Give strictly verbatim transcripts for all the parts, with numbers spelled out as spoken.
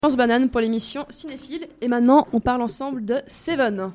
Lance Banane pour l'émission Cinéphile. Et maintenant, on parle ensemble de Seven. Alors,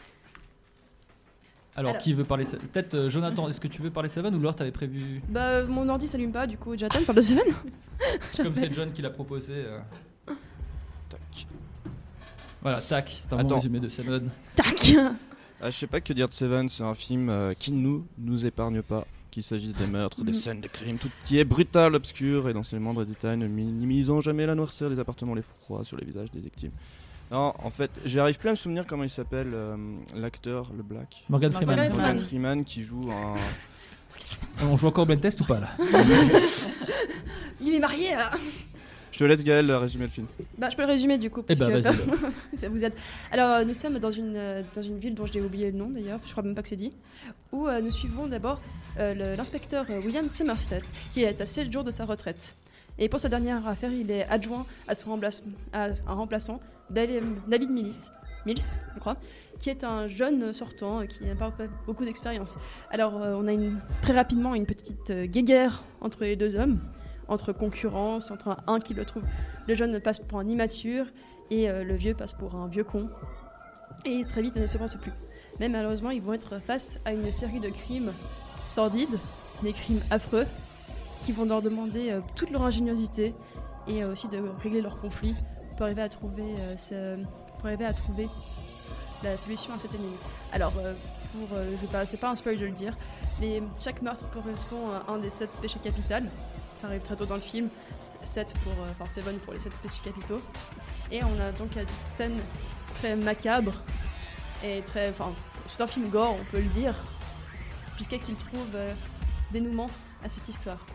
Alors, qui veut parler de... Peut-être euh, Jonathan, est-ce que tu veux parler de Seven ou Laure t'avais prévu? Bah, mon ordi s'allume pas, du coup, Jonathan parle de Seven. Comme c'est John qui l'a proposé. Euh... Tac. Voilà, tac, c'est un Attends. bon résumé de Seven. Tac. Ah, je sais pas que dire de Seven, c'est un film euh, qui ne nous, nous épargne pas. Qu'il s'agisse des meurtres, des scènes de crime, tout y est brutal, obscur et dans ses moindres détails, ne minimisant jamais la noirceur des appartements, les froids sur les visages des victimes. Non, en fait, j'arrive plus à me souvenir comment il s'appelle euh, l'acteur, le Black. Morgan Freeman. Morgan Morgan Freeman qui joue un. On joue encore Blind Test ou pas là? Il est marié. Hein. Je te laisse Gaël résumer le film. Bah, je peux le résumer du coup. Eh Parce bah, que, vas-y. ça vous aide. Alors, euh, nous sommes dans une, euh, dans une ville dont j'ai oublié le nom d'ailleurs, je crois même pas que c'est dit, où euh, nous suivons d'abord euh, le- l'inspecteur euh, William Somerset, qui est à sept jours de sa retraite. Et pour sa dernière affaire, il est adjoint à, son remplace- à un remplaçant, Dal- David Mills, Mills, je crois, qui est un jeune sortant euh, qui n'a pas pas beaucoup d'expérience. Alors, euh, on a une, très rapidement une petite euh, guéguerre entre les deux hommes, entre concurrence, entre un, un qui le trouve. Le jeune passe pour un immature et euh, le vieux passe pour un vieux con. Et très vite, ils ne se supportent plus. Mais malheureusement, ils vont être face à une série de crimes sordides, des crimes affreux, qui vont leur demander euh, toute leur ingéniosité et euh, aussi de régler leurs conflits pour arriver à trouver, euh, ce- pour arriver à trouver la solution à cette énigme. Alors, euh, pour, euh, je vais pas, c'est pas un spoil de le dire, les, chaque meurtre correspond à un des sept péchés capitaux. Ça arrive très tôt dans le film. sept pour, euh, enfin Seven pour les sept péchés capitaux. Et on a donc une scène très macabre et très, enfin, c'est un film gore, on peut le dire, jusqu'à qu'il trouve euh, dénouement à cette histoire.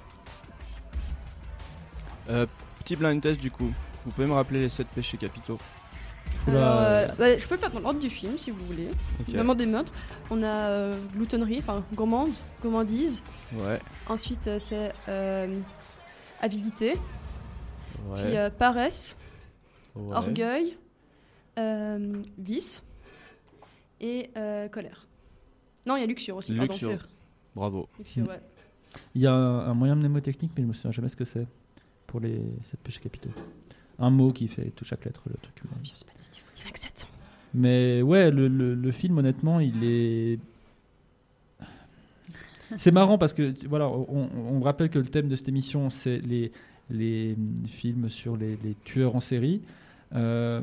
Euh, petit blind test du coup. Vous pouvez me rappeler les sept péchés capitaux? Oula. Alors, euh, bah, je peux le faire dans l'ordre du film si vous voulez. Ok. Vraiment des meurtres. On a euh, gloutonnerie, enfin gourmande, gourmandise. Ouais. Ensuite, euh, c'est euh, avidité, Ouais. puis euh, paresse, ouais. orgueil, euh, vice et euh, colère. Non, il y a luxure aussi. pardon, Luxure. sûr. Bravo. Luxure, ouais. Il y a un, un moyen mnémotechnique, mais je me souviens jamais ce que c'est pour les sept péchés capitaux. Un mot qui fait tout chaque lettre le truc. Puis, c'est pas si difficile, il y en a que sept. Mais ouais, le, le, le film, honnêtement, il est. C'est marrant parce que tu- voilà, on, on rappelle que le thème de cette émission, c'est les, les films sur les, les tueurs en série. Euh,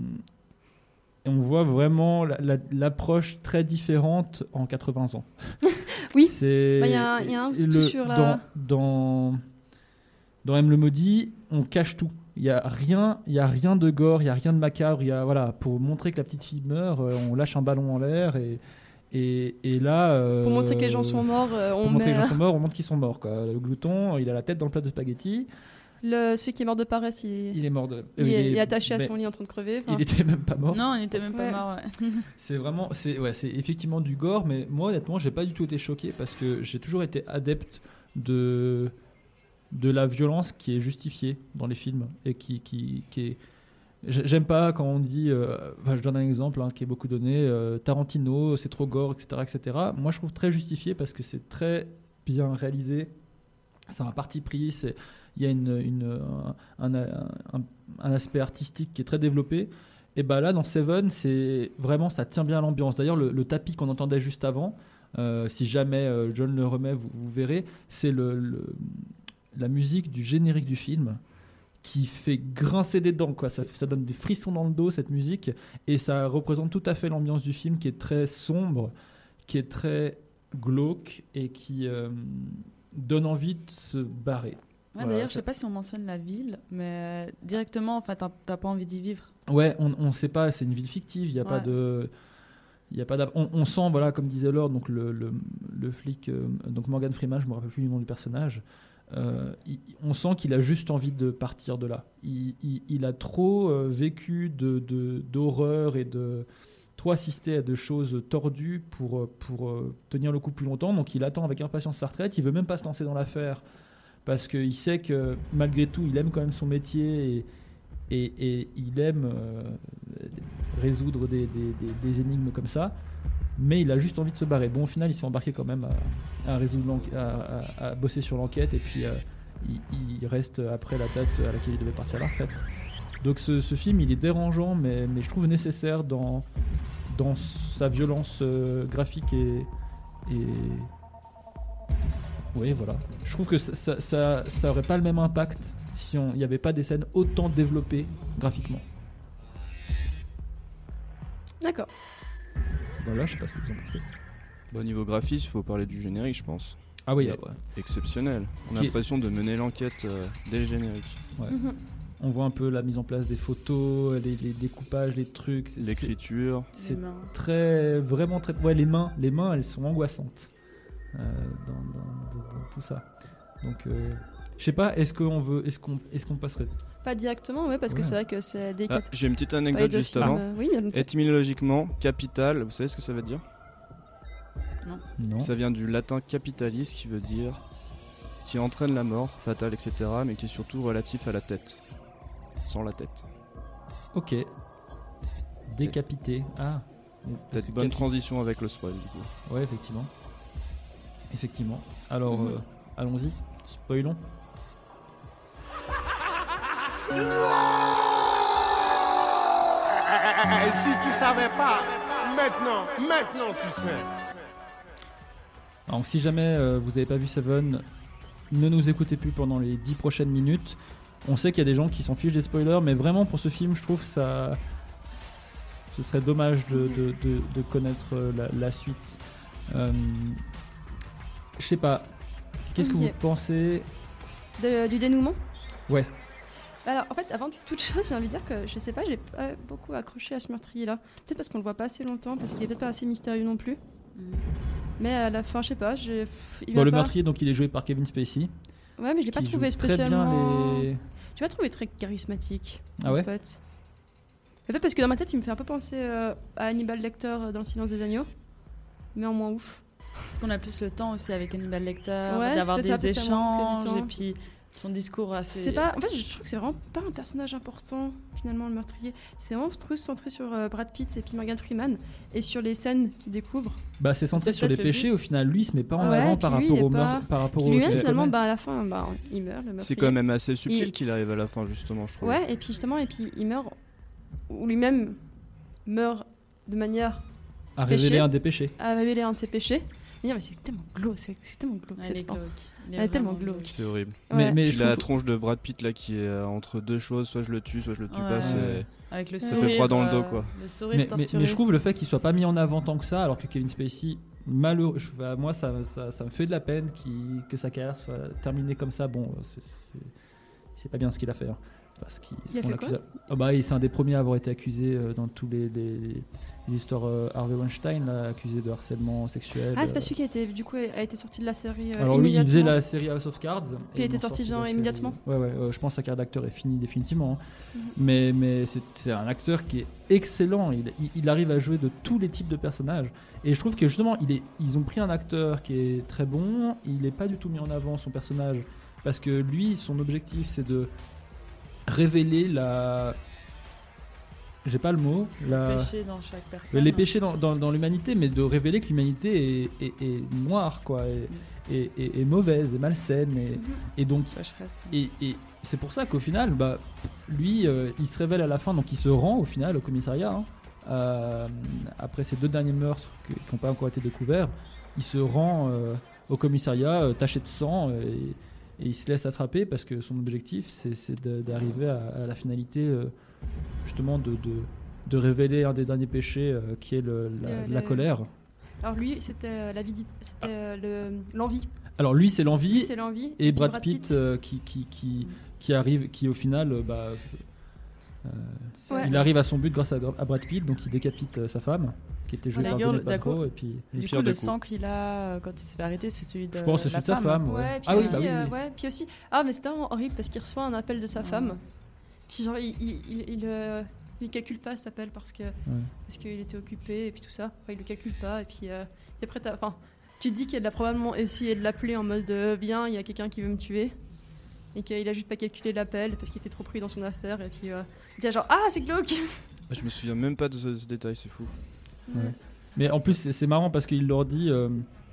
et on voit vraiment la- la- l'approche très différente en quatre-vingts ans. Oui. C'est Bah, y a un- y a un institut le- sur la- dans, dans dans M le maudit, on cache tout. Il y a rien, il y a rien de gore, il y a rien de macabre. Il y a voilà, pour montrer que la petite fille meurt, euh, on lâche un ballon en l'air et et, et là. euh, Pour montrer que les gens sont morts, euh, on Pour montrer met que les gens sont morts, on montre qu'ils sont morts. Quoi. Le glouton, il a la tête dans le plat de spaghettis. le, celui qui est mort de paresse, il, Il est mort de. il euh, est, il est attaché à mais son lit en train de crever. enfin. Il était même pas mort. Non, on n'était même pas Ouais. mort. Ouais. C'est vraiment, c'est ouais, c'est effectivement du gore, mais moi honnêtement, j'ai pas du tout été choqué parce que j'ai toujours été adepte de de la violence qui est justifiée dans les films et qui qui, qui est. J'ai- J'aime pas quand on dit, euh, enfin, je donne un exemple hein, qui est beaucoup donné, euh, Tarantino, c'est trop gore, et cetera, et cetera. Moi, je trouve très justifié parce que c'est très bien réalisé. C'est un parti pris. C'est il y a une, une, un, un, un, un aspect artistique qui est très développé. Et bah là, dans Seven, c'est vraiment ça tient bien l'ambiance. D'ailleurs, le, le tapis qu'on entendait juste avant, euh, si jamais euh, John le remet, vous, vous verrez, c'est le, le- la musique du générique du film qui fait grincer des dents, quoi. Ça, ça donne des frissons dans le dos, cette musique, et ça représente tout à fait l'ambiance du film qui est très sombre, qui est très glauque et qui euh, donne envie de se barrer. Ouais, Voilà, D'ailleurs, ça- je sais pas si on mentionne la ville, mais directement, en fait, t'as t'as pas envie d'y vivre. Ouais, on ne sait pas, c'est une ville fictive, il n'y a pas Ouais. de... Il y a pas d'app- on, on sent, voilà, comme disait Laure, donc le, le, le flic, euh, donc Morgan Freeman, je me rappelle plus du nom du personnage, euh, il- on sent qu'il a juste envie de partir de là. Il, il- il a trop euh, vécu de, de- d'horreur et de trop assisté à de choses tordues pour, euh, pour euh, tenir le coup plus longtemps. Donc il attend avec impatience sa retraite. Il veut même pas se lancer dans l'affaire parce qu'il sait que malgré tout, il aime quand même son métier et, et, et il aime euh, résoudre des, des- des- des énigmes comme ça. Mais il a juste envie de se barrer. Bon, au final, il s'est embarqué quand même à, à, résoudre l'enquête- à, à- à bosser sur l'enquête et puis euh, il, il reste après la date à laquelle il devait partir à la retraite. Donc ce, ce film, il est dérangeant, mais, mais je trouve nécessaire dans, dans sa violence euh, graphique et, et... Oui, voilà. Je trouve que ça, ça, ça, ça aurait pas le même impact si il n'y avait pas des scènes autant développées graphiquement. D'accord. Voilà, je sais pas ce que vous en pensez. Bon, niveau graphisme, il faut parler du générique, je pense. Ah oui, Et- ah ouais. Exceptionnel. On a Qui est- l'impression de mener l'enquête euh, dès le générique. Ouais. Mhm. On voit un peu la mise en place des photos, les, les découpages, les trucs. c'est- L'écriture. C'est Les mains. très, vraiment très. Ouais, les mains, les mains, elles sont angoissantes euh, dans, dans- dans- dans tout ça. Donc, euh, je sais pas. Est-ce qu'on veut, est-ce qu'on, est-ce qu'on passerait Pas directement, ouais, parce que Ouais. c'est vrai que c'est des Ah, j'ai une petite anecdote de juste films, avant. euh, Oui, bien noté. Étymologiquement, capital, vous savez ce que ça veut dire? Non. Ça vient du latin capitalis qui veut dire qui entraîne la mort, fatale, et cetera, mais qui est surtout relatif à la tête. Sans la tête. Ok. Décapité. Ah. Mais parce Peut-être que bonne capi- transition avec le spoil du coup. Ouais, effectivement. Effectivement. Alors, Mhm. euh, allons-y. Spoilons. Et si tu savais pas, maintenant, maintenant tu sais. Alors, si jamais euh, vous n'avez pas vu Seven, ne nous écoutez plus pendant les dix prochaines minutes. On sait qu'il y a des gens qui s'en fichent des spoilers, mais vraiment pour ce film, je trouve ça, ce serait dommage de, de, de, de connaître euh, la, la suite. Euh, je sais pas. Qu'est-ce que Ok. vous pensez? De- du dénouement. Ouais. Alors, en fait, avant toute chose, j'ai envie de dire que je sais pas, j'ai pas beaucoup accroché à ce meurtrier-là. Peut-être parce qu'on le voit pas assez longtemps, parce qu'il est peut-être pas assez mystérieux non plus. Mm. Mais à la fin, je sais pas, j'ai. il Bon, m'a le pas- meurtrier, donc il est joué par Kevin Spacey. Ouais, mais je l'ai pas qui trouvé joue très bien spécialement. les- J'ai pas trouvé très charismatique. Ah en ouais fait. Peut-être parce que dans ma tête, il me fait un peu penser euh, à Hannibal Lecter euh, dans Le Silence des Agneaux, mais en moins ouf. Parce qu'on a plus le temps aussi avec Hannibal Lecter, Ouais, d'avoir c'est des peut-être ça, peut-être ça manque échanges du temps. et puis son discours assez. C'est pas. En fait, je trouve que c'est vraiment pas un personnage important finalement le meurtrier. C'est vraiment tout centré sur euh, Brad Pitt et puis Morgan Freeman et sur les scènes qu'il découvre. Bah, c'est centré C'est sur les peut-être le péchés. but. Au final, lui, il se met pas en Ouais, avant puis par lui, rapport il est au pas- meurtre, par rapport Puis au. lui-même c'est- finalement, commet. bah, à la fin, bah, il meurt le meurtrier. C'est quand même assez subtil Il- qu'il arrive à la fin justement, je trouve. Ouais, et puis justement, et puis il meurt ou lui-même meurt de manière à péché. révéler un des péchés. à révéler un de ses péchés. Mais non, mais c'est tellement glauque, c'est c'est tellement glauque. Ouais, cette elle est fin. glauque. Il Elle est tellement vraiment glauque. C'est horrible. Ouais. Mais, mais Puis je la trouve- tronche de Brad Pitt là qui est euh, entre deux choses, soit je le tue, soit je le tue Ouais. pas, c'est... Ouais. Avec le Ça sourire. fait froid dans le dos, euh, quoi. Le sourire mais, mais- torturé. mais je trouve le fait qu'il soit pas mis en avant tant que ça, alors que Kevin Spacey, malheureux, je- bah, moi ça, ça, ça me fait de la peine qu'il- que sa carrière soit terminée comme ça. Bon, c'est- c'est c'est pas bien ce qu'il a fait. hein. Parce qu'il- Il a ce qu'on fait quoi l'accuse- Ah bah, il- c'est un des premiers à avoir été accusé euh, dans tous les, les- les histoires euh, Harvey Weinstein, là, accusé de harcèlement sexuel. Ah, c'est euh. pas celui qui a été, du coup, a été sorti de la série euh, Alors lui, il faisait immédiatement. la série House of Cards. Puis et il ils était l'ont sorti de genre la série. immédiatement. Ouais, ouais, euh, je pense que sa carrière d'acteur est finie définitivement. hein. Mhm. Mais, mais c'est, c'est un acteur qui est excellent. Il, il- il arrive à jouer de tous les types de personnages. Et je trouve que justement, il est, ils ont pris un acteur qui est très bon. Il n'est pas du tout mis en avant, son personnage. Parce que lui, son objectif, c'est de révéler la... J'ai pas le mot. La... Péché dans chaque personne. Les péchés dans, dans- dans l'humanité, mais de révéler que l'humanité est, est- est noire, quoi, et, et- et- et mauvaise, et malsaine, et, et donc, Pécheresse. et, et c'est pour ça qu'au final, bah, lui, euh, il se révèle à la fin, donc il se rend au final au commissariat, hein, euh, après ces deux derniers meurtres que- qui n'ont pas encore été découverts, il se rend euh, au commissariat euh, taché de sang, euh, et, et il se laisse attraper parce que son objectif, c'est, c'est de- d'arriver à, à la finalité, euh, justement, de, de, de révéler un des derniers péchés, euh, qui est le- la, Le- la le- colère. Alors lui, c'était euh, la vie, c'était euh, le- l'envie. Alors lui, c'est l'envie, Lui, c'est l'envie. et puis Brad, Pitt, euh, qui, qui, qui, qui arrive, qui au final, euh, bah, euh, Ouais. il arrive à son but grâce à, à Brad Pitt, donc il décapite euh, sa femme, qui était jouée Ouais, par d'ailleurs, Gwyneth d'accord. Paltrow, et puis Le Du pire coup, des le coups. sang qu'il a euh, quand il s'est fait arrêter, c'est celui de je pense que c'est la celui de sa femme. Ouais, ouais. puis Ah oui, aussi, bah oui, euh, oui. ouais, puis aussi. Ah, mais c'était vraiment horrible parce qu'il reçoit un appel de sa Ouais. femme. Puis genre, il, il, il, il, euh, il calcule pas cet appel parce que parce qu'il était occupé et puis tout ça. Enfin, il le calcule pas et puis, euh, puis après, t'as- enfin, tu te dis qu'il a probablement essayé de l'appeler en mode euh, bien, il y a quelqu'un qui veut me tuer. Et qu'il a juste pas calculé l'appel parce qu'il était trop pris dans son affaire. Et puis, euh, il était genre, ah, c'est glauque! Je me souviens même pas de ce, ce détail, c'est fou. Ouais. Mais en plus, c'est, c'est marrant parce qu'il leur dit, euh,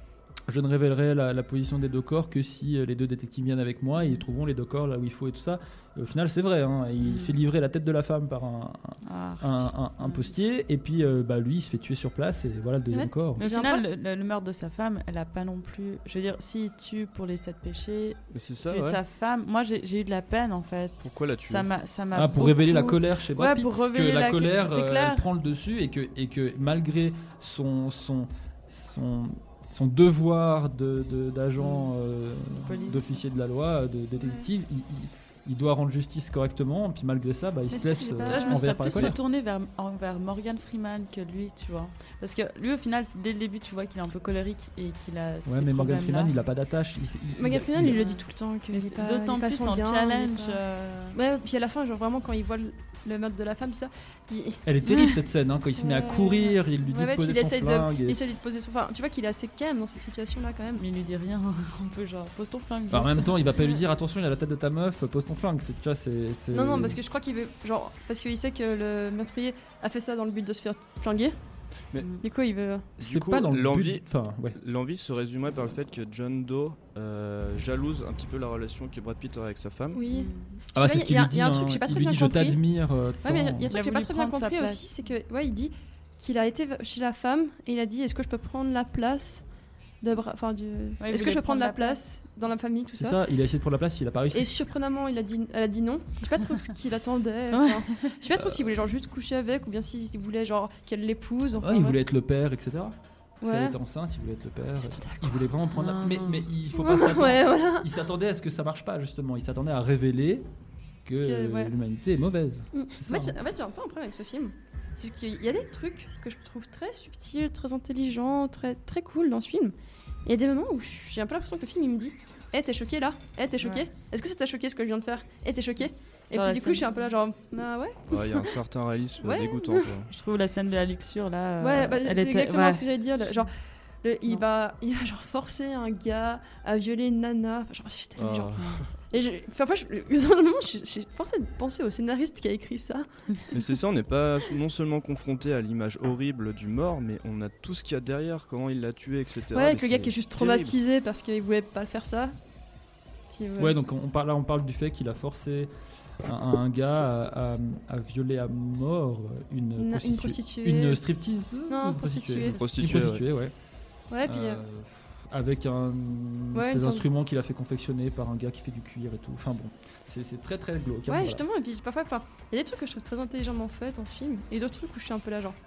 je ne révélerai la, la position des deux corps que si euh, les deux détectives viennent avec moi et ils trouveront les deux corps là où il faut et tout ça. Et au final, c'est vrai, hein, il Mm. fait livrer la tête de la femme par un, Ah. un, un, un postier et puis euh, bah, lui, il se fait tuer sur place et voilà le deuxième Ouais. corps. Mais au J'ai un final, le, le- le meurtre de sa femme, elle a pas non plus. Je veux dire, s'il tue pour les sept péchés, Mais c'est ça, celui de ouais. sa femme, moi j'ai j'ai eu de la peine en fait. Pourquoi la tuer Ça m'a, ça m'a Ah, pour beaucoup- révéler la colère chez Brad Ouais, Pitt, pour que révéler la, la- colère, c'est euh, clair. elle prend le dessus et que, et que malgré son, son, son, son devoir de, de- d'agent, euh, Police. d'officier de la loi, de détective, il, il- il doit rendre justice correctement, puis malgré ça, bah, il Mais se laisse c'est- j'ai euh, pas- Tu vois, je me serais envers par la plus colère. retournée vers, vers Morgan Freeman que lui, tu vois. Parce que lui, au final, dès le début, tu vois qu'il est un peu colérique et qu'il a. Ouais, ces mais Morgan problèmes-là. Freeman, il a pas d'attache. Il, il- Morgan il- Freeman, il- il le dit tout le temps qu'il Mais est c'est pas. d'autant il est pas plus en sanguin, il est challenge. pas- euh, Ouais, puis à la fin, genre vraiment, quand il voit le, le meurtre de la femme, tout ça, il, Elle est terrible cette scène, hein, quand il se met à Ouais. courir, il lui dit Ouais, ouais, de poser puis il son essaye de- flingue. et- il essaie de poser son. Enfin, tu vois qu'il est assez calme dans cette situation-là quand même. Mais il lui dit rien. Un peu genre, pose ton flingue. Bah, en juste. même temps, il va pas lui Ouais. dire attention, il a la tête de ta meuf, pose ton flingue. C'est, tu vois, c'est, c'est- Non, non, parce que je crois qu'il veut. Genre, parce qu'il sait que le meurtrier a fait ça dans le but de se faire flinguer. Mais- Mm. Du coup, il veut. c'est Du coup, pas dans le l'envie- but- Enfin, ouais. L'envie se résumerait par le fait que John Doe euh, jalouse un petit peu la relation que Brad Pitt aurait avec sa femme. Oui. Mm. Ah bah, sais c'est pas, ce qu'il il y a- lui dit. il y a un hein. truc que j'ai pas Il très lui bien dit je compris. t'admire. euh, Ouais, mais il y a- tant. il y a un truc que j'ai Il a pas voulu très bien prendre sa compris place. aussi, c'est que, ouais, il dit qu'il a été chez la femme et il a dit est-ce que je peux prendre la place de Bra- enfin du. il est-ce que voulait je peux prendre prendre la la place dans la famille, tout C'est ça. ça, il a essayé de prendre la place, il a pas réussi. Et surprenamment, il a dit, elle a dit non. Je sais pas trop ce qu'il attendait. enfin, Je sais pas trop s'il voulait genre juste coucher avec ou bien s'il voulait genre qu'elle l'épouse. Enfin, Ouais, il ouais. voulait être le père, et cetera. Si elle Ouais. était enceinte, il voulait être le père. Il s'attendait à Il voulait vraiment prendre la... Non, mais, non. mais il faut pas s'attendre. Ouais, voilà. Il s'attendait à ce que ça marche pas, justement. Il s'attendait à révéler que Que, ouais. l'humanité est mauvaise. Mm. C'est En fait, ça, j'ai- en fait, j'ai un peu un problème avec ce film. C'est qu'il y a des trucs que je trouve très subtils, très intelligents, très, très cool dans ce film. Et il y a des moments où j'ai un peu l'impression que le film il me dit Eh, t'es choqué là Eh, t'es choqué Ouais. Est-ce que ça t'a choqué ce que je viens de faire Eh, t'es choqué Et Genre puis la du coup, scène- je suis un peu là, genre Ah ouais Ouais, il y a un certain réalisme Ouais. dégoûtant. Quoi. Je trouve la scène de la luxure là. Ouais, euh, bah, elle c'est était- exactement ouais. ce que j'allais dire. le- genre, le- il, Non. va, il va genre forcer un gars à violer une nana. Enfin, genre, j'étais tellement Ah. genre. Et je, enfin, après, je, dans le moment, je- j'ai forcé de penser au scénariste qui a écrit ça. Mais c'est ça, on n'est pas non seulement confronté à l'image horrible du mort, mais on a tout ce qu'il y a derrière, comment il l'a tué, et cetera. Ouais, Mais avec le gars c'est- qui est juste c'est terrible. traumatisé parce qu'il voulait pas le faire ça. Puis, ouais. Ouais, donc on parle, là on parle du fait qu'il a forcé un, un gars à, à- à violer à mort une, Une- prostitu- une prostituée. Une striptease Non, Une prostituée. Une prostituée, Une prostituée, ouais. Ouais, puis. Euh, euh, avec un Ouais, des une sorte- instruments qu'il a fait confectionner par un gars qui fait du cuir et tout. Enfin bon, c'est c'est très très glauque. hein, Ouais, voilà. justement, et puis c'est parfois, enfin, il y a des trucs que je trouve très intelligemment faits dans ce film, et d'autres trucs où je suis un peu là, genre.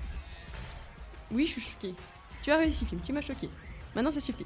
Oui, je suis choquée. Tu as réussi, film, tu m'as choquée. Maintenant, ça suffit.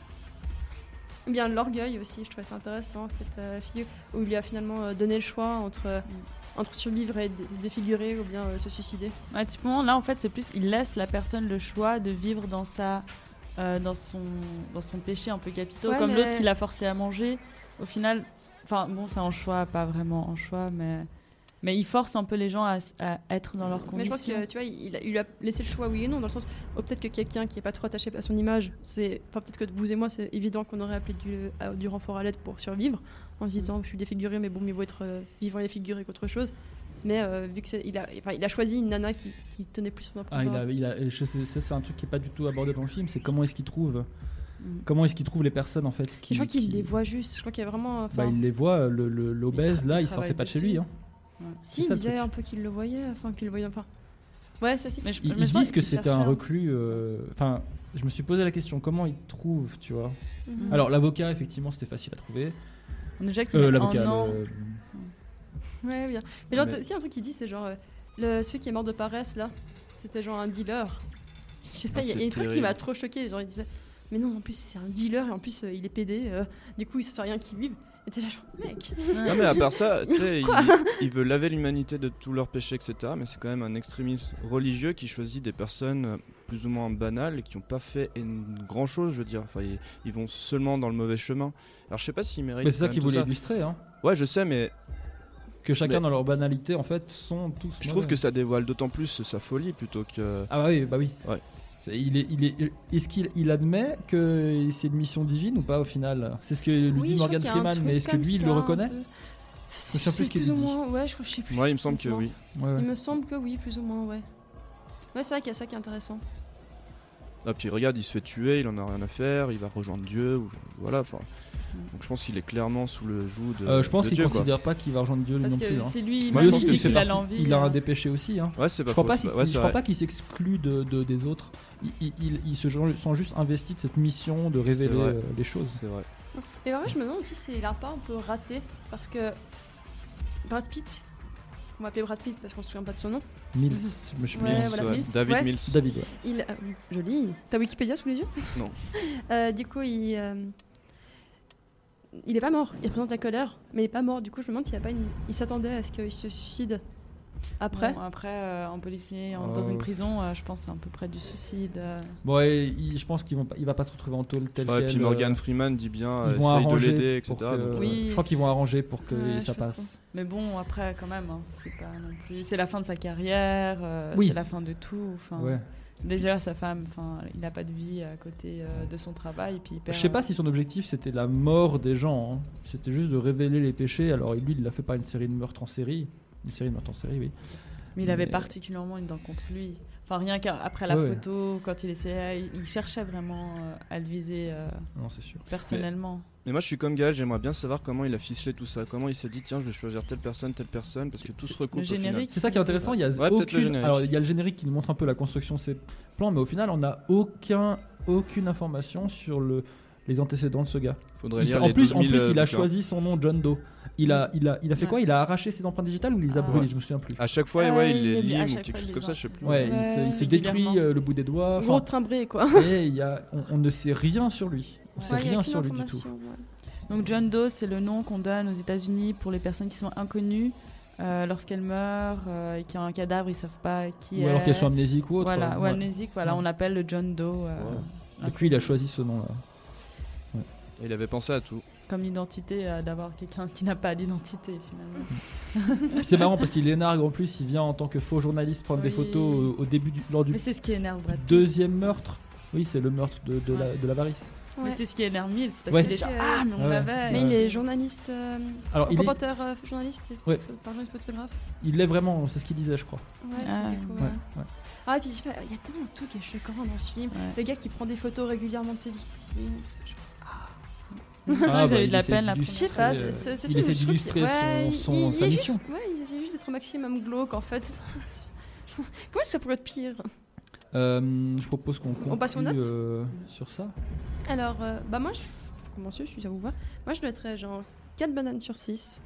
Ou bien l'orgueil aussi, je trouvais ça intéressant, cette euh, fille où il lui a finalement euh, donné le choix entre, euh, entre survivre et dé- défigurer ou bien euh, se suicider. Ouais, typiquement, là, en fait, c'est plus, il laisse la personne le choix de vivre dans sa, euh, dans son, dans son péché un peu capitaux, Ouais, comme mais- l'autre qui l'a forcé à manger. Au final, enfin, bon, c'est un choix, pas vraiment un choix, mais, mais il force un peu les gens à, s- à être dans leurs Mais je conditions. pense que tu vois, il, a- il lui a laissé le choix oui et non, dans le sens, oh, peut-être que quelqu'un qui est pas trop attaché à son image, c'est, enfin peut-être que vous et moi, c'est évident qu'on aurait appelé du, à- du renfort à l'aide pour survivre, en se disant je suis défiguré, mais bon, mieux vaut être euh, vivant et défiguré qu'autre chose. Mais euh, vu que c'est, il a, enfin, il a choisi une nana qui, qui tenait plus son Ah, il importance. a, il a, je sais, ça, c'est un truc qui est pas du tout abordé dans le film. C'est comment est-ce qu'il trouve, Mm. comment est-ce qu'il trouve les personnes en fait qui. je crois qu'il qui- les voit juste. Je crois qu'il y a vraiment. Bah, Enfin, il les voit. Le, le- l'obèse Il tra- là, il il sortait travaille pas de chez dessus. lui. Hein. si, c'est il ça, le disait truc. un peu qu'il le voyait, enfin qu'il le voyait. Enfin, ouais, ça si. Mais je- Ils, mais ils je pense disent que qu'il c'était un cherchait reclus. euh, Enfin, je me suis posé la question comment il trouve, tu vois. Mhm. Alors l'avocat, effectivement, c'était facile à trouver. Déjà qu'il Euh, a l'avocat. un an. le- Ouais, bien. Mais genre, Mais- si un truc qu'il dit, c'est genre, euh, le, celui qui est mort de paresse là, c'était genre un dealer. Je sais pas, Ah, il y a- il y a une c'est phrase qui m'a terrible. trop choquée. Genre, il disait, mais non, en plus, c'est un dealer et en plus, euh, il est pédé. euh, du coup, ça sert à rien qu'il vive. Et t'es là, genre, mec. Non, mais à part ça, tu sais, il, Quoi il veut laver l'humanité de tous leurs péchés, et cetera. Mais c'est quand même un extrémiste religieux qui choisit des personnes euh, plus ou moins banales et qui n'ont pas fait grand chose, je veux dire. Enfin, ils, ils vont seulement dans le mauvais chemin. Alors, je sais pas s'ils méritent. Mais c'est ça quand qu'il même tout voulait illustrer, hein. Ouais, je sais, mais Que chacun Mais- dans leur banalité, en fait, sont tous. je trouve mauvais. que ça dévoile d'autant plus sa folie plutôt que. Ah bah oui, bah oui. Ouais. C'est- Il est, il est, est-ce qu'il il admet que c'est une mission divine ou pas au final? C'est ce que lui Oui, dit je crois Morgan qu'il y a un Freeman, truc mais est-ce que comme lui il ça, le un reconnaît? peu. Je sais plus C'est ce qu'il plus ou dit. moins, ouais, je, crois- je sais plus. Moi, il me semble que honnêtement. oui. Ouais, ouais. Il me semble que oui, plus ou moins, ouais. Ouais, c'est vrai qu'il y a ça qui est intéressant. Ah, puis regarde, il se fait tuer, il en a rien à faire, il va rejoindre Dieu, ou, voilà, enfin. Donc je pense qu'il est clairement sous le joug de. Euh, je pense de qu'il Dieu, considère pas qu'il va rejoindre Dieu lui Parce non que plus. Hein. c'est lui, Moi, Lui je pense aussi, que il c'est fait qu'il a partie- l'envie. il a euh, un des péchés aussi. Hein. Ouais, c'est pas Je crois faux, pas c'est qu'il ouais, je c'est crois vrai. pas qu'il s'exclut de, de- des autres. Il, il, il- il se sent juste investi de cette mission de révéler vrai. euh, les choses. C'est vrai. Et en vrai, je me demande aussi s'il a pas un peu raté parce que Brad Pitt, on va appeler Brad Pitt parce qu'on se souvient pas de son nom. Mills, je me suis Ouais, Mills, voilà, ouais. Mills. David Ouais. Mills. David, ouais. Il, euh, joli. T'as Wikipédia sous les yeux? Non. Euh, du coup, il, euh, il est pas mort. Il représente la colère, mais il est pas mort. Du coup, je me demande s'il y a pas une... il s'attendait à ce qu'il se suicide après. Bon, après, euh, en policier, en- Euh. dans une prison, euh, je pense que c'est à peu près du suicide. euh. Bon, et il- je pense qu'il vont pas- il va pas se retrouver en tôle tel Ouais, quel. puis euh, Morgan Freeman dit bien, ils euh, vont essaye de arranger l'aider, pour et cetera. que- donc, euh, Oui. Je crois qu'ils vont arranger pour que Ouais, ça je passe. pense. Mais bon, après, quand même, hein, c'est pas non plus. C'est la fin de sa carrière, euh, Oui. c'est la fin de tout. Enfin, Ouais. Déjà, sa femme, enfin, il n'a pas de vie à côté euh, de son travail. Et puis il perd, Je sais pas si son objectif c'était la mort des gens. Hein. C'était juste de révéler les péchés. Alors lui, il l'a fait par une série de meurtres en série. Une série de meurtres en série, oui. Mais il avait Mais- particulièrement une dent contre lui. Enfin, rien qu'après la Ouais, ouais. photo, quand il essayait, il- il cherchait vraiment euh, à le viser euh, Non, c'est sûr. personnellement. Mais moi je suis comme Gaël, j'aimerais bien savoir comment il a ficelé tout ça. Comment il s'est dit tiens je vais choisir telle personne, telle personne, parce que tout se recoupe Le au final. générique. C'est ça qui est intéressant. Il y a Ouais, peut-être le aucune... générique. Alors il y a le générique qui nous montre un peu la construction de ces plans, mais au final, on n'a aucun, aucune information sur le, les antécédents de ce gars. Faudrait Il- lire en les plus, en douze mille, plus, il a euh, choisi son nom John Doe. Il a, il a, il a fait Ouais. quoi? Il a arraché ses empreintes digitales ou il les a Ah. brûlées? Ouais. Je me souviens plus. À chaque fois, Euh, ouais, il il les est- lime à ou chaque quelque fois, chose il comme les ça, a. je sais plus. Ouais, il se, Ouais, il se détruit régulièrement. euh, le bout des doigts. Gros Enfin, timbré quoi. et il y a, on, on ne sait rien sur lui. On sait Ouais, il y a rien aucune sur lui du tout. information, ouais. Donc John Doe, c'est le nom qu'on donne aux États-Unis pour les personnes qui sont inconnues euh, lorsqu'elles meurent euh, et qui ont un cadavre, ils savent pas qui Ou est. alors qu'elles sont amnésiques ou autre. Voilà, ou Ouais. amnésique, voilà, Ouais. on appelle le John Doe euh, Ouais. Et puis il a choisi ce nom-là. Et il avait pensé à tout. comme identité euh, d'avoir quelqu'un qui n'a pas d'identité finalement. Puis c'est marrant parce qu'il énargue en plus, il vient en tant que faux journaliste prendre des Oui. photos au, au début du, lors du Mais c'est ce qui énerve Brad Pitt. deuxième meurtre. Oui, c'est le meurtre de, de la, de l'avarice. Mais Ouais. c'est ce qui énerve Mills, parce Ouais. qu'il est genre Parce que- ah mais on Ouais. l'avait. Mais Ouais. il est journaliste, euh, Alors il est, reporter euh, journaliste, et Ouais. ph- par exemple photographe. il l'est vraiment, c'est ce qu'il disait, je crois. Ouais, Ah. j'ai découvert. Ouais, ouais. Ah, et puis je sais pas, il y a tellement de tout qui est choquant dans ce film. Ouais. Le gars qui prend des photos régulièrement de ses victimes. c'est- C'est vrai que Ah, bah, j'avais eu il de la essaie peine la Je d'illustrer, sais pas, euh, c'est- c'est- ce il film, essaie je trouve d'illustrer qu'il- ouais, son, son- il- il sa est mission. juste- ouais, il essaie juste d'être au maximum glauque en fait. Comment ça pourrait être pire? Euh, je propose qu'on On passe aux conclue, notes euh, sur ça. Alors, euh, bah moi, je pour commencer, je ça vous va. Moi, je mettrais genre quatre bananes sur six.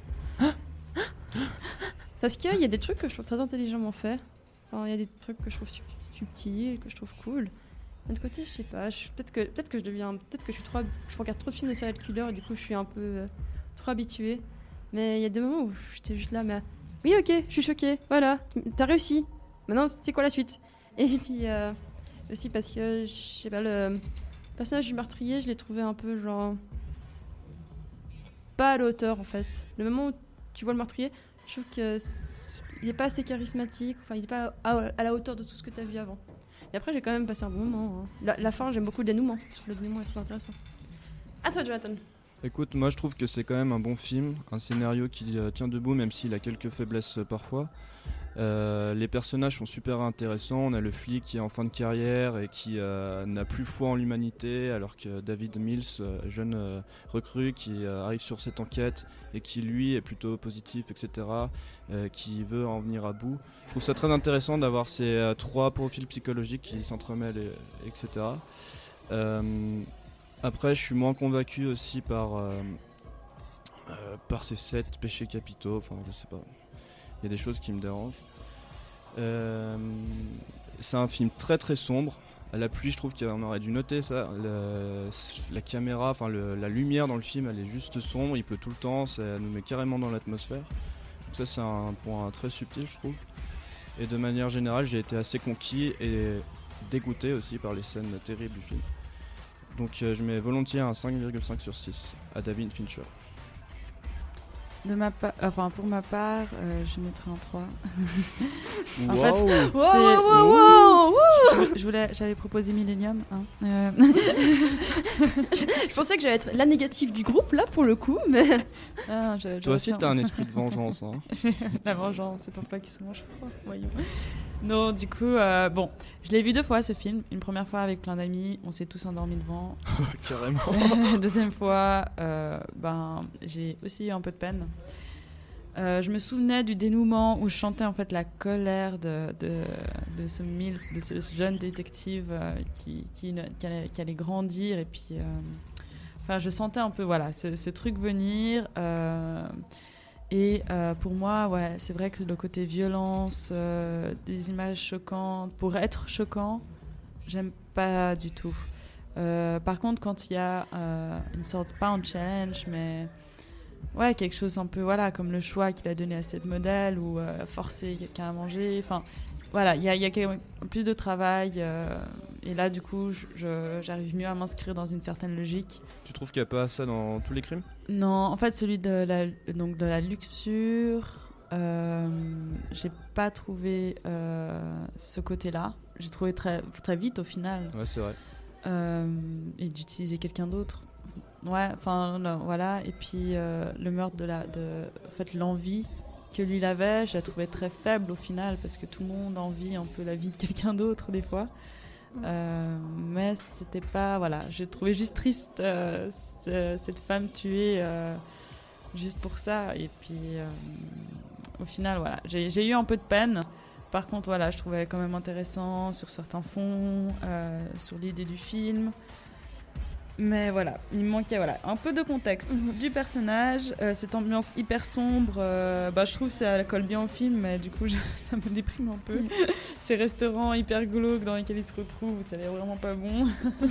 Parce qu'il y a des trucs que je trouve très intelligemment faits. Enfin, il y a des trucs que je trouve sub- subtils, que je trouve cool. D'un autre côté, je sais pas, je- peut-être que, peut-être que je deviens. Peut-être que je suis trop. Je regarde trop de films de serial killer et du coup, je suis un peu euh, trop habituée. Mais il y a des moments où j'étais juste là, mais. Oui, ok, je suis choquée, voilà, t'as réussi. Maintenant, c'est quoi la suite? Et puis, euh, aussi parce que, je sais pas, le personnage du meurtrier, je l'ai trouvé un peu genre. Pas à la hauteur en fait. Le moment où tu vois le meurtrier, je trouve que c'est- il est pas assez charismatique, enfin, il est pas à, à la hauteur de tout ce que tu as vu avant. Et après, j'ai quand même passé un bon moment. hein. La, la fin, j'aime beaucoup le dénouement, parce que le dénouement est très intéressant. À toi, Jonathan. Écoute, moi je trouve que c'est quand même un bon film, un scénario qui euh, tient debout même s'il a quelques faiblesses euh, parfois. Euh, les personnages sont super intéressants, on a le flic qui est en fin de carrière et qui euh, n'a plus foi en l'humanité alors que David Mills, euh, jeune euh, recrue qui euh, arrive sur cette enquête et qui lui est plutôt positif, et cetera, euh, qui veut en venir à bout. Je trouve ça très intéressant d'avoir ces euh, trois profils psychologiques qui s'entremêlent, et, etc. Euh, Après, je suis moins convaincu aussi par, euh, euh, par ces sept péchés capitaux. Enfin, je sais pas. Il y a des choses qui me dérangent. Euh, c'est un film très très sombre. À la pluie, je trouve qu'on aurait dû noter ça. Le- la caméra, enfin le- la lumière dans le film, elle est juste sombre. Il pleut tout le temps. Ça nous met carrément dans l'atmosphère. Donc ça, c'est un point très subtil, je trouve. Et de manière générale, j'ai été assez conquis et dégoûté aussi par les scènes terribles du film. Donc euh, je mets volontiers un cinq virgule cinq sur six à David Fincher. De ma pa- enfin, pour ma part, euh, je mettrais un trois. En Waouh. fait, Wow, c'est- wow, wow, wow, wow. je voulais, j'avais proposé Millennium. Hein. Euh, Je pensais que j'allais être la négative du groupe là pour le coup, mais ah, je- Toi j'aurais aussi, fait t'as un esprit de vengeance. Hein. La vengeance, c'est ton plat qui se mange froid, voyons. Non, du coup, euh, bon, je l'ai vu deux fois ce film. Une première fois avec plein d'amis, on s'est tous endormis devant. Carrément. Deuxième fois, euh, ben, j'ai aussi eu un peu de peine. Euh, je me souvenais du dénouement où je chantais en fait la colère de, de, de ce Mills, de ce jeune détective euh, qui, qui, ne- qui, allait, qui allait grandir. Et puis, euh, enfin, je sentais un peu voilà, ce, ce truc venir. euh, et euh, pour moi, ouais, c'est vrai que le côté violence, euh, des images choquantes, pour être choquant, j'aime pas du tout. Euh, par contre, quand il y a euh, une sorte, pas un challenge, mais ouais, quelque chose un peu, voilà, comme le choix qu'il a donné à cette modèle ou euh, forcer quelqu'un à manger. Enfin, voilà, il y a, il y a quand même plus de travail. euh, et là, du coup, je- je- j'arrive mieux à m'inscrire dans une certaine logique. Tu trouves qu'il n'y a pas ça dans tous les crimes? Non, en fait, celui de la, donc de la luxure, euh, j'ai pas trouvé euh, ce côté-là. J'ai trouvé très, très vite au final. Ouais, c'est vrai. Euh, et d'utiliser quelqu'un d'autre. Ouais, enfin non, voilà. Et puis euh, le meurtre de la, de, en fait, l'envie que lui il avait, je la trouvais très faible au final parce que tout le monde envie un peu la vie de quelqu'un d'autre des fois. Euh, mais c'était pas, voilà, j'ai trouvé juste triste euh, ce- cette femme tuée euh, juste pour ça. Et puis euh, au final, voilà, j'ai, j'ai eu un peu de peine. Par contre, voilà, je trouvais quand même intéressant sur certains fonds, euh, sur l'idée du film. Mais voilà, il me manquait voilà, un peu de contexte Mhm. du personnage, euh, cette ambiance hyper sombre. euh, bah, je trouve que ça colle bien au film, mais du coup, je- ça me déprime un peu. Mhm. Ces restaurants hyper glauques dans lesquels ils se retrouvent, ça a l'air vraiment pas bon.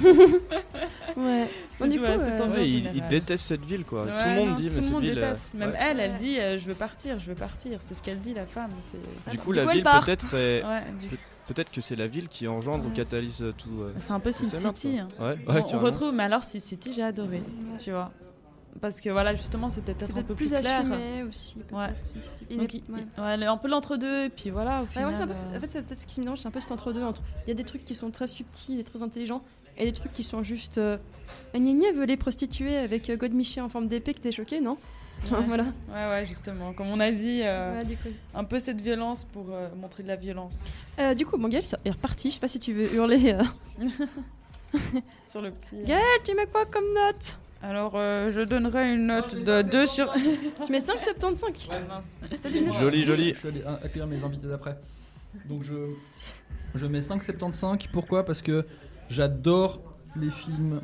ouais. Bon, C'est- du coup, ouais, cette euh, ambiance Ouais, il, il générale. déteste cette ville, quoi. Ouais, tout le monde non, dit, tout mais le cette monde ville. euh, déteste. Même ouais. elle, elle dit euh, je veux partir, je veux partir. C'est ce qu'elle dit, la femme. C'est... Du coup, Du la coup, elle ville, part. peut-être, est- Ouais, du- peut-être que c'est la ville qui engendre ou Ouais. catalyse euh, tout. euh, c'est un peu tout Sin ces merdes, City. quoi. hein. Ouais, On- ouais, on carrément. retrouve, mais alors Sin City, j'ai adoré, tu vois. Parce que voilà, justement, c'était c'est peut-être un peut-être peu plus plus clair. assumé aussi. peut-être, Ouais. Sin City. Il Donc, est- il- ouais. il- ouais, un peu l'entre-deux, et puis voilà, au Ouais, final. ouais, c'est un peu- euh, en fait, c'est peut-être ce qui se mélange, c'est un peu cet entre-deux. Entre... Il y a des trucs qui sont très subtils et très intelligents, et des trucs qui sont juste. Euh... Gna gna, veut les prostituer avec euh, Godemiché en forme d'épée, que t'es choqué, non? Ouais. Voilà. Ouais, ouais, justement. Comme on a dit, euh, Ouais, du coup. un peu cette violence pour euh, montrer de la violence. Euh, du coup, bon, Gaël est reparti. Je sais pas si tu veux hurler. euh. Sur le petit. Gaël, tu mets quoi comme note? Alors, euh, je donnerais une note de deux sur. Tu mets cinq virgule soixante-quinze. Ouais, mince. T'as dit une note? Joli, joli. Je suis allé euh, accueillir mes invités d'après. Donc je, je mets cinq virgule soixante-quinze. Pourquoi? Parce que j'adore les films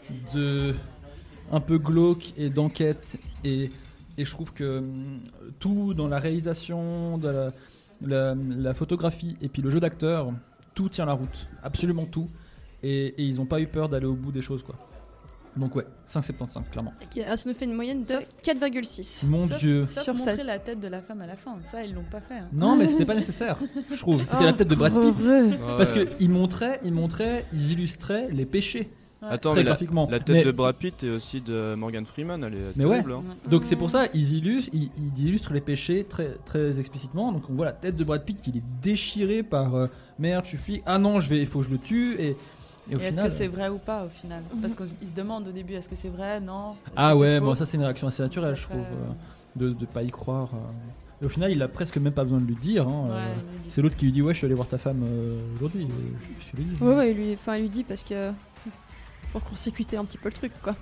de un peu glauque et d'enquête et, et je trouve que hum, tout dans la réalisation, de la, la, la photographie et puis le jeu d'acteur, tout tient la route, absolument tout. Et, et ils n'ont pas eu peur d'aller au bout des choses, quoi. Donc ouais, cinq virgule soixante-quinze, clairement. Ok, ah, ça nous fait une moyenne de Sauf- quatre virgule six. Mon Sauf- Dieu. Sauf Sur montrer sept. la tête de la femme à la fin. Ça, ils l'ont pas fait. hein. Non, mais c'était pas nécessaire, je trouve. C'était Oh, la tête de Brad Pitt. heureux. Ouais, Parce ouais. qu'ils montraient, ils montraient, ils illustraient les péchés Attends, très mais la, graphiquement. la tête Mais- de Brad Pitt et aussi de Morgan Freeman, elle est Mais terrible. ouais. hein. Donc c'est pour ça ils illustrent, ils, ils illustrent les péchés très très explicitement. Donc on voit la tête de Brad Pitt qui est déchirée par euh, merde, je suis flic. Ah non, je vais, il faut que je le tue et, et au Et est-ce final. que c'est vrai ou pas au final? Parce qu'ils se demandent au début est-ce que c'est vrai? Non. Est-ce Ah que c'est ouais, faux bon ça c'est une réaction assez naturelle, je Après, trouve, euh, de de pas y croire. euh. Et au final, il a presque même pas besoin de lui dire. hein, Ouais, euh, il dit- C'est l'autre qui lui dit ouais, je suis allé voir ta femme euh, aujourd'hui. et je- je lui dis. Ouais, ouais, il lui, enfin, il lui dit parce que. Pour court-circuiter un petit peu le truc, quoi.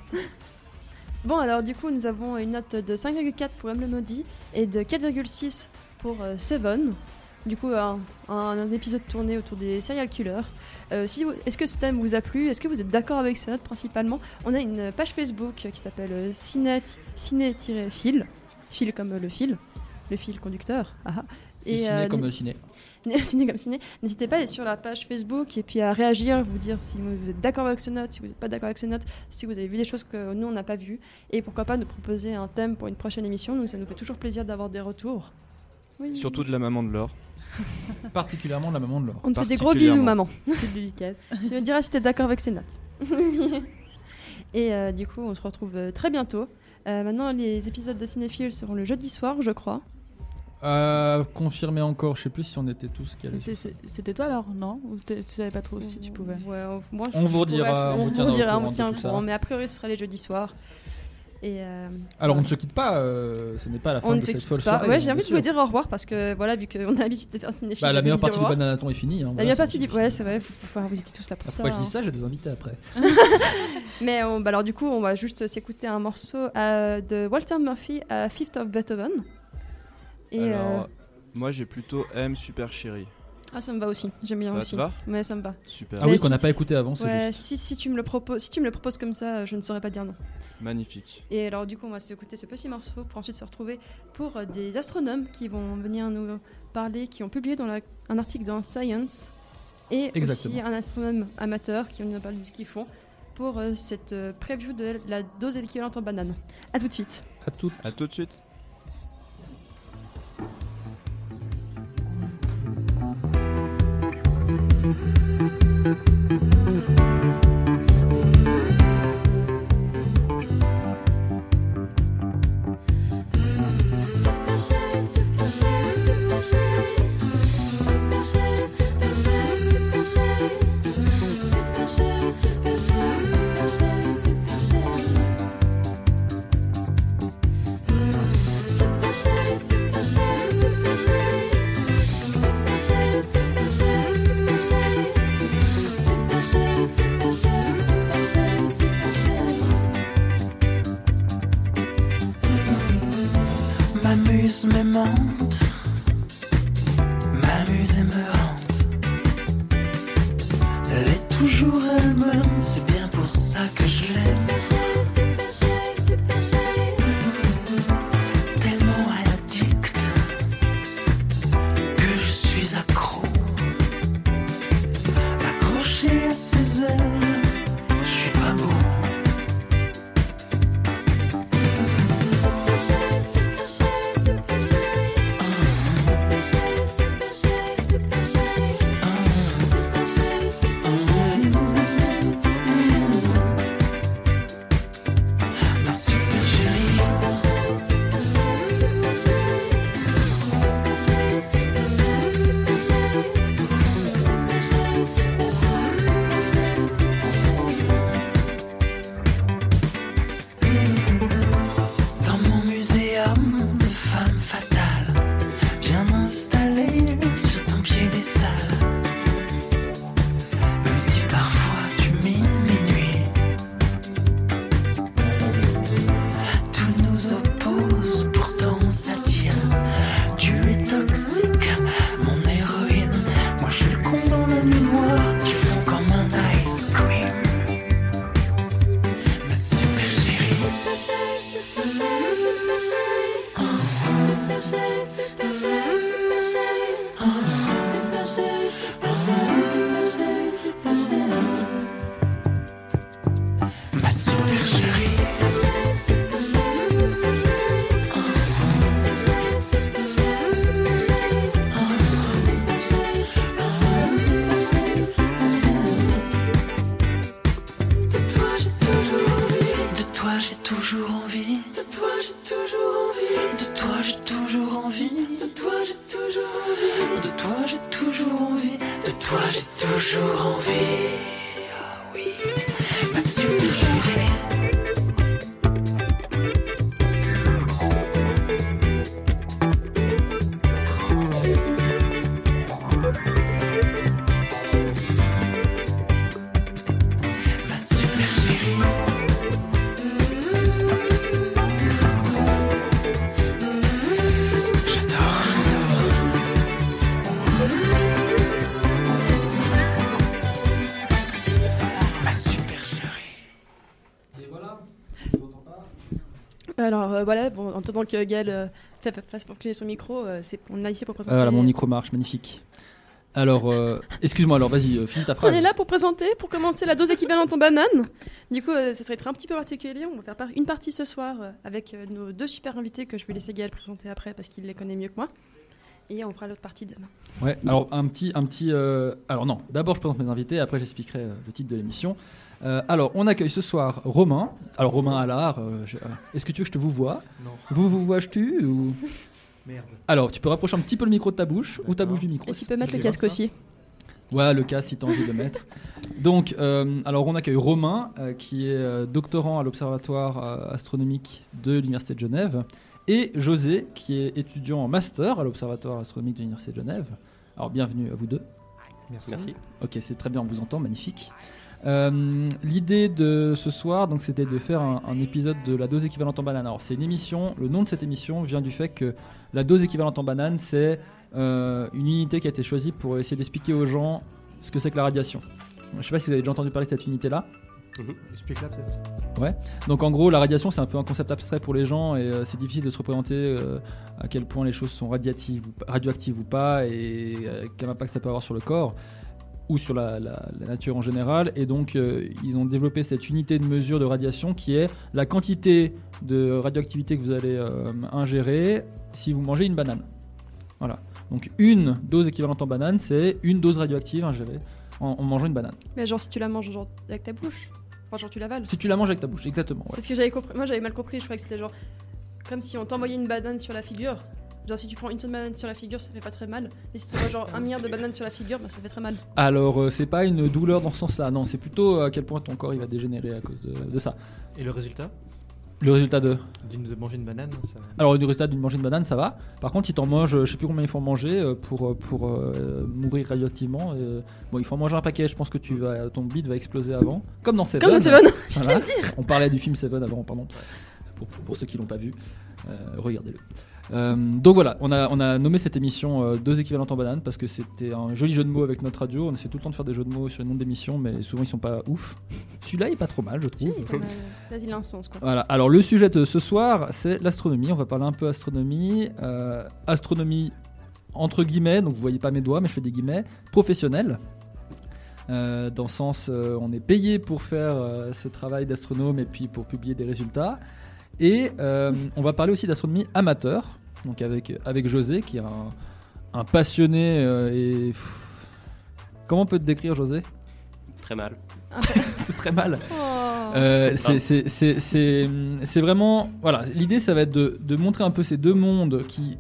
Bon, alors, du coup, nous avons une note de cinq virgule quatre pour M le Maudit et de quatre virgule six pour euh, Seven. Du coup, un, un, un épisode tourné autour des serial killers. Euh, si vous- Est-ce que ce thème vous a plu? Est-ce que vous êtes d'accord avec ces notes principalement? On a une page Facebook qui s'appelle euh, ciné- ciné-fil. Fil comme euh, le fil. Le fil conducteur. Ah, ah. Et ciné euh, comme euh, ciné. ciné comme ciné. N'hésitez pas à aller sur la page Facebook et puis à réagir, vous dire si vous êtes d'accord avec ce note, si vous n'êtes pas d'accord avec ce note, si vous avez vu des choses que nous on n'a pas vues. Et pourquoi pas nous proposer un thème pour une prochaine émission. Nous, ça nous fait toujours plaisir d'avoir des retours. Oui. Surtout de la maman de Laure. Particulièrement la maman de Laure. On te fait des gros bisous, particulièrement. maman. Petite dédicace. Tu me diras si t'es d'accord avec ces notes. Et euh, du coup, on se retrouve euh, très bientôt Euh, maintenant, les épisodes de Cinéphile seront le jeudi soir, je crois. Euh, confirmer encore, je sais plus si on était tous calés. C'est- c'est- C'était toi alors, non? Ou t'es- tu savais pas trop si tu pouvais? Ouais, euh, moi, je- On vous je redira, pourrais- on vous on vous tiendra au redira, courant on de tient au tout ça. courant. Mais a priori, ce sera les jeudis soirs. Et euh, Alors on voilà. ne se quitte pas, euh, ce n'est pas la fin On ne de se cette quitte folle pas. soirée. Ouais, hein, j'ai envie bien de vous sûr. dire au revoir parce que voilà, vu qu'on a l'habitude de faire Cinéphile. Bah, la j'ai meilleure envie de partie dire du au revoir. Bananaton est finie. Hein, La voilà, meilleure c'est- partie du. Ouais, c'est vrai, faut- faut- vous étiez tous là pour Après ça. que je dis hein. ça, j'ai des invités après. Mais on- bah alors du coup, on va juste s'écouter un morceau euh, de Walter Murphy à Fifth of Beethoven. Et Alors, euh, moi j'ai plutôt M Super Chérie. ah, ça me va aussi. J'aime bien Ça aussi. te va Ouais, ça me va. Super. Ah Mais oui, qu'on si- n'a pas écouté avant, c'est Ouais, juste. si, si tu me le proposes, si tu me le proposes comme ça, je ne saurais pas dire non. Magnifique. Et alors du coup, on va s'écouter ce petit morceau pour ensuite se retrouver pour euh, des astronomes qui vont venir nous parler, qui ont publié dans la- un article dans Science, et Exactement. aussi un astronome amateur qui vient nous parler de ce qu'ils font pour euh, cette euh, preview de la dose équivalente en banane. À tout de suite. À toutes. À tout de suite. Super chérie, super chérie, super chérie. Super chérie, super chérie, super chérie. Super chérie, super chérie, super chérie, super chérie. Super chérie, super chérie, super chérie. Super chérie, super chérie, super chérie. Super chérie, super chérie, super chérie, super chérie. M'amuse, m'aimante, m'amuse et me hante. Elle est toujours elle-même, c'est bien pour ça que je l'aime. Super chérie, super chérie, super chérie. Tellement addict que je suis accro. Accroché à ses ailes, je suis pas beau. Super chérie, super chérie, super chérie. Super chérie, super chérie, super chérie. Super chérie, super chérie, super chérie, super chérie. Ma super chérie. Super chérie, super chérie, super chérie. Super chérie, super chérie, super chérie. Super chérie, super chérie, super chérie, super chérie. Dans mon muséum de femmes fatales, viens m'installer sur ton piédestal. Même si parfois tu mines minuit, tout nous oppose, pourtant on s'attire. Tu es toxique, mon héroïne. Moi je suis le con dans la nuit noire qui fond comme un ice cream. Ma super chérie. Super chérie, super chérie, super chérie. Super chérie, super chérie, super chérie. Super chérie, super chérie, super chérie, super chérie. Ma super chérie. Super chérie, super chérie, super chérie. Super chérie, super chérie, super chérie. Super chérie, super chérie, super chérie, super chérie. De toi j'ai toujours envie. De toi j'ai toujours envie. De toi j'ai toujours envie. De toi j'ai toujours envie. De toi j'ai toujours envie. De toi j'ai toujours envie. De toi j'ai toujours envie. Ah oui. Ma super chérie. Ma super chérie. J'adore, j'adore. Ma super chérie. Et voilà. Alors euh, voilà, bon, en attendant que Gaël euh, fait place pour cligner son micro, euh, c'est, on est ici pour présenter. Ah, voilà, mon micro marche, magnifique. Alors, euh, excuse-moi, alors vas-y, euh, finis ta On phrase. est là pour présenter, pour commencer la dose équivalente en banane. Du coup, euh, ça serait un petit peu particulier. On va faire par- une partie ce soir euh, avec euh, nos deux super invités que je vais laisser Gaël présenter après parce qu'il les connaît mieux que moi. Et on fera l'autre partie demain. Ouais, alors un petit. Un petit euh, alors non, d'abord je présente mes invités, après j'expliquerai euh, le titre de l'émission. Euh, alors on accueille ce soir Romain. Alors Romain Allard, euh, je- euh, est-ce que tu veux que je te vous vois? Non. Vous vous vois-tu ou... Merde. Alors tu peux rapprocher un petit peu le micro de ta bouche ou ta D'accord. bouche du micro. Et si- tu peux si mettre tu le veux. casque aussi. Ouais, le cas si tu as envie de le mettre. Donc, euh, alors on accueille Romain, euh, qui est euh, doctorant à l'Observatoire euh, astronomique de l'Université de Genève, et José, qui est étudiant en master à l'Observatoire astronomique de l'Université de Genève. Alors, bienvenue à vous deux. Merci. Merci. Ok, c'est très bien, on vous entend, magnifique. Euh, L'idée de ce soir, donc, c'était de faire un, un épisode de la dose équivalente en banane. Alors, c'est une émission, le nom de cette émission vient du fait que la dose équivalente en banane, c'est euh, une unité qui a été choisie pour essayer d'expliquer aux gens ce que c'est que la radiation. Je sais pas si vous avez déjà entendu parler de cette unité-là. Explique-la peut-être. Donc en gros, la radiation, c'est un peu un concept abstrait pour les gens et euh, c'est difficile de se représenter euh, à quel point les choses sont radiatives ou, pas- radioactives ou pas et euh, quel impact ça peut avoir sur le corps ou sur la, la- la nature en général. Et donc euh, ils ont développé cette unité de mesure de radiation qui est la quantité de radioactivité que vous allez euh, ingérer si vous mangez une banane. Voilà. Donc une dose équivalente en banane, c'est une dose radioactive ingérée en, en mangeant une banane. Mais genre, si tu la manges genre, avec ta bouche, enfin, genre, tu l'avales. Si tu la manges avec ta bouche, exactement. Ouais. Parce que j'avais compris, moi j'avais mal compris, je croyais que c'était genre comme si on t'envoyait une banane sur la figure. Genre si tu prends une seule banane sur la figure, ça fait pas très mal. Mais si tu prends genre un milliard de bananes sur la figure, bah, ça fait très mal. Alors, euh, c'est pas une douleur dans ce sens-là, non, c'est plutôt à quel point ton corps il va dégénérer à cause de, de ça. Et le résultat Le résultat de. d'une de manger une banane, ça... Alors, le résultat d'une manger une banane, ça va. Par contre, si t'en manges, euh, je sais plus combien il faut en manger euh, pour, euh, pour euh, mourir radioactivement. euh, bon, il faut en manger un paquet, je pense que tu vas, ton bide va exploser avant. Comme dans Seven. Comme dans Seven, Voilà. On parlait du film Seven avant, pardon. Pour, pour ceux qui l'ont pas vu, euh, regardez-le. Euh, donc voilà, on a, on a nommé cette émission euh, Deux équivalentes en banane parce que c'était un joli jeu de mots avec notre radio. On essaie tout le temps de faire des jeux de mots sur les noms d'émissions, mais souvent ils sont pas ouf. Celui-là il est pas trop mal, je trouve. Vas-y, il a un sens quoi. Voilà, alors le sujet de ce soir, c'est l'astronomie. On va parler un peu astronomie. Euh, astronomie entre guillemets, donc vous voyez pas mes doigts, mais je fais des guillemets, professionnelle. Euh, dans le sens, euh, on est payé pour faire euh, ce travail d'astronome et puis pour publier des résultats. Et euh, on va parler aussi d'astronomie amateur, donc avec, avec José, qui est un, un passionné euh, et... pff, comment on peut te décrire, José? Très mal. C'est très mal. Oh. Euh, c'est- c'est- c'est c'est- c'est vraiment... Voilà, l'idée, ça va être de, de montrer un peu ces deux mondes qui,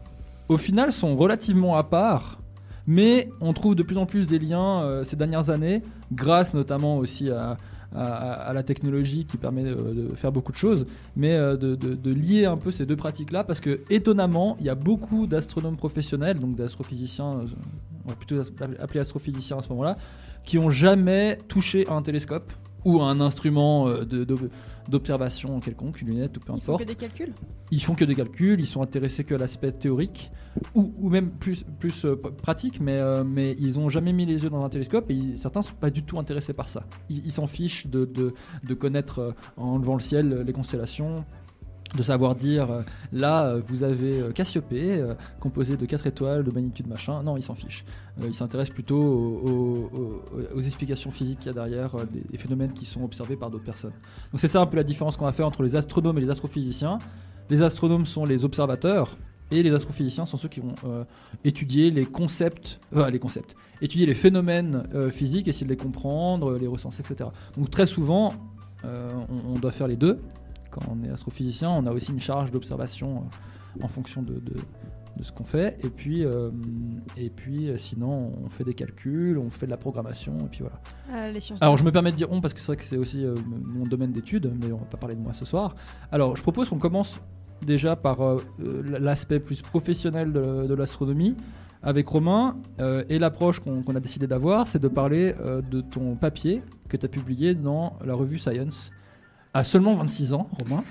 au final, sont relativement à part, mais on trouve de plus en plus des liens euh, ces dernières années, grâce notamment aussi à, à, à la technologie qui permet de, de faire beaucoup de choses, mais euh, de, de- de lier un peu ces deux pratiques-là, parce que étonnamment, il y a beaucoup d'astronomes professionnels, donc d'astrophysiciens, euh, on va plutôt appeler astrophysiciens à ce moment-là, qui ont jamais touché à un télescope ou à un instrument euh, de- de- d'observation quelconque, une lunette ou peu Ils font importe. que des calculs. Ils font que des calculs, ils sont intéressés que à l'aspect théorique ou, ou même plus, plus euh, p- pratique, mais, euh, mais ils ont jamais mis les yeux dans un télescope et ils- certains sont pas du tout intéressés par ça. Ils ils s'en fichent de, de, de connaître euh, en levant le ciel euh, les constellations, de savoir dire euh, là euh, vous avez euh, Cassiopée euh, composé de quatre étoiles de magnitude machin. Non, ils s'en fichent. Euh, ils s'intéressent plutôt aux, aux- aux- aux explications physiques qu'il y a derrière euh, des, des phénomènes qui sont observés par d'autres personnes. Donc c'est ça un peu la différence qu'on va faire entre les astronomes et les astrophysiciens. Les astronomes sont les observateurs et les astrophysiciens sont ceux qui vont euh, étudier les concepts, euh, les concepts, étudier les phénomènes euh, physiques, essayer de les comprendre, les recenser, et cetera. Donc très souvent, euh, on, on doit faire les deux. Quand on est astrophysicien, on a aussi une charge d'observation euh, en fonction de, de, de ce qu'on fait. Et puis, euh, et puis euh, sinon, on fait des calculs, on fait de la programmation, et puis voilà. Ah, les sciences. Alors je me permets de dire on parce que c'est vrai que c'est aussi euh, mon domaine d'étude, mais on va pas parler de moi ce soir. Alors je propose qu'on commence déjà par euh, euh, l'aspect plus professionnel de, de l'astronomie avec Romain, euh, et l'approche qu'on qu'on a décidé d'avoir, c'est de parler euh, de ton papier que tu as publié dans la revue Science à seulement vingt-six ans, Romain.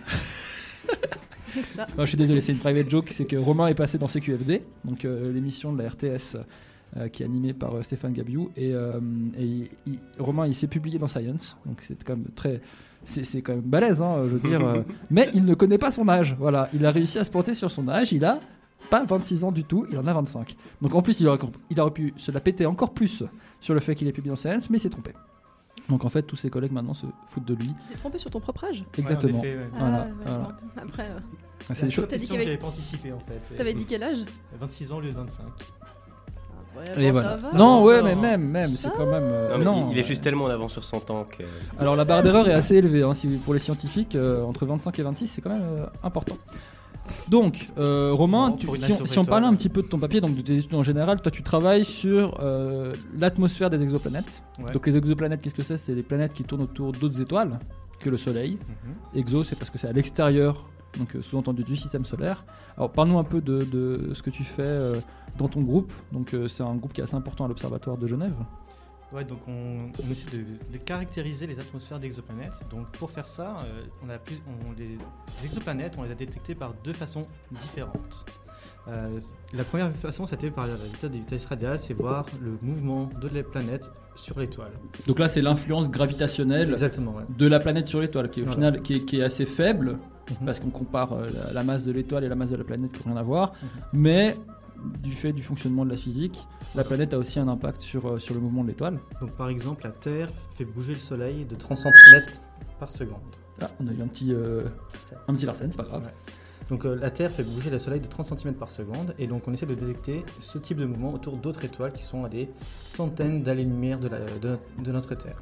Ça. Non, je suis désolé, c'est une private joke, c'est que Romain est passé dans C Q F D, donc euh, l'émission de la R T S euh, qui est animée par euh, Stéphane Gabiou, et, euh, et il- il- Romain il s'est publié dans Science, donc c'est quand même très, c'est, c'est quand même balèze, hein, je veux dire, euh, mais il ne connaît pas son âge, voilà, il a réussi à se planter sur son âge, il a pas vingt-six ans du tout, il en a vingt-cinq. Donc en plus il aurait, il aurait pu se la péter encore plus sur le fait qu'il est publié dans Science, mais il s'est trompé. Donc en fait, tous ses collègues maintenant se foutent de lui. Tu t'es trompé sur ton propre âge. Exactement. Ouais, en effet, ouais. Voilà, Ah, ouais, voilà. genre, après, euh, Ah, C'est c'est une des choses- T'as dit question qu'il y que avait- j'avais pas anticipé en fait. t'avais dit quel âge? vingt-six ans au lieu de vingt-cinq. Ouais, Et bon, voilà. ça va. Non, ouais, Non. mais même, même, c'est Ça quand même. euh, Non, mais non, il, il est euh, juste tellement en avance sur son temps que. Alors la barre d'erreur est assez élevée hein, si, pour les scientifiques, euh, entre vingt-cinq et vingt-six, c'est quand même euh, important. Donc, euh, Romain, Bon, tu- pour une si, on, alto si on parlait un vecteur, petit peu de ton papier, donc de tes études en général, toi tu travailles sur euh, l'atmosphère des exoplanètes. Ouais. Donc les exoplanètes, qu'est-ce que c'est? C'est les planètes qui tournent autour d'autres étoiles que le Soleil. Mhm. Exo, c'est parce que c'est à l'extérieur, donc euh, sous-entendu du système solaire. Alors parle-nous un peu de, de ce que tu fais euh, dans ton groupe. Donc euh, c'est un groupe qui est assez important à l'Observatoire de Genève. Ouais, donc on, on essaie de, de caractériser les atmosphères d'exoplanètes. Donc pour faire ça, euh, on a plus, on, les, les exoplanètes, on les a détectées par deux façons différentes. Euh, la première façon, c'était par la méthode des vitesses radiales, c'est voir le mouvement de la planète sur l'étoile. Donc là c'est l'influence gravitationnelle Exactement, ouais. de la planète sur l'étoile, qui est au Voilà. final qui est, qui est assez faible, Mhm. parce qu'on compare euh, la, la masse de l'étoile et la masse de la planète qui n'ont rien à voir, Mhm. mais du fait du fonctionnement de la physique, la planète a aussi un impact sur, euh, sur le mouvement de l'étoile. Donc par exemple, la Terre fait bouger le Soleil de trente centimètres par seconde. Ah, on a eu un petit, euh, un petit Larsen, c'est pas grave. Ouais. Donc euh, la Terre fait bouger le Soleil de trente centimètres par seconde, et donc on essaie de détecter ce type de mouvement autour d'autres étoiles qui sont à des centaines d'années-lumière de, la- de notre- de notre Terre.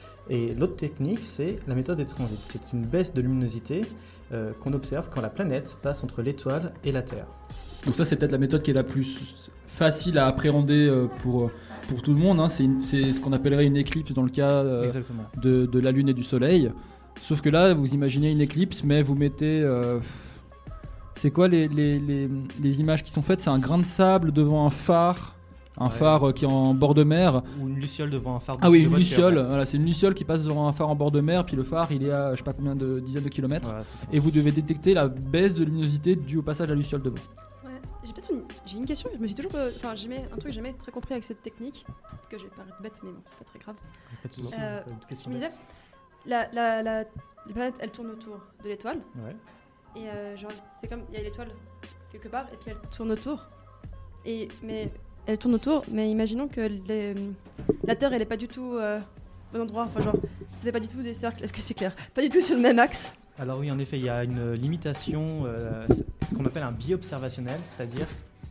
Et l'autre technique, c'est la méthode des transits. C'est une baisse de luminosité euh, qu'on observe quand la planète passe entre l'étoile et la Terre. Donc ça c'est peut-être la méthode qui est la plus facile à appréhender euh, pour, pour tout le monde, hein. C'est une- c'est ce qu'on appellerait une éclipse dans le cas euh, Exactement. de, de la Lune et du Soleil. Sauf que là, vous imaginez une éclipse, mais vous mettez... euh, c'est quoi les, les, les, les images qui sont faites? C'est un grain de sable devant un phare, un Ouais. phare euh, qui est en bord de mer. Ou une luciole devant un phare de Ah oui, de une voiture. luciole. Voilà, c'est une luciole qui passe devant un phare en bord de mer, puis le phare, il est à je sais pas combien de dizaines de kilomètres. Voilà, c'est ça. Et vous devez détecter la baisse de luminosité due au passage de la luciole devant. Ouais. J'ai peut-être une... j'ai une question. Je me suis toujours, euh, enfin, j'aimais un truc que j'ai jamais très compris avec cette technique. Peut-être que je vais paraître bête, mais bon, c'est pas très grave. Pas de souci, Euh, pas de Je question me disais, bête. la, la, la, la planète, elle tourne autour de l'étoile, Ouais. et euh, genre, c'est comme il y a l'étoile quelque part, et puis elle tourne autour. Et mais elle tourne autour, mais imaginons que les- la Terre, elle est pas du tout euh, au bon endroit. Enfin, genre, ça fait pas du tout des cercles. Est-ce que c'est clair? Pas du tout sur le même axe. Alors oui, en effet, il y a une limitation, euh, ce qu'on appelle un biais observationnel, c'est-à-dire...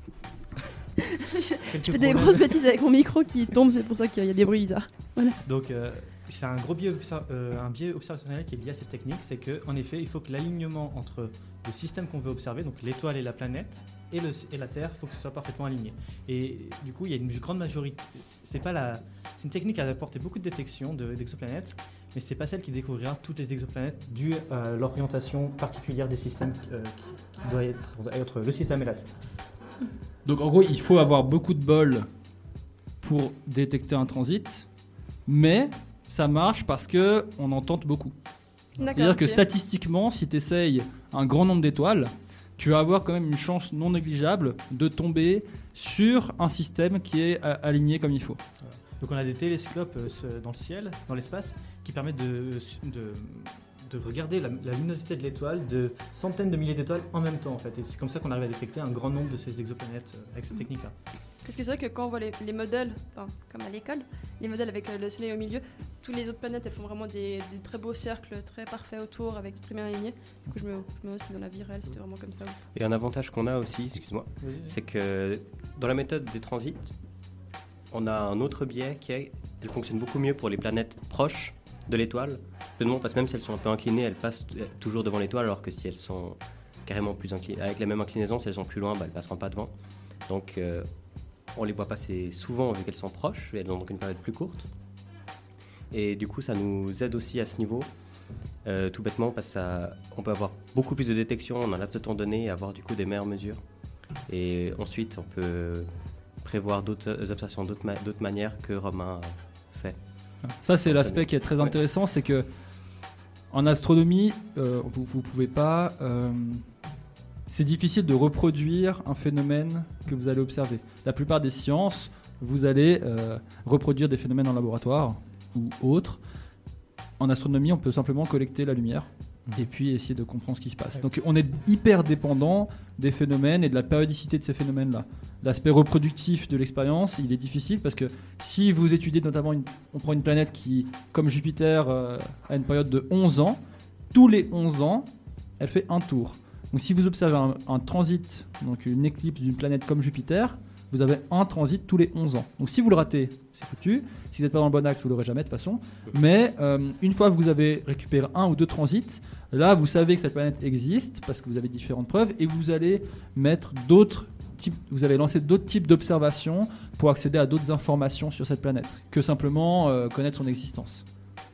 Je- quelques Je fais des problèmes. grosses bêtises avec mon micro qui tombe, c'est pour ça qu'il y a des bruits bizarres. Donc euh, c'est un gros biais, obser- euh, un biais observationnel qui est lié à cette technique, c'est qu'en effet, il faut que l'alignement entre le système qu'on veut observer, donc l'étoile et la planète, et, le, et la Terre, il faut que ce soit parfaitement aligné. Et du coup, il y a une grande majorité... C'est pas la, c'est une technique qui a apporté beaucoup de détection de- d'exoplanètes, mais c'est pas celle qui découvrira toutes les exoplanètes due à l'orientation particulière des systèmes euh, qui, qui doit être entre le système et la Terre. Donc en gros, il faut avoir beaucoup de bol pour détecter un transit, mais ça marche parce que on en tente beaucoup. D'accord. C'est-à-dire que ok. statistiquement, si tu essayes un grand nombre d'étoiles, tu vas avoir quand même une chance non négligeable de tomber sur un système qui est euh, aligné comme il faut. Donc on a des télescopes euh, ce- dans le ciel, dans l'espace, qui permettent de, de, de regarder la, la luminosité de l'étoile de centaines de milliers d'étoiles en même temps en fait. Et c'est comme ça qu'on arrive à détecter un grand nombre de ces exoplanètes euh, avec cette technique-là. Parce que c'est vrai que quand on voit les, les modèles, enfin, comme à l'école, les modèles avec euh, le Soleil au milieu, toutes les autres planètes, elles font vraiment des, des très beaux cercles, très parfaits autour, avec très bien alignés. Du coup, je me, je me demande si dans la vie réelle, c'était vraiment comme ça. Et un avantage qu'on a aussi, excuse-moi, c'est que dans la méthode des transits, on a un autre biais qui est, elle fonctionne beaucoup mieux pour les planètes proches de l'étoile. Simplement parce que même si elles sont un peu inclinées, elles passent t- toujours devant l'étoile, alors que si elles sont carrément plus inclinées, avec la même inclinaison, si elles sont plus loin, bah, elles passeront pas devant. Donc euh, on les voit passer souvent vu qu'elles sont proches, et elles ont donc une période plus courte. Et du coup, ça nous aide aussi à ce niveau, euh, tout bêtement parce qu'on peut avoir beaucoup plus de détection en un laps de temps donné et avoir du coup des meilleures mesures. Et ensuite, on peut prévoir d'autres observations d'autres ma- d'autres manières que Romain a fait. Ça, c'est l'aspect qui est très Ouais. intéressant, c'est que en astronomie, euh, vous vous pouvez pas. euh, c'est difficile de reproduire un phénomène que vous allez observer. La plupart des sciences, vous allez euh, reproduire des phénomènes en laboratoire ou autres. En astronomie, on peut simplement collecter la lumière et puis essayer de comprendre ce qui se passe. Donc on est hyper dépendant des phénomènes et de la périodicité de ces phénomènes-là. L'aspect reproductif de l'expérience, il est difficile parce que si vous étudiez notamment, une, on prend une planète qui, comme Jupiter, euh, a une période de onze ans, tous les onze ans, elle fait un tour. Donc si vous observez un, un transit, donc une éclipse d'une planète comme Jupiter, vous avez un transit tous les onze ans. Donc si vous le ratez, c'est foutu. Si vous n'êtes pas dans le bon axe, vous ne l'aurez jamais de toute façon. Mais euh, une fois que vous avez récupéré un ou deux transits, là vous savez que cette planète existe parce que vous avez différentes preuves et vous allez mettre d'autres types, vous allez lancer d'autres types d'observations pour accéder à d'autres informations sur cette planète que simplement euh, connaître son existence.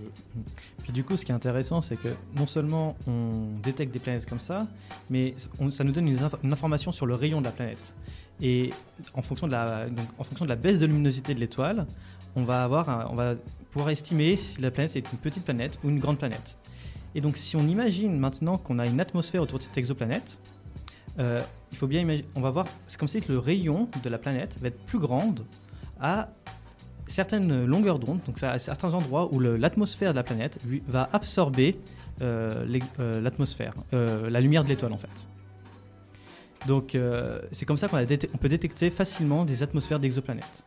Puis du coup, ce qui est intéressant, c'est que non seulement on détecte des planètes comme ça, mais on- ça nous donne une, inf- une information sur le rayon de la planète. Et en fonction de la, donc, en fonction de la baisse de luminosité de l'étoile, on va, avoir un- on va pouvoir estimer si la planète est une petite planète ou une grande planète. Et donc, si on imagine maintenant qu'on a une atmosphère autour de cette exoplanète, euh, il faut bien imaginer, on va voir, c'est comme si le rayon de la planète va être plus grande à certaines longueurs d'onde, donc ça, à certains endroits où le- l'atmosphère de la planète lui, va absorber euh, les- euh, l'atmosphère, euh, la lumière de l'étoile en fait. Donc euh, c'est comme ça qu'on a déte- on peut détecter facilement des atmosphères d'exoplanètes.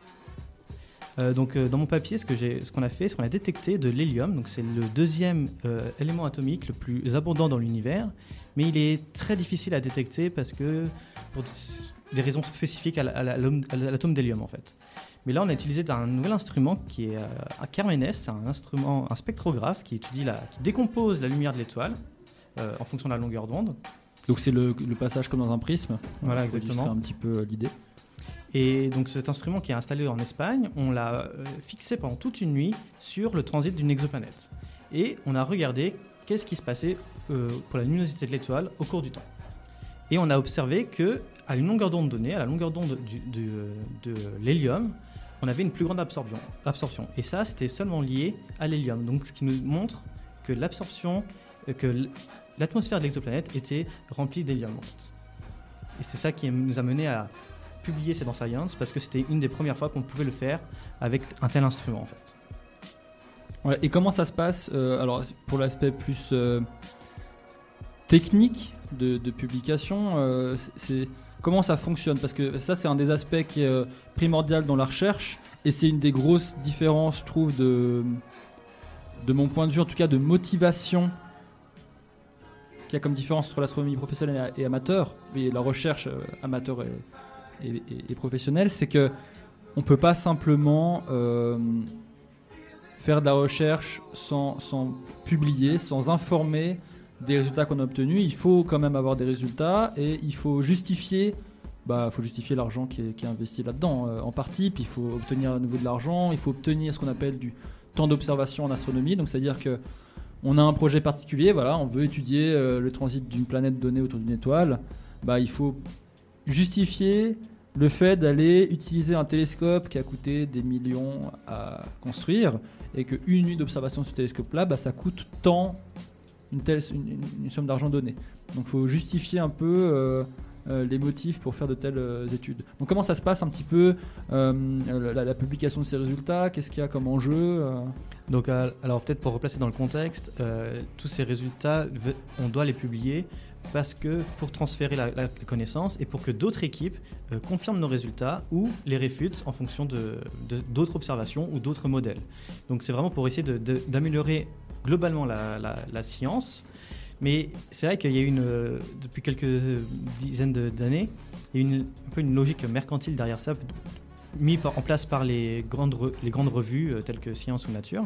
Euh, donc euh, dans mon papier, ce que j'ai, ce qu'on a fait, c'est qu'on a détecté de l'hélium, donc c'est le deuxième euh, élément atomique le plus abondant dans l'univers, mais il est très difficile à détecter parce que pour des raisons spécifiques à la- à la- à l'atome d'hélium en fait. Mais là, on a utilisé un nouvel instrument qui est euh, un Carmenes, c'est un instrument, un spectrographe qui étudie la, qui décompose la lumière de l'étoile euh, en fonction de la longueur d'onde. Donc c'est le, le passage comme dans un prisme. Voilà, Pour exactement. illustrer un petit peu euh, l'idée. Et donc cet instrument qui est installé en Espagne, on l'a euh, fixé pendant toute une nuit sur le transit d'une exoplanète. Et on a regardé qu'est-ce qui se passait euh, pour la luminosité de l'étoile au cours du temps. Et on a observé que à une longueur d'onde donnée, à la longueur d'onde du- du- de l'hélium, on avait une plus grande absorption. absorption. Et ça, c'était seulement lié à l'hélium. Donc ce qui nous montre que l'absorption, euh, que l- l'atmosphère de l'exoplanète était remplie d'hélium. En fait. Et c'est ça qui nous a mené à publier c'est dans Science parce que c'était une des premières fois qu'on pouvait le faire avec un tel instrument en fait. Voilà. Et comment ça se passe euh, alors pour l'aspect plus euh, technique de, de publication, euh, c'est, c'est comment ça fonctionne parce que ça c'est un des aspects qui est euh, primordial dans la recherche et c'est une des grosses différences je trouve de de mon point de vue en tout cas de motivation qu'il y a comme différence entre l'astronomie professionnelle et amateur et la recherche euh, amateur et Et, et, et professionnel, c'est que on peut pas simplement euh, faire de la recherche sans, sans publier, sans informer des résultats qu'on a obtenus. Il faut quand même avoir des résultats et il faut justifier, bah, faut justifier l'argent qui est, qui est investi là-dedans euh, en partie. Puis il faut obtenir à nouveau de l'argent. Il faut obtenir ce qu'on appelle du temps d'observation en astronomie. Donc c'est-à-dire que on a un projet particulier. Voilà, on veut étudier euh, le transit d'une planète donnée autour d'une étoile. Bah, il faut justifier le fait d'aller utiliser un télescope qui a coûté des millions à construire et qu'une nuit d'observation sur ce télescope-là, bah, ça coûte tant, une telle une, une- une somme d'argent donnée. Donc il faut justifier un peu euh, euh, les motifs pour faire de telles euh, études. Donc comment ça se passe un petit peu euh, la, la publication de ces résultats? Qu'est-ce qu'il y a comme enjeu euh Donc euh, alors peut-être pour replacer dans le contexte, euh, tous ces résultats, ve- on doit les publier parce que pour transférer la, la connaissance et pour que d'autres équipes euh, confirment nos résultats ou les réfutent en fonction de, de- d'autres observations ou d'autres modèles. Donc c'est vraiment pour essayer de- de- d'améliorer globalement la, la- la science. Mais c'est vrai qu'il y a une, euh, depuis quelques dizaines de- d'années, il y a une, un peu une logique mercantile derrière ça, mise par- en place par les grandes, re- les grandes revues euh, telles que Science ou Nature,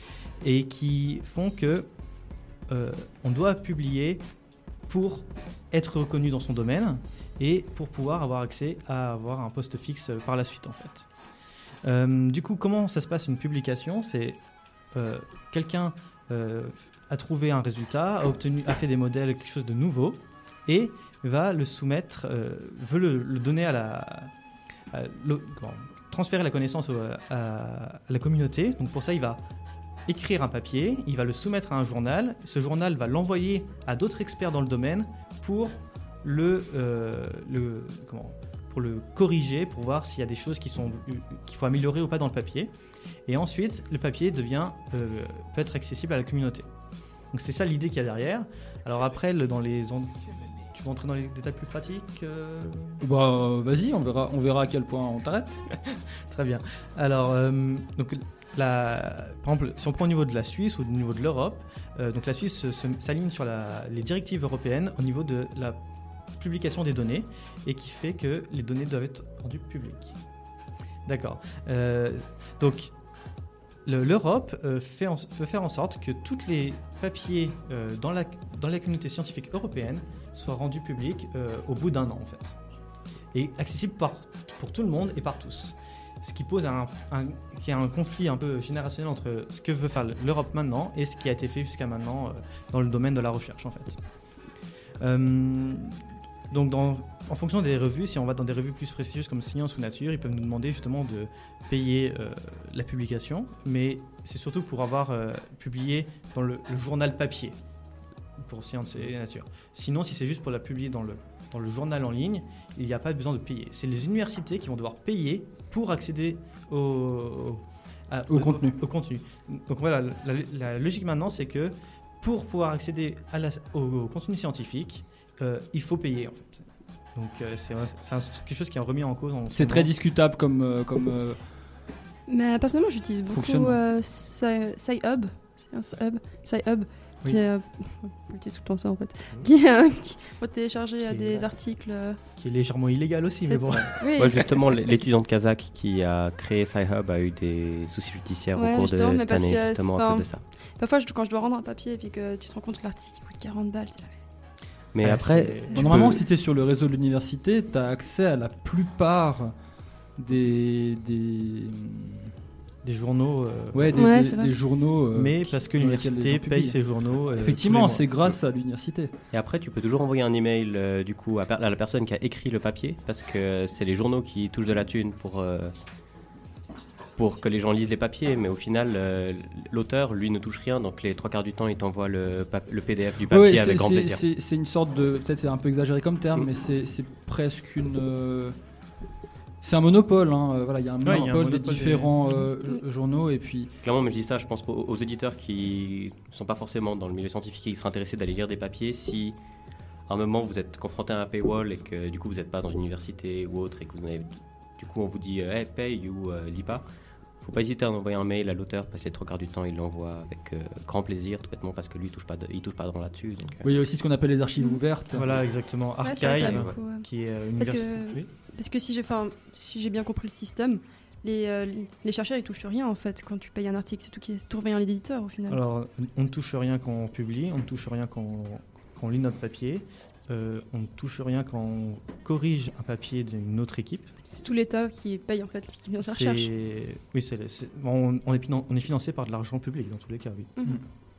et qui font que euh, on doit publier pour être reconnu dans son domaine et pour pouvoir avoir accès à avoir un poste fixe euh, par la suite en fait. Euh, du coup, comment ça se passe une publication? C'est euh, quelqu'un euh, a trouvé un résultat, a obtenu, a fait des modèles, quelque chose de nouveau, et va le soumettre, euh, veut le, le donner à la, à le- comment, transférer la connaissance au- à, à la communauté. Donc pour ça, il va écrire un papier, il va le soumettre à un journal. Ce journal va l'envoyer à d'autres experts dans le domaine pour le, euh, le comment, pour le corriger, pour voir s'il y a des choses qui sont qu'il faut améliorer ou pas dans le papier. Et ensuite, le papier devient euh, peut être accessible à la communauté. Donc c'est ça l'idée qu'il y a derrière. Alors après, le- dans les en- tu veux entrer dans les détails plus pratiques euh Bah, euh, vas-y, on verra, on verra à quel point on t'arrête. Très bien. Alors, euh, donc, la, par exemple, si on prend au niveau de la Suisse ou au niveau de l'Europe, euh, donc la Suisse se- se- s'aligne sur la- les directives européennes au niveau de la publication des données et qui fait que les données doivent être rendues publiques. D'accord. Euh, donc, le- l'Europe euh, fait, en- fait faire en sorte que tous les papiers euh, dans, la, dans la communauté scientifique européenne soient rendus publics euh, au bout d'un an, en fait. Et accessibles par, pour tout le monde et par tous. Ce qui pose un, un, qui a un conflit un peu générationnel entre ce que veut faire l'Europe maintenant et ce qui a été fait jusqu'à maintenant euh, dans le domaine de la recherche, en fait. Euh, donc, dans, en fonction des revues, si on va dans des revues plus prestigieuses comme Science ou Nature, ils peuvent nous demander justement de payer euh, la publication, mais c'est surtout pour avoir euh, publié dans le, le journal papier pour Science et Nature. Sinon, si c'est juste pour la publier dans le, dans le journal en ligne, il n'y a pas besoin de payer. C'est les universités qui vont devoir payer pour accéder au, au, à- Au contenu. au contenu. Donc voilà, la, la logique maintenant, c'est que pour pouvoir accéder à la- au, au contenu scientifique, euh, il faut payer en fait. Donc euh, c'est, c'est un- quelque chose qui est remis en cause. En ce C'est très moment. discutable comme, euh, comme euh, Mais personnellement, j'utilise beaucoup Fonctionnement. euh, Sci- SciHub, Science Hub, SciHub, Oui. qui est, euh, je dis tout le temps ça en fait, qui, est, euh, qui faut télécharger euh, Qui est- des articles. euh, Qui est légèrement illégal aussi, mais c'est- bon. Oui, Ouais, c'est- justement, l- l'étudiante kazakh qui a créé SciHub a eu des soucis judiciaires Ouais, au cours de justement, mais cette parce année, que justement c'est à pas- cause de ça. Parfois, je- quand je dois rendre un papier et puis que tu te rends compte que l'article il coûte quarante balles, c'est là. Mais Ouais, après, c'est- tu Bon, normalement, peux- si tu es sur le réseau de l'université, tu as accès à la plupart des, des, Des journaux. euh, ouais, des, Ouais, des- c'est vrai. des journaux. euh, mais parce que dans lesquels les l'université gens paye publient. ses journaux. euh, Effectivement, tous les mois. c'est grâce à l'université. Et après, tu peux toujours envoyer un email euh, du coup à, per- à la personne qui a écrit le papier, parce que c'est les journaux qui touchent de la thune pour, euh, pour que les gens lisent les papiers, mais au final, euh, l'auteur, lui, ne touche rien, donc les trois quarts du temps, il t'envoie le, pa- le P D F du papier Ouais, avec c'est- grand c'est- plaisir. C'est c'est une sorte de. Peut-être c'est un peu exagéré comme terme, mais c'est c'est presque une. euh, C'est un monopole, hein. euh, voilà, il y a un Ouais, il y a un monopole des monopole des- différents euh, journaux et puis Clairement, mais je dis ça, je pense aux, aux éditeurs qui ne sont pas forcément dans le milieu scientifique et qui seraient intéressés d'aller lire des papiers. Si à un moment vous êtes confronté à un paywall et que du coup vous n'êtes pas dans une université ou autre et que vous avez, du coup on vous dit euh, hey, paye ou euh, lis pas, faut pas hésiter à envoyer un mail à l'auteur parce que les trois quarts du temps il l'envoie avec euh, grand plaisir, tout bêtement parce que lui il touche pas, de- il touche pas vraiment là-dessus. Donc, euh, oui, il y a aussi ce qu'on appelle les archives ouvertes. Voilà, exactement. Ouais, c'est vrai qu'il y a Archive, beaucoup, ouais. qui est euh, Parce que- université. Oui. Parce que si j'ai, enfin, si j'ai bien compris le système, les, euh, les chercheurs ils touchent rien en fait quand tu payes un article, c'est tout qui tout revient à l'éditeur au final. Alors, on ne touche rien quand on publie, on ne touche rien quand on, quand on lit notre papier, euh, on ne touche rien quand on corrige un papier d'une autre équipe. C'est tout l'État qui paye en fait, qui finance la recherche. C'est- Oui, c'est, c'est- bon, on, on est, finan- on est financé par de l'argent public dans tous les cas, oui. Mhm.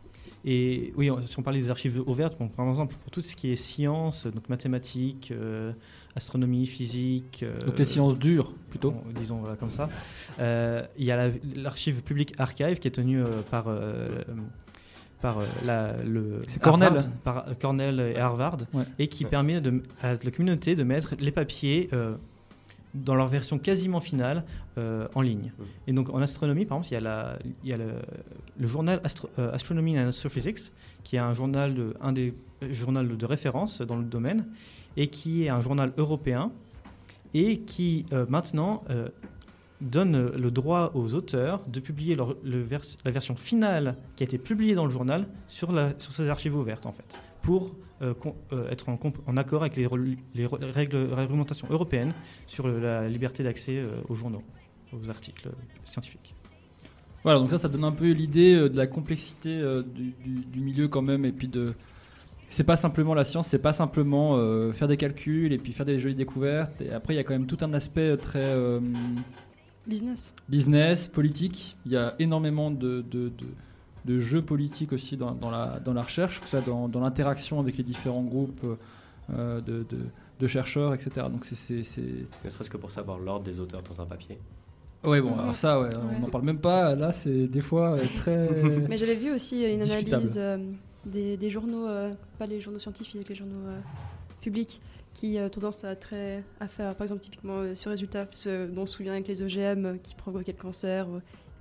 Et oui, on- si on parlait des archives ouvertes, bon, par exemple, pour tout ce qui est sciences, donc mathématiques, euh, astronomie, physique. euh, Donc les sciences dures plutôt. bon, disons voilà, comme ça. Euh, Il y a la- l'archive publique Archive qui est tenue euh, par, euh, par euh, la, le C'est Cornell. Harvard, par euh, Cornell et Harvard, Ouais. et qui Ouais. permet de, à la communauté de mettre les papiers euh, dans leur version quasiment finale euh, en ligne. Mhm. Et donc en astronomie, par exemple, il y a, la, il y a le, le journal Astro- euh, Astronomy and Astrophysics, qui est un journal de, un des euh, journaux de référence dans le domaine, et qui est un journal européen, et qui euh, maintenant euh, donne euh, le droit aux auteurs de publier leur- le vers- la version finale qui a été publiée dans le journal sur, la, sur ces archives ouvertes, en fait, pour euh, con- euh, être en, comp- en accord avec les, re- les re- règles, réglementations européennes sur le- la liberté d'accès euh, aux journaux, aux articles scientifiques. Voilà, donc ça, ça donne un peu l'idée euh, de la complexité euh, du, du- du milieu quand même, et puis de. C'est pas simplement la science, c'est pas simplement euh, faire des calculs et puis faire des jolies découvertes. Et après, il y a quand même tout un aspect euh, très euh, Business. business, politique. Il y a énormément de, de, de, de jeux politiques aussi dans, dans, la, dans la recherche, que ce soit dans, dans l'interaction avec les différents groupes euh, de, de, de chercheurs, et cetera. Donc c'est, c'est, c'est... ne serait-ce que pour savoir l'ordre des auteurs dans un papier. Ouais, bon, Mhm. alors ça, ouais, on Ouais. n'en parle même pas. Là, c'est des fois euh, très. Mais j'avais vu aussi euh, une Discutable. analyse euh, des, des journaux, euh, pas les journaux scientifiques, les journaux euh, publics, qui ont tendance à, très, à faire, par exemple, typiquement euh, sur résultats, ce dont on se souvient avec les O G M euh, qui provoquaient le cancer, euh,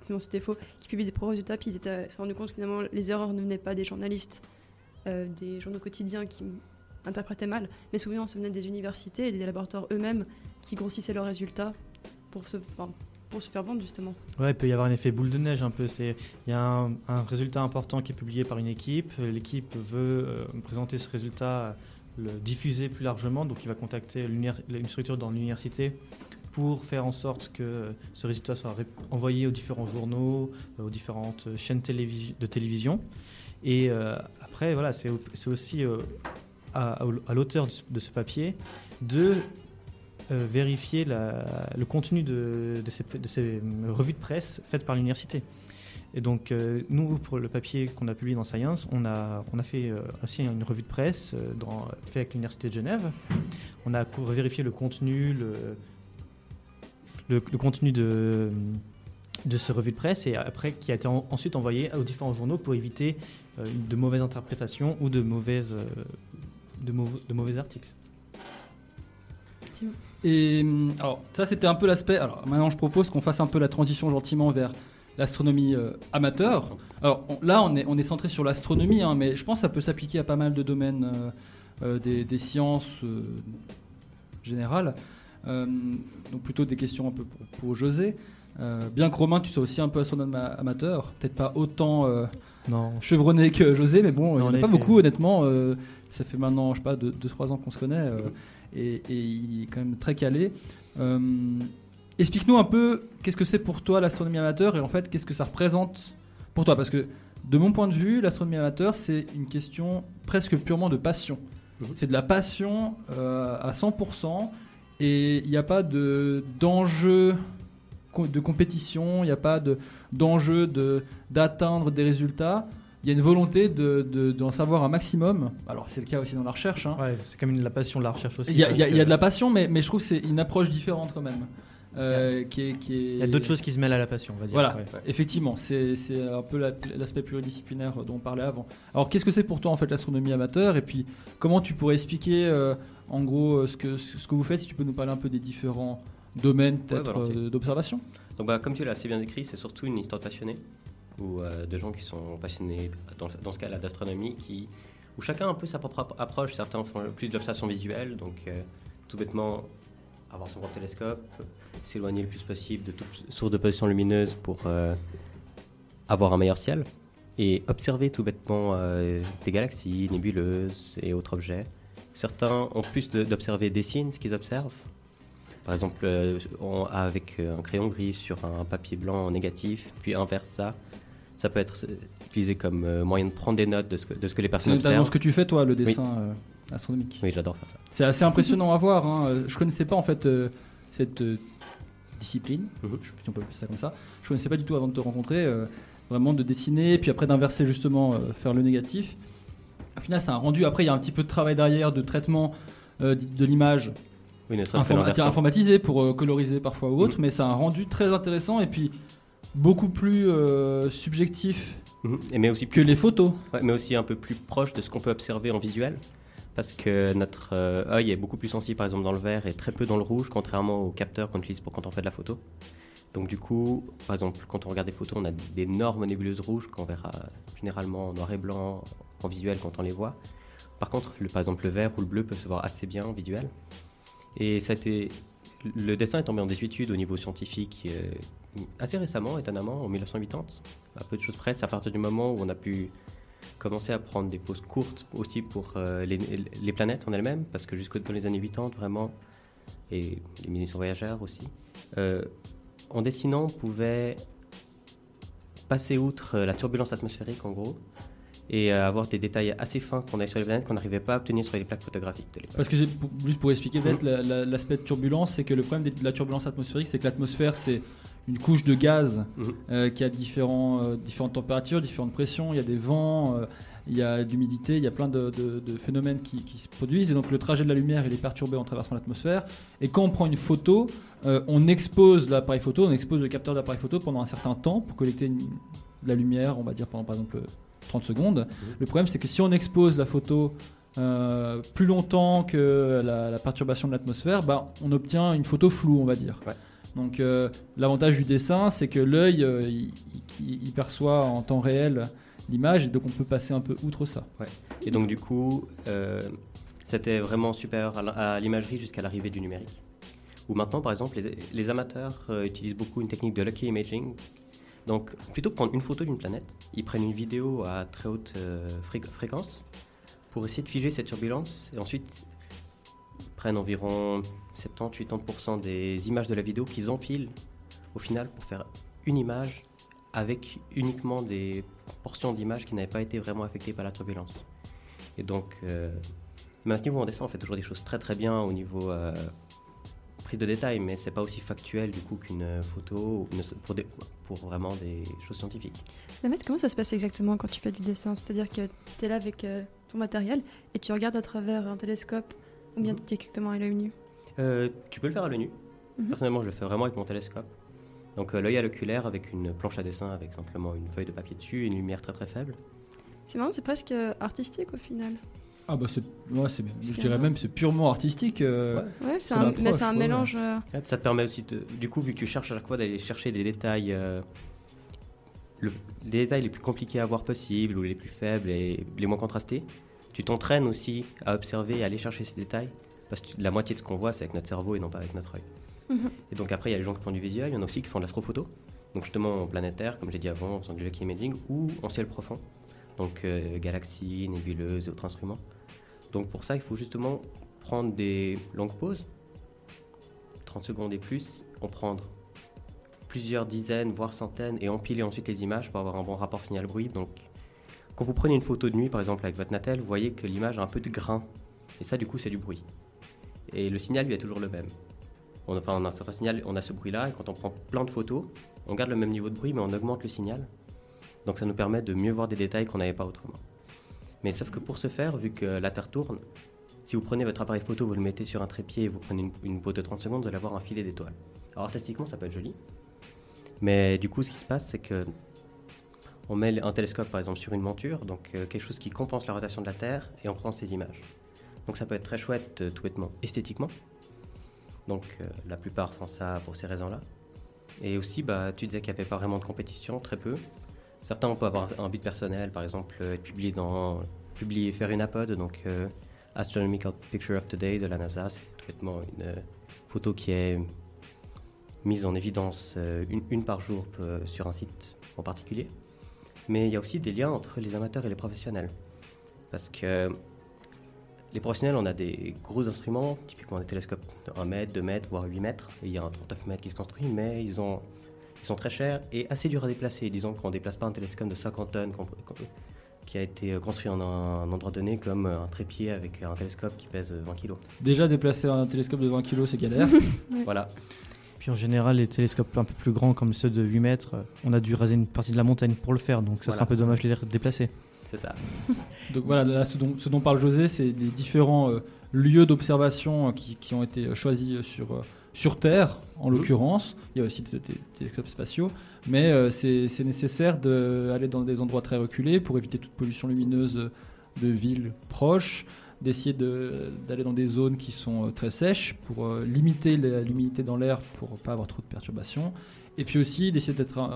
finalement c'était faux, qui publient des pro-résultats, puis ils étaient se rendu compte que finalement les erreurs ne venaient pas des journalistes, euh, des journaux quotidiens qui interprétaient mal, mais souvent ça venait des universités et des laboratoires eux-mêmes qui grossissaient leurs résultats pour se, enfin, pour se faire vendre justement. Ouais, il peut y avoir un effet boule de neige un peu. C'est, il y a un, un résultat important qui est publié par une équipe. L'équipe veut euh, présenter ce résultat, le diffuser plus largement, donc il va contacter une structure dans l'université pour faire en sorte que ce résultat soit ré- envoyé aux différents journaux, euh, aux différentes chaînes télévis- de télévision. Et euh, après, voilà, c'est, c'est aussi euh, à, à l'auteur de ce papier de euh, vérifier la, le contenu de, de, ces, de ces revues de presse faites par l'université. Et donc, euh, nous, pour le papier qu'on a publié dans Science, on a, on a fait euh, aussi une revue de presse euh, dans, fait avec l'Université de Genève. On a pour vérifier le contenu, le, le, le contenu de, de ce revue de presse, et après, qui a été en, ensuite envoyé aux différents journaux pour éviter euh, de mauvaises interprétations ou de, mauvaises, euh, de, mau- de mauvais articles. Et alors, ça, c'était un peu l'aspect. Alors, maintenant, je propose qu'on fasse un peu la transition gentiment vers l'astronomie euh, amateur. Alors on, là, on est, on est centré sur l'astronomie, hein, mais je pense que ça peut s'appliquer à pas mal de domaines euh, euh, des, des sciences euh, générales. Euh, donc plutôt des questions un peu pour, pour José. Euh, bien que Romain, tu sois aussi un peu astronome amateur, peut-être pas autant euh, non. chevronné que José, mais bon, non, il n'y en a pas effet. beaucoup, honnêtement. Euh, ça fait maintenant, je sais pas, deux trois ans qu'on se connaît, euh, et, et il est quand même très calé. Euh, Explique-nous un peu qu'est-ce que c'est pour toi l'astronomie amateur et en fait qu'est-ce que ça représente pour toi, parce que de mon point de vue l'astronomie amateur c'est une question presque purement de passion. Mmh. C'est de la passion euh, à cent pour cent et il n'y a pas de, d'enjeu de compétition, il n'y a pas de, d'enjeu de, d'atteindre des résultats. Il y a une volonté de, de, d'en savoir un maximum. Alors c'est le cas aussi dans la recherche. Hein. Ouais, c'est comme une, la passion de la recherche aussi. Il y a, il y a, que... il y a de la passion mais, mais je trouve que c'est une approche différente quand même. Euh, qui est, qui est... Il y a d'autres choses qui se mêlent à la passion, on va dire. Voilà, ouais. effectivement, c'est, c'est un peu la, l'aspect pluridisciplinaire dont on parlait avant. Alors, qu'est-ce que c'est pour toi en fait l'astronomie amateur, et puis comment tu pourrais expliquer euh, en gros ce que, ce que vous faites, si tu peux nous parler un peu des différents domaines peut-être ouais, euh, d'observation. Donc, bah, comme tu l'as assez bien décrit, c'est surtout une histoire de passionnés, ou euh, de gens qui sont passionnés, dans, dans ce cas-là, d'astronomie, qui, où chacun a un peu sa propre approche. Certains font plus de l'observation visuelle, donc euh, tout bêtement avoir son propre télescope, s'éloigner le plus possible de toute source de pollution lumineuse pour euh, avoir un meilleur ciel, et observer tout bêtement euh, des galaxies, nébuleuses et autres objets. Certains ont plus de, d'observer des signes, ce qu'ils observent. Par exemple, euh, on, avec un crayon gris sur un papier blanc négatif, puis inverse ça. Ça peut être utilisé comme euh, moyen de prendre des notes de ce que, de ce que les personnes c'est observent. C'est notamment ce que tu fais toi, le dessin oui. euh, astronomique. Oui, j'adore faire ça. C'est assez impressionnant à voir. Hein. Je connaissais pas en fait euh, cette euh, discipline, mm-hmm. je sais pas si on peut appeler ça comme ça. Je connaissais pas du tout avant de te rencontrer, euh, vraiment de dessiner, puis après d'inverser justement, euh, faire le négatif. Au final, c'est un rendu. Après, il y a un petit peu de travail derrière, de traitement euh, de l'image. Oui, Inform- informatisé pour euh, coloriser parfois ou autre, mmh. mais c'est un rendu très intéressant et puis beaucoup plus euh, subjectif mmh. et mais aussi que plus les photos. Ouais, mais aussi un peu plus proche de ce qu'on peut observer en visuel, parce que notre euh, œil est beaucoup plus sensible par exemple dans le vert et très peu dans le rouge, contrairement aux capteurs qu'on utilise pour quand on fait de la photo. Donc du coup, par exemple, quand on regarde des photos, on a d'énormes nébuleuses rouges qu'on verra généralement en noir et blanc en visuel quand on les voit. Par contre, le, par exemple, le vert ou le bleu peuvent se voir assez bien en visuel. Et ça a été, le dessin est tombé en désuétude au niveau scientifique euh, assez récemment, étonnamment, en dix-neuf cent quatre-vingt-dix. À peu de choses près, c'est à partir du moment où on a pu commencer à prendre des pauses courtes aussi pour euh, les, les planètes en elles-mêmes, parce que jusqu'aux dans les années quatre-vingt-dix, vraiment, et les munitions voyageurs aussi, euh, en dessinant, on pouvait passer outre la turbulence atmosphérique, en gros, et euh, avoir des détails assez fins qu'on avait sur les planètes qu'on n'arrivait pas à obtenir sur les plaques photographiques de l'époque. Parce que pour, juste pour expliquer peut-être, la, la, l'aspect de turbulence, c'est que le problème de la turbulence atmosphérique, c'est que l'atmosphère, c'est une couche de gaz mmh. euh, qui a différents, euh, différentes températures, différentes pressions, il y a des vents, euh, il y a de l'humidité, il y a plein de, de, de phénomènes qui, qui se produisent, et donc le trajet de la lumière, il est perturbé en traversant l'atmosphère, et quand on prend une photo, euh, on expose l'appareil photo, on expose le capteur d'appareil photo pendant un certain temps pour collecter une, de la lumière, on va dire pendant par exemple trente secondes. Mmh. Le problème, c'est que si on expose la photo euh, plus longtemps que la, la perturbation de l'atmosphère, bah, on obtient une photo floue, on va dire. Ouais. Donc euh, l'avantage du dessin, c'est que l'œil, euh, il, il- il perçoit en temps réel l'image, et donc on peut passer un peu outre ça. Et donc du coup, euh, c'était vraiment supérieur à, l- à l'imagerie jusqu'à l'arrivée du numérique. Où maintenant, par exemple, les, les amateurs euh, utilisent beaucoup une technique de lucky imaging. Donc, plutôt que prendre une photo d'une planète, ils prennent une vidéo à très haute euh, fré- fréquence pour essayer de figer cette turbulence. Et ensuite, ils prennent environ soixante-dix à quatre-vingts pour cent des images de la vidéo qu'ils empilent au final pour faire une image avec uniquement des portions d'images qui n'avaient pas été vraiment affectées par la turbulence. Et donc, euh, mais à ce niveau, en dessin, on fait toujours des choses très très bien au niveau euh, prise de détail, mais c'est pas aussi factuel du coup qu'une photo ou une- pour, des- pour vraiment des choses scientifiques. Mehmet, comment ça se passe exactement quand tu fais du dessin? C'est-à-dire que tu es là avec euh, ton matériel et tu regardes à travers un télescope ou bien Mhm. directement à l'œil nu? Euh, tu peux le faire à l'œil nu. Mhm. Personnellement, je le fais vraiment avec mon télescope. Donc euh, l'œil à l'oculaire avec une planche à dessin avec simplement une feuille de papier dessus et une lumière très très faible. C'est marrant, c'est presque euh, artistique au final. Ah bah c'est, ouais, c'est, je qu'il y dirais en a. même c'est purement artistique. euh, Ouais, c'est Ton un, approche, mais c'est un ouais. mélange. euh, Ouais, ça te permet aussi, de, du coup, vu que tu cherches à chaque fois d'aller chercher des détails, euh, le- les détails les plus compliqués à voir possibles ou les plus faibles et les moins contrastés, tu t'entraînes aussi à observer et à aller chercher ces détails parce que tu- la moitié de ce qu'on voit, c'est avec notre cerveau et non pas avec notre œil. Mhm. Et donc après, il y a les gens qui font du visuel, il y en a aussi qui font de l'astrophoto, donc justement en planétaire, comme j'ai dit avant, en faisant du lucky imaging, ou en ciel profond, donc euh, galaxies, nébuleuses et autres instruments. Donc pour ça, il faut justement prendre des longues pauses, trente secondes et plus, en prendre plusieurs dizaines, voire centaines, et empiler ensuite les images pour avoir un bon rapport signal-bruit. Donc quand vous prenez une photo de nuit, par exemple avec votre Natel, vous voyez que l'image a un peu de grain, et ça du coup c'est du bruit. Et le signal lui est toujours le même. On, enfin, on a un certain signal, on a ce bruit-là, et quand on prend plein de photos, on garde le même niveau de bruit, mais on augmente le signal. Donc ça nous permet de mieux voir des détails qu'on n'avait pas autrement. Mais sauf que pour ce faire, vu que la Terre tourne, si vous prenez votre appareil photo, vous le mettez sur un trépied et vous prenez une, une pause de trente secondes, vous allez avoir un filet d'étoiles. Alors artistiquement, ça peut être joli. Mais du coup, ce qui se passe, c'est que on met un télescope, par exemple, sur une monture, donc euh, quelque chose qui compense la rotation de la Terre, et on prend ces images. Donc ça peut être très chouette, euh, tout bêtement, esthétiquement. Donc euh, la plupart font ça pour ces raisons-là. Et aussi, bah, tu disais qu'il n'y avait pas vraiment de compétition, très peu. Certains, on peut avoir un but personnel, par exemple, euh, être publié dans, publier, faire une apode, donc euh, Astronomical Picture of Today de la NASA, c'est tout bêtement une euh, photo qui est mise en évidence euh, une, une par jour euh, sur un site en particulier. Mais il y a aussi des liens entre les amateurs et les professionnels. Parce que les professionnels, on a des gros instruments, typiquement des télescopes de un mètre, deux mètres, voire huit mètres. Et il y a un trente-neuf mètres qui se construit, mais ils, ont, ils sont très chers et assez durs à déplacer. Disons qu'on ne déplace pas un télescope de cinquante tonnes qu'on- qu'on- qui a été construit en un, un endroit donné, comme un trépied avec un télescope qui pèse vingt kilos. Déjà déplacer un télescope de vingt kilos, c'est galère. Voilà. Puis en général, les télescopes un peu plus grands comme ceux de huit mètres, euh, on a dû raser une partie de la montagne pour le faire, donc ça Voilà. serait un peu dommage de les déplacer. C'est ça. Donc voilà, là, ce, dont, ce dont parle José, c'est les différents euh, lieux d'observation euh, qui, qui ont été euh, choisis euh, sur, euh, sur Terre, en Mhm. l'occurrence. Il y a aussi des, des télescopes spatiaux, mais euh, c'est c'est nécessaire d'aller dans des endroits très reculés pour éviter toute pollution lumineuse euh, de villes proches, d'essayer de- d'aller dans des zones qui sont euh, très sèches pour euh, limiter la- l'humidité dans l'air pour pas avoir trop de perturbations, et puis aussi d'essayer d'être euh,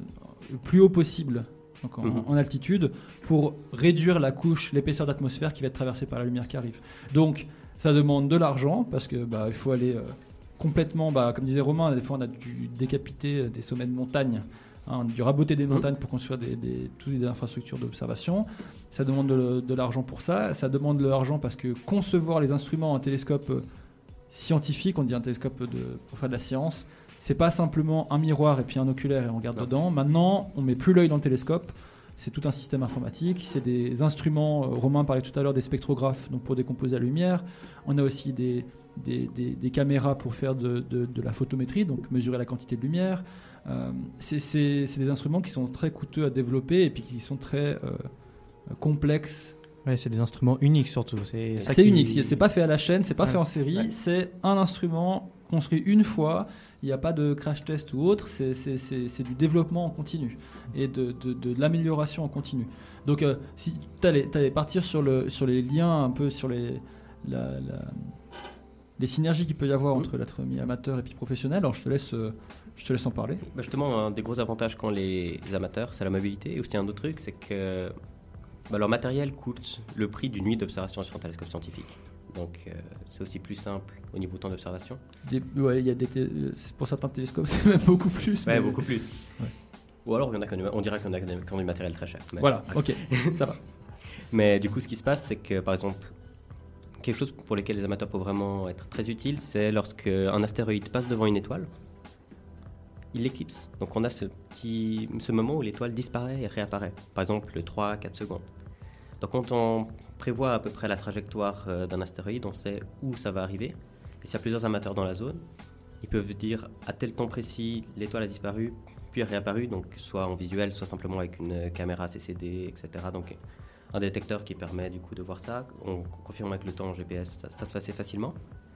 le plus haut possible, donc en, Mhm. en altitude, pour réduire la couche, l'épaisseur d'atmosphère qui va être traversée par la lumière qui arrive. Donc ça demande de l'argent parce que bah, il faut aller euh, complètement, bah, comme disait Romain, des fois on a dû décapiter des sommets de montagne. Hein, on a dû raboter des montagnes pour construire des, des, toutes les infrastructures d'observation. Ça demande de, de l'argent pour ça. Ça demande de l'argent parce que concevoir les instruments, un télescope euh, scientifique, on dit un télescope de, pour faire de la science, c'est pas simplement un miroir et puis un oculaire et on regarde Non. dedans. Maintenant, on met plus l'œil dans le télescope. C'est tout un système informatique. C'est des instruments. euh, Romain parlait tout à l'heure des spectrographes, donc pour décomposer la lumière. On a aussi des, des, des- des caméras pour faire de, de- de la photométrie, donc mesurer la quantité de lumière. Euh, c'est c'est- c'est des instruments qui sont très coûteux à développer et puis qui sont très euh, complexes. Ouais, c'est des instruments uniques surtout. C'est ça C'est qui- unique, c'est c'est pas fait à la chaîne, c'est pas Ouais. fait en série, Ouais. c'est un instrument construit une fois, il n'y a pas de crash test ou autre, c'est- c'est c'est- c'est du développement en continu et de, de- de l'amélioration en continu. Donc euh, si tu allais partir sur, le, sur les liens, un peu sur les, la, la- les synergies qu'il peut y avoir entre l'astronomie amateur et puis professionnelle. Alors je te laisse, euh, je te laisse en parler. Bah justement, un des gros avantages qu'ont les, les amateurs, c'est la mobilité. Et aussi un autre truc, c'est que bah, leur matériel coûte le prix d'une nuit d'observation sur un télescope scientifique. Donc euh, c'est aussi plus simple au niveau temps d'observation. Des- ouais, il y a des té- euh, pour certains télescopes, c'est même beaucoup plus. Ouais, mais- beaucoup plus. Ouais. Ou alors il y en a qui ont du- on dirait qu'on a qui ont du matériel très cher. Mais- Voilà, bref. ok, ça va. Mais du coup, ce qui se passe, c'est que par exemple, quelque chose pour lequel les amateurs peuvent vraiment être très utiles, c'est lorsque un astéroïde passe devant une étoile, il l'éclipse. Donc on a ce petit, ce moment où l'étoile disparaît et réapparaît. Par exemple, trois à quatre secondes. Donc quand on prévoit à peu près la trajectoire euh, d'un astéroïde, on sait où ça va arriver. Et s'il y a plusieurs amateurs dans la zone, ils peuvent dire à tel temps précis, l'étoile a disparu, puis est réapparue, donc soit en visuel, soit simplement avec une caméra C C D, et cetera. Donc un détecteur qui permet du coup de voir ça. On confirme avec le temps en G P S, ça, ça se fait assez facilement.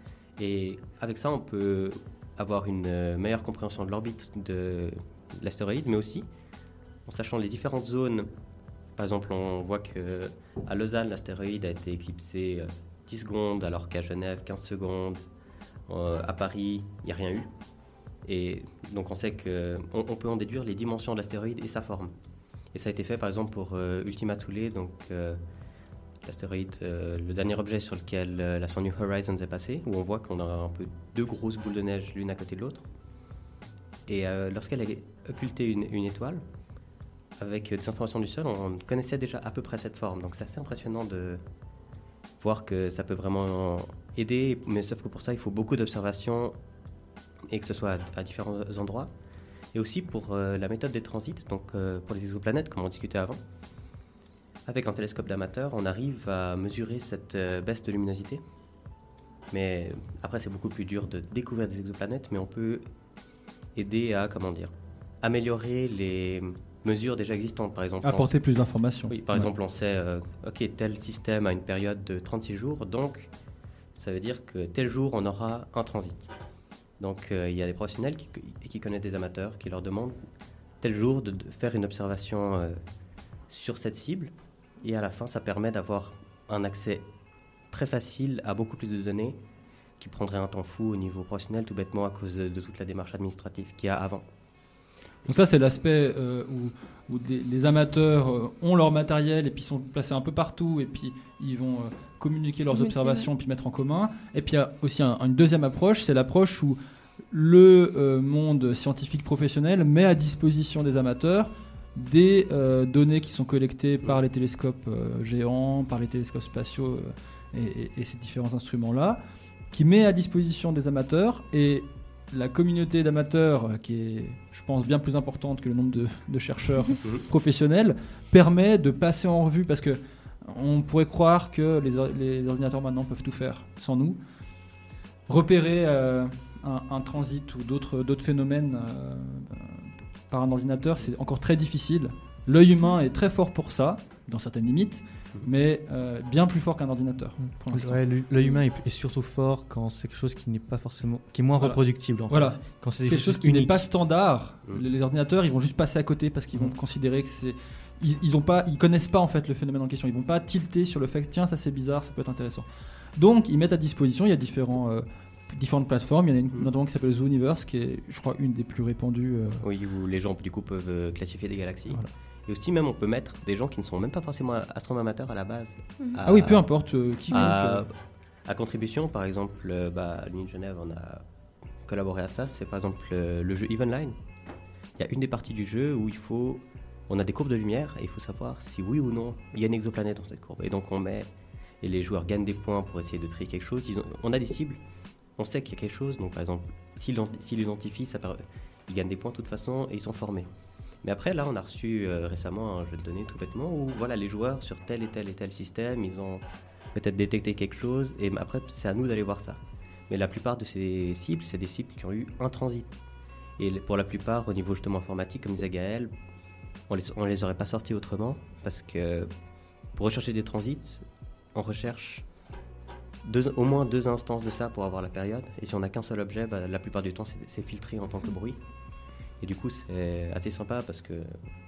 Et avec ça, on peut avoir une euh, meilleure compréhension de l'orbite de l'astéroïde, mais aussi en sachant les différentes zones. Par exemple, on voit que à Lausanne, l'astéroïde a été éclipsé euh, dix secondes, alors qu'à Genève, quinze secondes. Euh, à Paris, il n'y a rien eu. Et donc on sait qu'on on peut en déduire les dimensions de l'astéroïde et sa forme. Et ça a été fait par exemple pour euh, Ultima Thule, donc euh, l'astéroïde, euh, le dernier objet sur lequel euh, la sonde New Horizons est passée, où on voit qu'on a un peu deux grosses boules de neige l'une à côté de l'autre. Et euh, lorsqu'elle a occulté une, une étoile, avec euh, des informations du sol, on connaissait déjà à peu près cette forme. Donc c'est assez impressionnant de voir que ça peut vraiment aider, mais sauf que pour ça il faut beaucoup d'observations et que ce soit à, à différents endroits. Et aussi pour euh, la méthode des transits, donc euh, pour les exoplanètes, comme on discutait avant. Avec un télescope d'amateur, on arrive à mesurer cette euh, baisse de luminosité. Mais après, c'est beaucoup plus dur de découvrir des exoplanètes, mais on peut aider à, comment dire, améliorer les mesures déjà existantes. Par exemple, Apporter on... plus d'informations. Oui, par Ouais. exemple, on sait, euh, ok, tel système a une période de trente-six jours, donc ça veut dire que tel jour, on aura un transit. Donc euh, il y a des professionnels qui, qui connaissent des amateurs qui leur demandent tel jour de, de faire une observation euh, sur cette cible, et à la fin ça permet d'avoir un accès très facile à beaucoup plus de données qui prendrait un temps fou au niveau professionnel, tout bêtement à cause de, de toute la démarche administrative qu'il y a avant. Donc ça, c'est l'aspect euh, où, où des- les amateurs euh, ont leur matériel et puis sont placés un peu partout et puis ils vont euh, communiquer leurs Communiquer, observations puis mettre en commun. Et puis il y a aussi un- une deuxième approche, c'est l'approche où le euh, monde scientifique professionnel met à disposition des amateurs des euh, données qui sont collectées par les télescopes euh, géants, par les télescopes spatiaux euh, et, et- et ces différents instruments-là, qui met à disposition des amateurs, et la communauté d'amateurs, euh, qui est, je pense, bien plus importante que le nombre de, de chercheurs professionnels, permet de passer en revue, parce que on pourrait croire que les, or- les ordinateurs maintenant peuvent tout faire sans nous. Repérer euh, un, un transit ou d'autres d'autres phénomènes euh, euh, par un ordinateur, c'est encore très difficile. L'œil humain est très fort pour ça, dans certaines limites, mais euh, bien plus fort qu'un ordinateur. Pour l'instant. Ouais, l'œil l'œil humain est, est surtout fort quand c'est quelque chose qui n'est pas forcément, qui est moins Voilà. reproductible. En Voilà. fait. Quand c'est des Quelque chose choses qui n'est uniques. pas standard. Mm. Les, les ordinateurs, ils vont juste passer à côté parce qu'ils vont Mm. considérer que c'est. Ils, ils ont pas, ils connaissent pas en fait le phénomène en question. Ils vont pas tilter sur le fait que tiens, ça c'est bizarre, ça peut être intéressant. Donc ils mettent à disposition. Il y a différents, euh, différentes plateformes. Il y en a une Mm. notamment qui s'appelle Zooniverse, qui est, je crois, une des plus répandues. euh, Oui, où les gens du coup peuvent euh, classifier des galaxies. Voilà. Et aussi même on peut mettre des gens qui ne sont même pas forcément astronomes amateurs à la base. Ah oui, peu importe euh, qui. À, euh, à contribution, par exemple, euh, bah, à l'Uni de Genève, on a collaboré à ça. C'est par exemple euh, le jeu Evenline. Il y a une des parties du jeu où il faut, on a des courbes de lumière et il faut savoir si oui ou non il y a une exoplanète dans cette courbe. Et donc on met, et les joueurs gagnent des points pour essayer de trier quelque chose. Ils ont- on a des cibles, on sait qu'il y a quelque chose. Donc par exemple, s'ils l'en- s'ils l'identifient, ça per- ils gagnent des points de toute façon et ils sont formés. Mais après, là, on a reçu euh, récemment un jeu de données tout bêtement où voilà, les joueurs sur tel et tel et tel système, ils ont peut-être détecté quelque chose et après, c'est à nous d'aller voir ça. Mais la plupart de ces cibles, c'est des cibles qui ont eu un transit. Et le- pour la plupart, au niveau justement informatique, comme disait Gaël, on les, on les aurait pas sortis autrement parce que pour rechercher des transits, on recherche deux, au moins deux instances de ça pour avoir la période. Et si on n'a qu'un seul objet, bah, la plupart du temps, c'est, c'est filtré en tant que bruit. Et du coup, c'est assez sympa parce que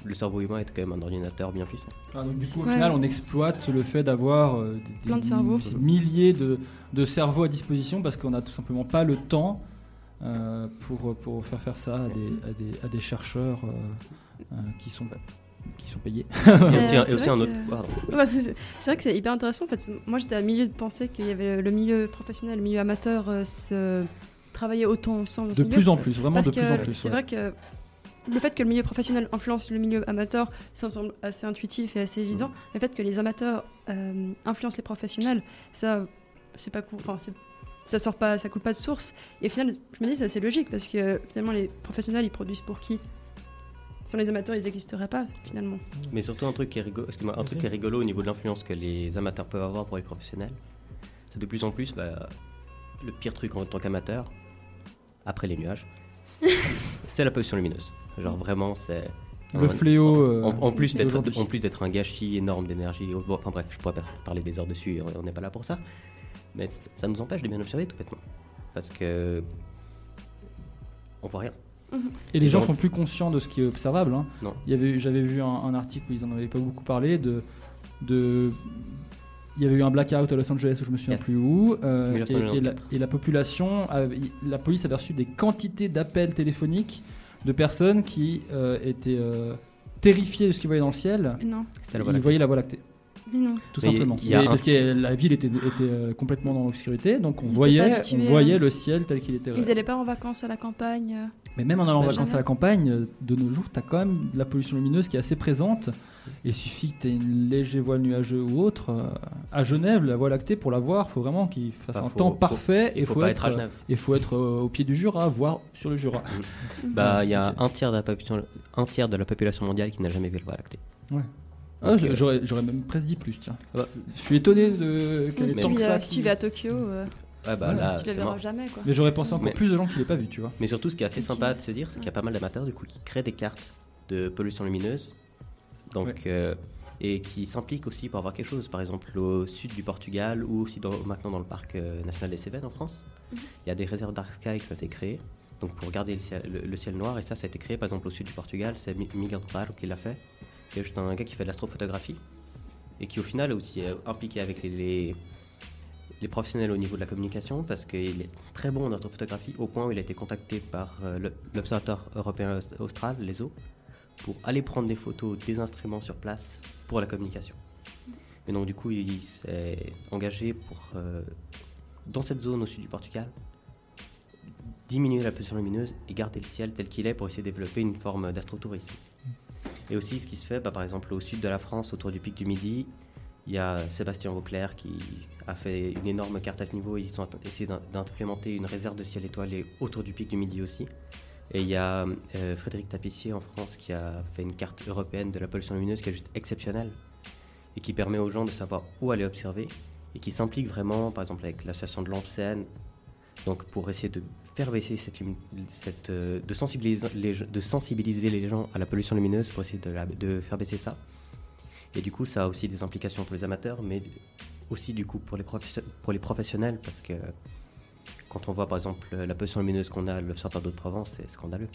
le cerveau humain est quand même un ordinateur bien puissant. Ah, donc du coup, au Ouais. final, on exploite le fait d'avoir euh, des, des Plein de cerveaux. des milliers de, de cerveaux à disposition parce qu'on n'a tout simplement pas le temps euh, pour, pour faire faire ça à des, à des, à des chercheurs euh, euh, qui, sont, qui sont payés. Et Euh, aussi, un- c'est et aussi vrai un autre. que- pardon. Ouais, c'est c'est vrai que c'est hyper intéressant. En fait, moi, j'étais à milieu de penser qu'il y avait le milieu professionnel, le milieu amateur euh, se travailler autant ensemble. Dans ce De milieu. plus en plus, vraiment Parce de plus en que plus. c'est ouais. vrai que le fait que le milieu professionnel influence le milieu amateur, ça me semble assez intuitif et assez évident. Le fait que les amateurs euh, influencent les professionnels, ça, c'est pas cool. Enfin, c'est- ça sort pas, ça coule pas de source. Et au final, je me dis c'est assez logique parce que finalement les professionnels ils produisent pour qui? Sans les amateurs, ils n'existeraient pas finalement. Mais surtout un truc qui est rigolo, excuse-moi, un truc qui est rigolo au niveau de l'influence que les amateurs peuvent avoir pour les professionnels, c'est de plus en plus bah, le pire truc en tant qu'amateur, après les nuages, c'est la pollution lumineuse. Genre vraiment c'est Le fléau. euh, en, en plus d'être d'aujourd'hui. en plus d'être un gâchis énorme d'énergie. Bon, enfin bref, je pourrais pas parler des heures dessus, on n'est pas là pour ça. Mais c- ça nous empêche de bien observer tout bêtement, parce que on voit rien. Et les Et gens donc- sont plus conscients de ce qui est observable. Hein. Non. Il y avait, j'avais vu un, un article où ils en avaient pas beaucoup parlé de, de, il y avait eu un blackout à Los Angeles où je me souviens Yes. plus où, euh, mille neuf cent et, et la, quatre-vingt-quatre. et la population, avait- la police avait reçu des quantités d'appels téléphoniques de personnes qui euh, étaient euh, terrifiées de ce qu'ils voyaient dans le ciel. Mais non, C'était la Ils Voie lactée. voyaient la Voie lactée, mais non. tout Mais simplement. il y a Et un parce que ciel- la ville était, était euh, complètement dans l'obscurité, donc on Ils étaient pas voyait, on habitués, voyait hein. le ciel tel qu'il était. Ils allaient pas en vacances à la campagne. euh. Mais même en allant en Bah, vacances jamais. à la campagne, euh, de nos jours, tu as quand même de la pollution lumineuse qui est assez présente. Et il suffit que tu aies une léger voile nuageux ou autre. euh, à Genève, la Voie lactée, pour la voir, il faut vraiment qu'il fasse Bah, un faut- temps faut- parfait. Il Et faut faut pas être, être à Genève. il faut être euh, au pied du Jura, voire sur le Jura. Bah, il y a Ok. un tiers de la population, un tiers de la population mondiale qui n'a jamais vu la Voie lactée. Ah, Donc, je- euh, j'aurais, j'aurais même presque dit plus, tiens. Ah bah, je suis étonné de qu'il y ait Si, tant tu que vas- ça si qui- tu vas à Tokyo, euh, Ouais, bah Ouais, là, tu la c'est verras mort. jamais quoi. Mais j'aurais pensé encore Mais- plus de gens qui ne l'aient pas vu, tu vois. Mais surtout, ce qui est assez Effectivement. sympa de se dire, c'est qu'il y a pas mal d'amateurs du coup qui créent des cartes de pollution lumineuse, donc Ouais. euh, et qui s'impliquent aussi pour avoir quelque chose. Par exemple, au sud du Portugal ou aussi dans- maintenant dans le parc euh, national des Cévennes en France, Mhm. il y a des réserves dark sky qui ont été créées, donc pour garder le ciel, le, le ciel noir. Et ça, ça a été créé par exemple au sud du Portugal, c'est Mi- Miguel Claro qui l'a fait. C'est juste un gars qui fait de l'astrophotographie et qui au final est aussi euh, impliqué avec les, les les professionnels au niveau de la communication parce qu'il est très bon en astrophotographie au point où il a été contacté par euh, le- l'Observatoire européen aust- austral, l'E S O, pour aller prendre des photos des instruments sur place pour la communication. Et donc du coup, il s'est engagé pour, euh, dans cette zone au sud du Portugal, diminuer la pollution lumineuse et garder le ciel tel qu'il est pour essayer de développer une forme d'astrotourisme. Et aussi ce qui se fait, bah, par exemple au sud de la France, autour du pic du Midi, il y a Sébastien Vauclair qui a fait une énorme carte à ce niveau. Ils ont essayé d'im- d'implémenter une réserve de ciel étoilé autour du pic du Midi aussi. Et il y a euh, Frédéric Tapissier en France qui a fait une carte européenne de la pollution lumineuse qui est juste exceptionnelle et qui permet aux gens de savoir où aller observer et qui s'implique vraiment, par exemple avec l'association de Lampsen, donc pour essayer de faire baisser cette, lumi- cette euh, de, sensibiliser les, de sensibiliser les gens à la pollution lumineuse pour essayer de, la- de faire baisser ça. Et du coup, ça a aussi des implications pour les amateurs, mais aussi du coup pour les, professe- pour les professionnels, parce que quand on voit par exemple la pollution lumineuse qu'on a à l'Observatoire d'Haute-Provence, c'est scandaleux.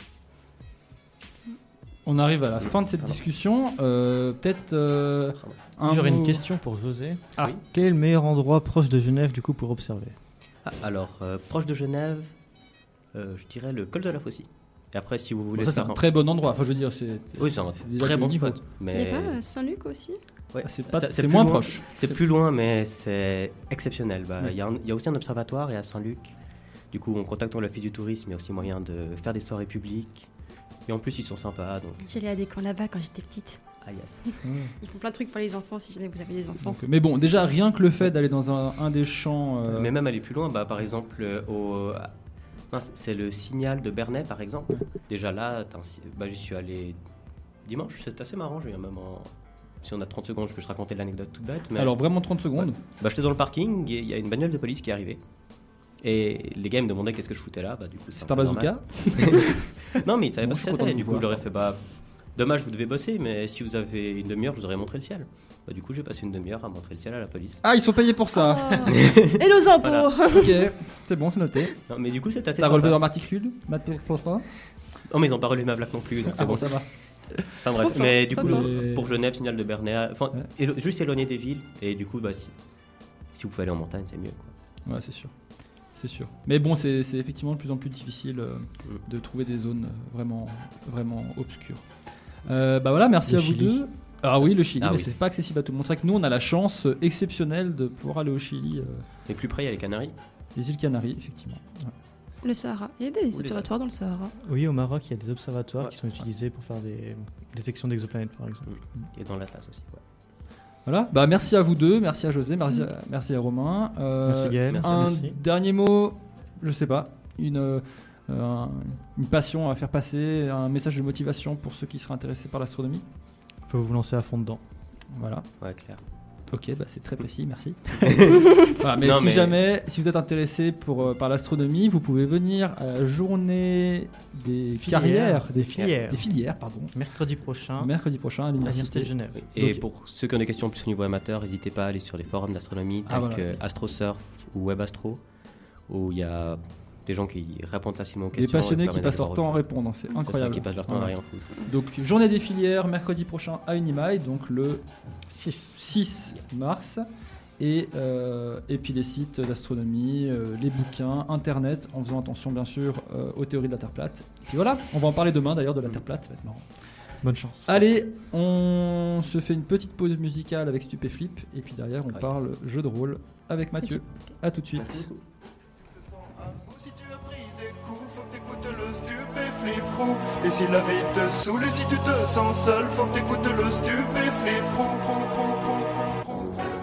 On arrive à la fin de cette Pardon. discussion. Euh, peut-être euh, un J'aurais mot- une question pour José. Ah. Oui. Quel est le meilleur endroit proche de Genève du coup pour observer? Ah, alors, euh, proche de Genève, euh, je dirais le col de la Faucille. Et après, si vous Bon, voulez ça, c'est faire un très bon endroit. Enfin, je veux dire, c'est. Oui, c'est un c'est déjà très du bon niveau. spot. Il n'y Mais a pas euh, Saint-Luc aussi? ouais, Ah, c'est pas- ça- c'est plus moins loin- proche. C'est C'est- plus loin, mais c'est exceptionnel. Bah, Il Ouais. y, a un- il y a aussi un observatoire et à Saint-Luc. Du coup, en contactant l'Office du tourisme, il y a aussi moyen de faire des soirées publiques. Et en plus, ils sont sympas. Donc, J'allais à des camps là-bas quand j'étais petite. ah yes. Ils font plein de trucs pour les enfants si jamais vous avez des enfants. Donc, mais bon, déjà, rien que le fait d'aller dans un, un des champs. euh, Mais même aller plus loin, bah, par exemple, euh, au... mince, c'est le Signal de Bernay, par exemple. Déjà là, t'as un si- bah, j'y suis allé dimanche, c'est assez marrant. Je viens même en... Si on a trente secondes, je peux te raconter l'anecdote toute bête. Mais... Alors, vraiment trente secondes. Bah, j'étais dans le parking et il y a une bagnole de police qui est arrivée. Et les gars ils me demandaient qu'est-ce que je foutais là. Bah, du coup, C'est un un peu bazooka. normal. Non, mais ils savaient Bon, pas je ce suis que content de c'était. Du vous coup, je voir. leur ai fait bah, dommage, vous devez bosser, mais si vous avez une demi-heure, je vous aurais montré le ciel. Bah, du coup, j'ai passé une demi-heure à montrer le ciel à la police. Ah, ils sont payés pour ça. Oh. Et nos impôts. Voilà. Ok, c'est bon, c'est noté. Non, mais du coup, c'est assez T'as relevé sympa. leur matricule Matricule ça Oh, mais ils ont pas relevé ma plaque non plus, donc c'est Ah bon. bon, ça va. Enfin bref, Trop mais fort, du pas coup, mal. le- pour Genève, signal de Bernay, enfin, Ouais. élo- juste éloigné des villes, et du coup, bah, si, si vous pouvez aller en montagne, c'est mieux. Quoi. Ouais, c'est sûr. C'est sûr. Mais bon, c'est c'est effectivement de plus en plus difficile euh, Mm. de trouver des zones euh, vraiment, vraiment obscures. Euh, bah voilà, merci Le à vous Chili. deux. Ah oui, le Chili, Ah mais oui. c'est pas accessible à tout le monde. C'est vrai que nous, on a la chance euh, exceptionnelle de pouvoir aller au Chili, euh, Et plus près, il y a les Canaries. les îles Canaries, effectivement. Ouais. Le Sahara. Il y a des les observatoires dans le Sahara. Oui, au Maroc, il y a des observatoires Ouais. qui sont utilisés pour faire des détections d'exoplanètes, par exemple. Et dans l'Atlas aussi. Ouais. Voilà, bah merci à vous deux, merci à José, merci, à, merci à Romain. Euh, Merci Gaël. merci, un merci. dernier mot, je sais pas, une, euh, un- une passion à faire passer, un message de motivation pour ceux qui seraient intéressés par l'astronomie. Faut vous lancer à fond dedans. Voilà. Ouais, clair. Ok, bah c'est très précis, merci. Voilà, mais Non, si mais- jamais, si vous êtes intéressé pour, euh, par l'astronomie, vous pouvez venir à la journée des Filières. carrières, des Filières. des filières, pardon, Mercredi prochain, mercredi prochain à à l'Université l'université. de Genève. Oui. Et Donc- pour ceux qui ont des questions plus au niveau amateur, n'hésitez pas à aller sur les forums d'astronomie Ah, tels voilà. que AstroSurf ou WebAstro, où il y a des gens qui répondent facilement aux Des questions. et passionnés qui permettent passent d'aller leur voir temps à autre chose. répondre, c'est C'est ça, incroyable. qui passent leur temps à Voilà. rien foutre. Donc, journée des filières, mercredi prochain à Unimail, donc le six mars. Et, euh, et puis les sites d'astronomie, euh, les bouquins, internet, en faisant attention bien sûr euh, aux théories de la Terre plate. Et puis voilà, on va en parler demain d'ailleurs de la Terre plate, ça va être marrant. Bonne chance. Allez, on se fait une petite pause musicale avec Stupéflip, et puis derrière on Ouais. parle jeu de rôle avec Mathieu. A tout de suite. Si tu as pris des coups, faut que t'écoutes le stupéflip crew. Et si la vie te saoule et si tu te sens seul, faut que t'écoutes le stupéflip crew, crew, crew, crew, crew, crew.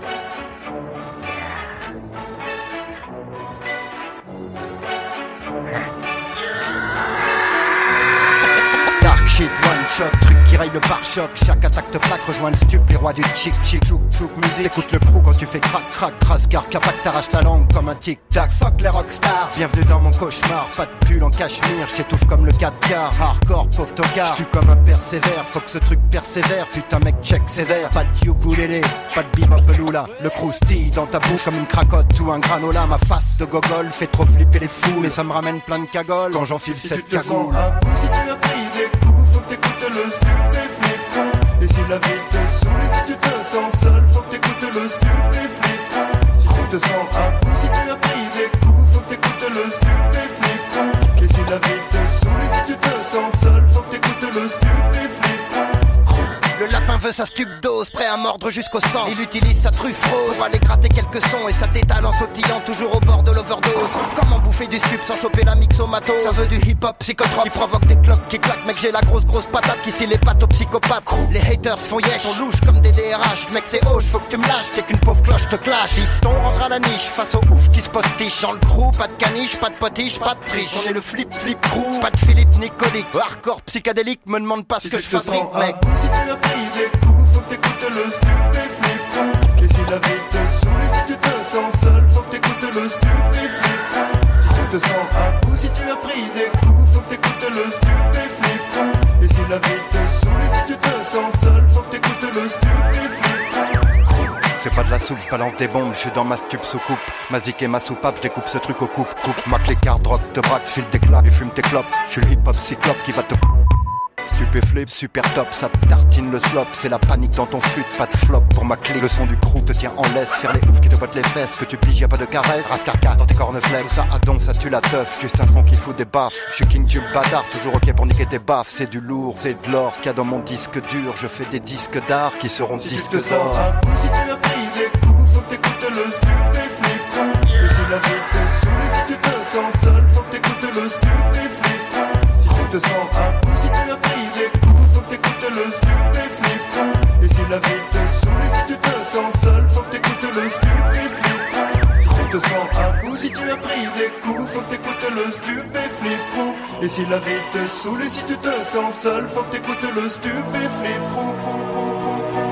Dark shit, one shot, truc qui raye le pare-choc. Chaque attaque te plaque, rejoins le stup, les rois du chic chic. Chouk chouk musique, écoute le crew quand tu fais crac crac. Crasse car capac t'arrache la langue comme un tic tac. Fuck les rockstars, bienvenue dans mon cauchemar. Pas de pull en cachemire, j'étouffe comme le quatre quarts. Hardcore, pauvre tocard, j'suis comme un persévère. Faut que ce truc persévère, putain mec check sévère. Pas de ukulélé, pas de bebop lula. Le croustille dans ta bouche comme une cracotte ou un granola. Ma face de gogol fait trop flipper les fous, mais ça me ramène plein de cagoles quand j'enfile Si cette tu te sens cagoule. un peu, si tu as pris des coups, faut que t'écoutes le stupéflip crew. Et si la vie te saoule et si tu te sens seul, faut que t'écoutes le stupéflip crew. Si tu te sens un peu, si tu as pris des coups, faut que t'écoutes le stupéflip crew. Et si la vie te saoule et si tu te sens seul, faut que t'écoutes le stupéflip crew. Le lapin veut sa stupdose, prêt à mordre jusqu'au sang. Il utilise sa truffe rose pour aller gratter quelques sons et sa tétale en sautillant toujours au bord de l'overdose. Comment bouffer du stup sans choper la mixomato? Ça veut du hip-hop psychotrope qui provoque des cloques qui claquent. Mec, j'ai la grosse grosse patate qui scie les pattes aux psychopathes. Les haters font yesh, sont louches comme des D R H. Mec, c'est hoche, faut que tu me lâches, t'es qu'une pauvre cloche te clash. Fiston rentre à la niche face au ouf qui se postiche. Dans le crew, pas de caniche, pas de potiche, pas de triche. On est le flip flip crew, pas de Philippe Nicolique. Hardcore psychédélique, me demande pas ce Si que tu je te fabrique, sens un mec. peu, si tu as pris des coups, faut que t'écoutes le stupéflip crew. Et si la vie te saoule et si tu te sens seul, faut que t'écoutes le stupéflip crew. Si tu te sens un peu, si tu as pris des coups, faut que t'écoutes le stupéflip crew. Et si la vie te saoule et si tu te sens seul, faut que t'écoutes le stupéflip crew. C'est pas de la soupe, je balance des bombes, je suis dans ma stup sous coupe. Ma zik et ma soupape, je découpe ce truc au coupe, coupe. Ma clé carte, drogue, te braque, file des claques et fume tes clopes. Je suis le hip hop cyclope qui va te stupéflip, super top, ça te tartine le slop. C'est la panique dans ton flûte, pas de flop pour ma clé. Le son du crew te tient en laisse, faire les oufs qui te bottent les fesses. Que tu piges, y'a pas de caresse, rascarca dans tes corneflex. Tout ça à don, ça tue la teuf, juste un son qui fout des baffes. Je suis king tube bâtard, toujours ok pour niquer tes baffes. C'est du lourd, c'est de l'or, ce qu'il y a dans mon disque dur. Je fais des disques d'art qui seront Si tu disques te sens d'or. un peu, si tu as pris des coups, faut que t'écoutes le stupéflip crew. Et si la vie te saoule et si tu te sens seul, faut que t'écoutes le stupéflip crew. Si tu te sens un peu, si tu as pris des coups, faut que t'écoutes le stupéflip crew. Et si la vie te saoule et si tu te sens seul, faut que t'écoutes le stupéflip crew. Si tu te sens un peu, si tu as pris des coups, faut que t'écoutes le stupéflip crew. Et si la vie te saoule et si tu te sens seul, faut que t'écoutes le stupéflip crew, crew, crew, crew, crew, crew.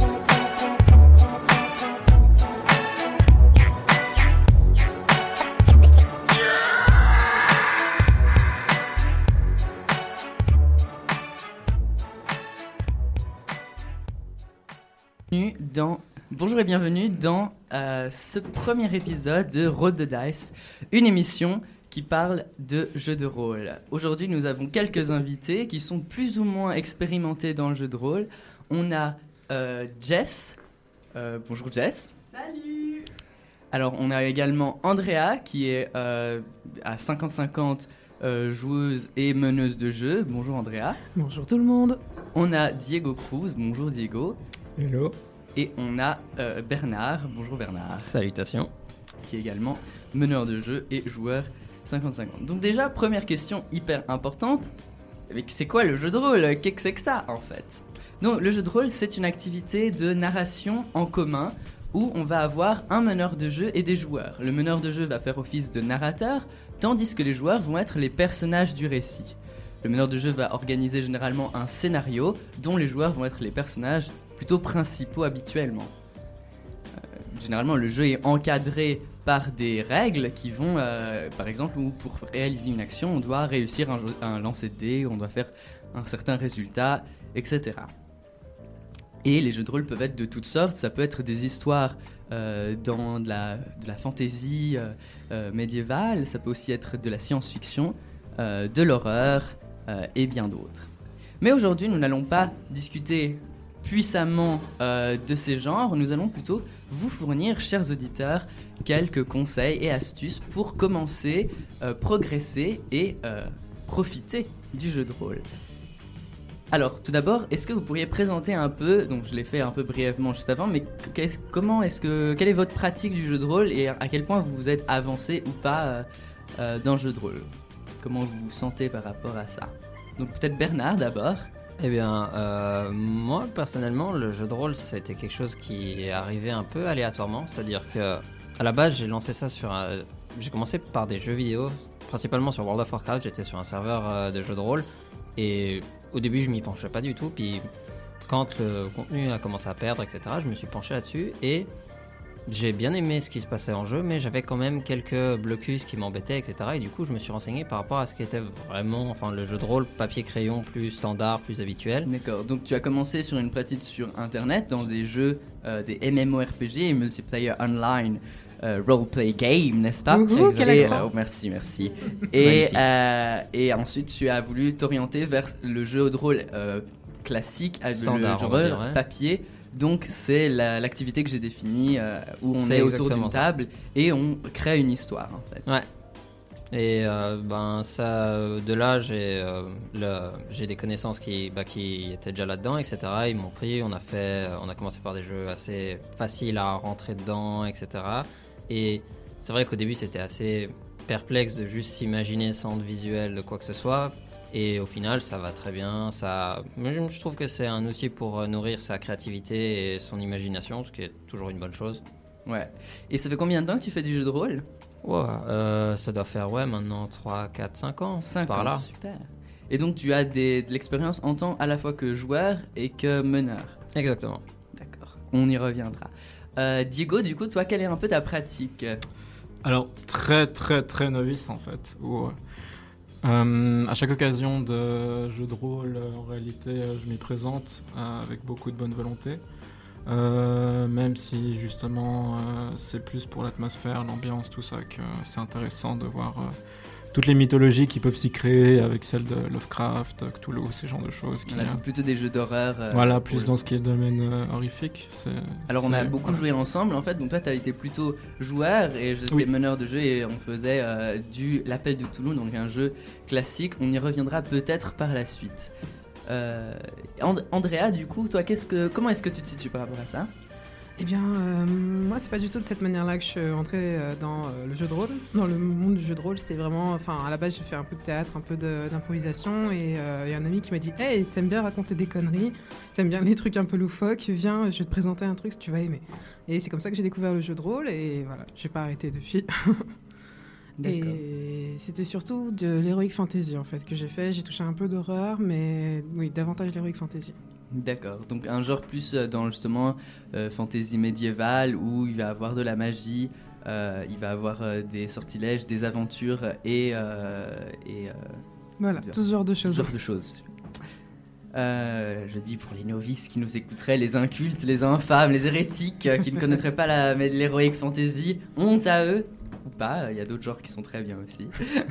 Bienvenue dans... Bonjour et bienvenue dans euh, ce premier épisode de Road the Dice, une émission qui parle de jeux de rôle. Aujourd'hui, nous avons quelques invités qui sont plus ou moins expérimentés dans le jeu de rôle. On a euh, Jess. Euh, bonjour Jess. Salut. Alors, on a également Andrea qui est euh, à cinquante cinquante euh, joueuse et meneuse de jeu. Bonjour Andrea. Bonjour tout le monde. On a Diego Cruz. Bonjour Diego. Hello. Et on a euh, Bernard. Bonjour Bernard. Salutations. Qui est également meneur de jeu et joueur cinquante cinquante. Donc déjà, première question hyper importante. Mais c'est quoi le jeu de rôle ? Qu'est-ce que c'est que ça en fait ? Donc le jeu de rôle, c'est une activité de narration en commun où on va avoir un meneur de jeu et des joueurs. Le meneur de jeu va faire office de narrateur, tandis que les joueurs vont être les personnages du récit. Le meneur de jeu va organiser généralement un scénario dont les joueurs vont être les personnages plutôt principaux habituellement. Euh, généralement, le jeu est encadré par des règles qui vont, euh, par exemple, où pour réaliser une action, on doit réussir un, jeu, un lancer de dés, on doit faire un certain résultat, et cetera. Et les jeux de rôle peuvent être de toutes sortes. Ça peut être des histoires euh, dans de la, de la fantasy euh, euh, médiévale, ça peut aussi être de la science-fiction, euh, de l'horreur euh, et bien d'autres. Mais aujourd'hui, nous n'allons pas discuter puissamment euh, de ces genres, nous allons plutôt vous fournir, chers auditeurs, quelques conseils et astuces pour commencer, euh, progresser et euh, profiter du jeu de rôle. Alors, tout d'abord, est-ce que vous pourriez présenter un peu, donc je l'ai fait un peu brièvement juste avant, mais qu'est-ce, comment est-ce que, quelle est votre pratique du jeu de rôle et à quel point vous vous êtes avancé ou pas euh, euh, dans le jeu de rôle ? Comment vous vous sentez par rapport à ça ? Donc peut-être Bernard d'abord. Eh bien, euh, moi personnellement, le jeu de rôle, c'était quelque chose qui est arrivé un peu aléatoirement, c'est-à-dire que à la base, j'ai lancé ça sur un... J'ai commencé par des jeux vidéo, principalement sur World of Warcraft, j'étais sur un serveur euh, de jeux de rôle, et au début, je m'y penchais pas du tout, puis quand le contenu a commencé à perdre, et cetera, je me suis penché là-dessus, et j'ai bien aimé ce qui se passait en jeu, mais j'avais quand même quelques blocus qui m'embêtaient, et cetera, et du coup, je me suis renseigné par rapport à ce qui était vraiment, enfin, le jeu de rôle papier-crayon plus standard, plus habituel. D'accord, donc tu as commencé sur une pratique sur Internet, dans des jeux, euh, des MMORPG et multiplayer online. Euh, roleplay game, n'est-ce pas ? Ouhou, quel et, accent. euh, Merci, merci. et, euh, et ensuite, tu as voulu t'orienter vers le jeu de rôle euh, classique, euh, Standard, le jeu on de va rôle dire, ouais. papier. Donc, c'est la, l'activité que j'ai définie euh, où on C'est est autour exactement d'une ça. table et on crée une histoire, en fait. Ouais. Et euh, ben ça, de là, j'ai, euh, le, j'ai des connaissances qui, bah, qui étaient déjà là-dedans, et cetera. Ils m'ont pris, on a fait, on a commencé par des jeux assez faciles à rentrer dedans, et cetera. Et c'est vrai qu'au début, c'était assez perplexe de juste s'imaginer sans de visuel de quoi que ce soit. Et au final, ça va très bien. Ça, je je trouve que c'est un outil pour nourrir sa créativité et son imagination, ce qui est toujours une bonne chose. Ouais. Et ça fait combien de temps que tu fais du jeu de rôle ? Ouais, euh, ça doit faire ouais, maintenant trois, quatre, cinq ans. cinq par ans, là. super. Et donc, tu as des, de l'expérience en tant à la fois que joueur et que meneur. Exactement. D'accord, on y reviendra. Euh, Diego, du coup, toi, quelle est un peu ta pratique ? Alors, très très très novice en fait. Où, euh, à chaque occasion de jeu de rôle, en réalité, euh, je m'y présente euh, avec beaucoup de bonne volonté. Euh, même si justement euh, c'est plus pour l'atmosphère, l'ambiance, tout ça, que c'est intéressant de voir euh, toutes les mythologies qui peuvent s'y créer avec celles de Lovecraft, Cthulhu, ces genres de choses. Qui, On a euh, plutôt des jeux d'horreur. Euh, voilà, plus dans ce qui est domaine euh, horrifique. C'est, Alors, on c'est, a beaucoup voilà. joué ensemble en fait. Donc, toi, tu as été plutôt joueur et j'étais Oui. meneur de jeu et on faisait euh, du L'Appel de Cthulhu, donc un jeu classique. On y reviendra peut-être par la suite. Euh, And- Andrea, du coup, toi, qu'est-ce que, comment est-ce que tu te situes par rapport à ça ? Eh bien, euh, moi, c'est pas du tout de cette manière-là que je suis entrée euh, dans euh, le jeu de rôle. Dans le monde du jeu de rôle, c'est vraiment... Enfin, à la base, j'ai fait un peu de théâtre, un peu de, d'improvisation. Et il euh, y a un ami qui m'a dit « Hey, t'aimes bien raconter des conneries, t'aimes bien les trucs un peu loufoques, viens, je vais te présenter un truc, si tu vas aimer. » Et c'est comme ça que j'ai découvert le jeu de rôle. Et voilà, j'ai pas arrêté depuis. Et c'était surtout de l'heroic fantasy, en fait, que j'ai fait. J'ai touché un peu d'horreur, mais oui, davantage l'heroic fantasy. D'accord, donc un genre plus euh, dans justement euh, fantasy médiévale où il va avoir de la magie, euh, il va avoir euh, des sortilèges, des aventures et... Euh, et euh, Voilà, dire, tout ce genre de choses. Tout ce genre de choses. Euh, je dis pour les novices qui nous écouteraient, les incultes, les infâmes, les hérétiques euh, qui ne connaîtraient pas la, mais l'heroic fantasy, honte à eux. ou pas. Il y a d'autres genres qui sont très bien aussi.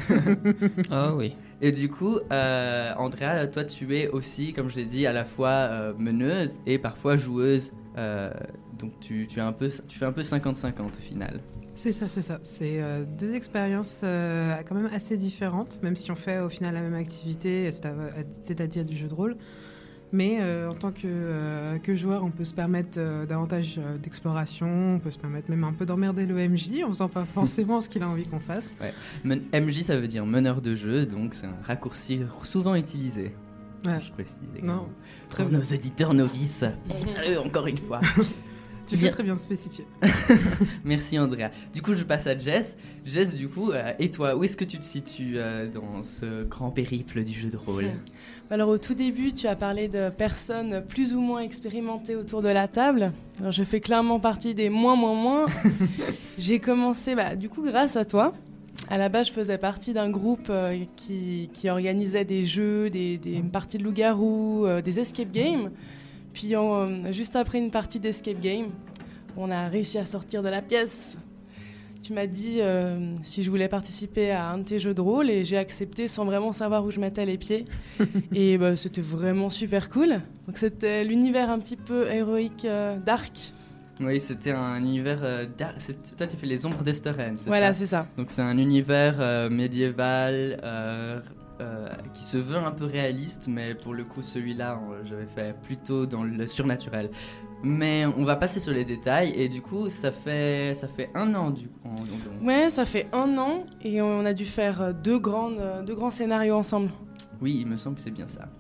Ah oui. Et du coup, euh, Andrea, toi, tu es aussi, comme je l'ai dit, à la fois euh, meneuse et parfois joueuse. Euh, donc, tu, tu, es un peu, tu fais un peu cinquante cinquante au final. C'est ça, c'est ça. C'est euh, deux expériences euh, quand même assez différentes, même si on fait au final la même activité, c'est à- c'est-à-dire du jeu de rôle. Mais euh, en tant que, euh, que joueur, on peut se permettre euh, davantage euh, d'exploration, on peut se permettre même un peu d'emmerder le M J en faisant pas forcément ce qu'il a envie qu'on fasse. Ouais. Men- M J, ça veut dire meneur de jeu, donc c'est un raccourci souvent utilisé. Ouais. Je précise. Non, très Pour bien. nos éditeurs novices, eux, encore une fois. Tu fais très bien spécifier. Merci Andrea. Du coup, je passe à Jess. Jess, du coup, euh, et toi, où est-ce que tu te situes euh, dans ce grand périple du jeu de rôle? Alors au tout début, tu as parlé de personnes plus ou moins expérimentées autour de la table. Alors je fais clairement partie des moins, moins, moins. J'ai commencé, bah, du coup, grâce à toi. À la base, je faisais partie d'un groupe euh, qui, qui organisait des jeux, des, des parties de loup-garou, euh, des escape games. Puis euh, juste après une partie d'escape game, on a réussi à sortir de la pièce. Tu m'as dit euh, si je voulais participer à un de tes jeux de rôle et j'ai accepté sans vraiment savoir où je mettais les pieds. Et bah, c'était vraiment super cool. Donc c'était l'univers un petit peu héroïque euh, dark. Oui, c'était un univers... Euh, dar- c'est- toi, tu fais les ombres d'Esteren, c'est Voilà, ça c'est ça. Donc c'est un univers euh, médiéval euh, euh, qui se veut un peu réaliste, mais pour le coup, celui-là, on- j'avais fait plutôt dans le surnaturel. Mais on va passer sur les détails, et du coup, ça fait, ça fait un an, du coup. en- en- Ouais, ça fait un an et on a dû faire euh, deux, grandes, euh, deux grands scénarios ensemble. Oui, il me semble que c'est bien ça.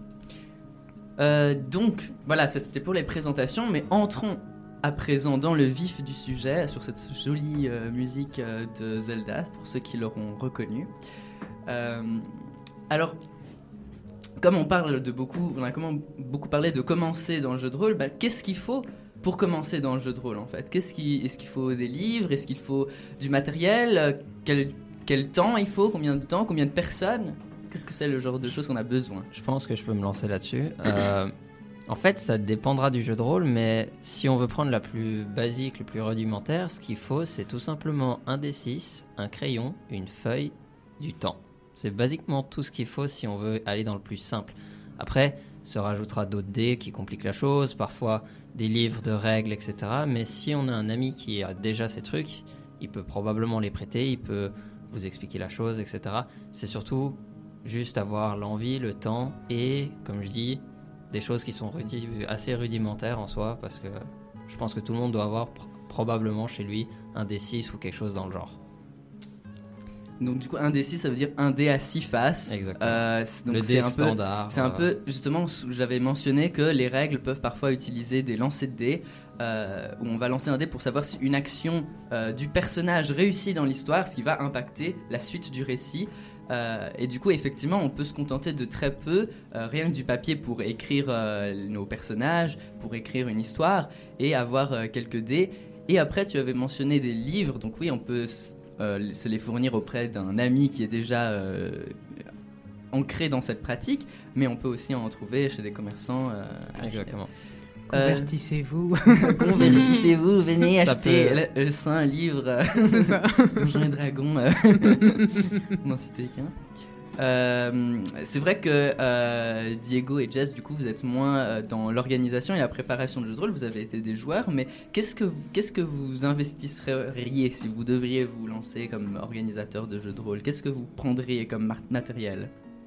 Euh, donc, voilà, ça c'était pour les présentations, mais entrons à présent dans le vif du sujet, sur cette jolie euh, musique euh, de Zelda, pour ceux qui l'auront reconnu. Euh, alors, comme on parle de beaucoup, on a comment, beaucoup parlé de commencer dans le jeu de rôle, bah, qu'est-ce qu'il faut pour commencer dans le jeu de rôle en fait? Qu'est-ce qui, est-ce qu'il faut des livres? Est-ce qu'il faut du matériel? Euh, quel, quel temps il faut? Combien de temps? Combien de personnes? Qu'est-ce que c'est le genre de choses qu'on a besoin? Je pense que je peux me lancer là-dessus. Euh, en fait, ça dépendra du jeu de rôle, mais si on veut prendre la plus basique, le plus rudimentaire, ce qu'il faut, c'est tout simplement un dé six, un crayon, une feuille, du temps. C'est basiquement tout ce qu'il faut si on veut aller dans le plus simple. Après, se rajoutera d'autres dés qui compliquent la chose, parfois des livres de règles, et cetera. Mais si on a un ami qui a déjà ces trucs, il peut probablement les prêter, il peut vous expliquer la chose, et cetera. C'est surtout juste avoir l'envie, le temps et, comme je dis, des choses qui sont rudi- assez rudimentaires en soi, parce que je pense que tout le monde doit avoir pr- probablement chez lui un dé six ou quelque chose dans le genre. Donc du coup, un dé six, ça veut dire un dé à six faces. Exactement. Euh, c'est- donc Le c'est dé un peu- standard, C'est un voilà. peu, justement, sous- j'avais mentionné que les règles peuvent parfois utiliser des lancers de dés, euh, où on va lancer un dé pour savoir si une action euh, du personnage réussit dans l'histoire, ce qui va impacter la suite du récit. Euh, et du coup, effectivement, on peut se contenter de très peu, euh, rien que du papier pour écrire euh, nos personnages, pour écrire une histoire, et avoir euh, quelques dés. Et après, tu avais mentionné des livres, donc oui, on peut s- euh, se les fournir auprès d'un ami qui est déjà euh, ancré dans cette pratique, mais on peut aussi en trouver chez des commerçants. euh, à Exactement. Convertissez-vous. Euh, Convertissez-vous, venez Ça acheter peut- le, le saint livre euh, C'est ça. Donjons et Dragons. euh, n'en citez qu'un. Euh, c'est vrai que euh, Diego et Jess, du coup, vous êtes moins euh, dans l'organisation et la préparation de jeux de rôle. Vous avez été des joueurs, mais qu'est-ce que, qu'est-ce que vous investisseriez si vous devriez vous lancer comme organisateur de jeux de rôle? Qu'est-ce que vous prendriez comme mar- matériel?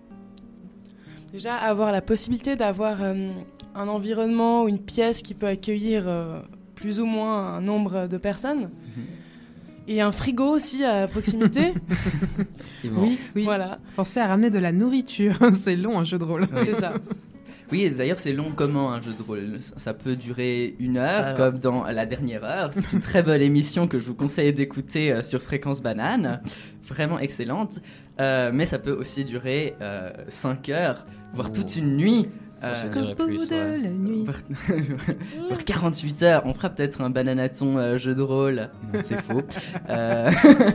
Déjà, avoir la possibilité d'avoir euh, un environnement ou une pièce qui peut accueillir euh, plus ou moins un nombre de personnes. Et un frigo aussi à proximité. Oui, oui. Voilà. Pensez à ramener de la nourriture. C'est long un jeu de rôle. C'est ça. Oui, et d'ailleurs, c'est long comment un jeu de rôle? Ça ça peut durer une heure, Alors. comme dans La Dernière Heure. C'est une très bonne émission que je vous conseille d'écouter euh, sur Fréquence Banane. Vraiment excellente. Euh, mais ça peut aussi durer cinq heures, voire Oh. toute une nuit. Ça, Jusqu'au dirait bout plus, de ouais. la nuit. Voire quarante-huit heures. On fera peut-être un bananaton euh, jeu de rôle. Non, c'est faux. Euh,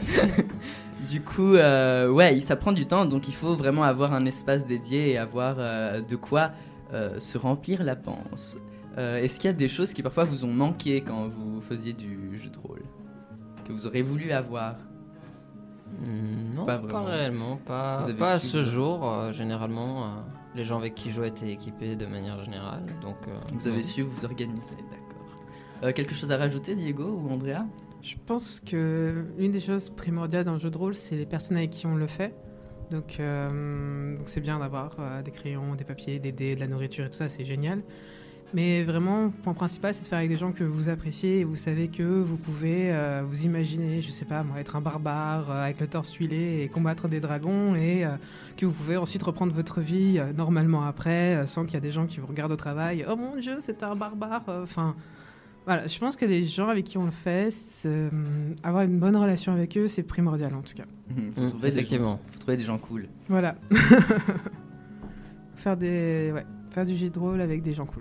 Du coup, euh, ouais, ça prend du temps, donc il faut vraiment avoir un espace dédié et avoir euh, de quoi euh, se remplir la panse. Euh, Est-ce qu'il y a des choses qui parfois vous ont manqué quand vous faisiez du jeu de rôle, que vous aurez voulu avoir? Mm, Non, Pas pas, vraiment. réellement, pas, Vous avez pas à su, ce vous- jour. euh, généralement, euh, les gens avec qui je jouais étaient équipés de manière générale. Donc, euh, Vous avez non. su vous organiser, d'accord. Euh, quelque chose à rajouter, Diego ou Andrea? Je pense que l'une des choses primordiales dans le jeu de rôle, c'est les personnes avec qui on le fait. Donc, euh, donc c'est bien d'avoir euh, des crayons, des papiers, des dés, de la nourriture et tout ça, c'est génial. Mais vraiment, le point principal, c'est de faire avec des gens que vous appréciez et vous savez que vous pouvez euh, vous imaginer, je sais pas, moi, être un barbare euh, avec le torse huilé et combattre des dragons et euh, que vous pouvez ensuite reprendre votre vie euh, normalement après, euh, sans qu'il y a des gens qui vous regardent au travail. Oh mon Dieu, c'est un barbare. Enfin, voilà, je pense que les gens avec qui on le fait, c'est, euh, avoir une bonne relation avec eux, c'est primordial en tout cas. Mhm, faut Mm, trouver des effectivement. gens- faut trouver des gens cool. Voilà. faire des, ouais, faire du jeu de rôle avec des gens cool.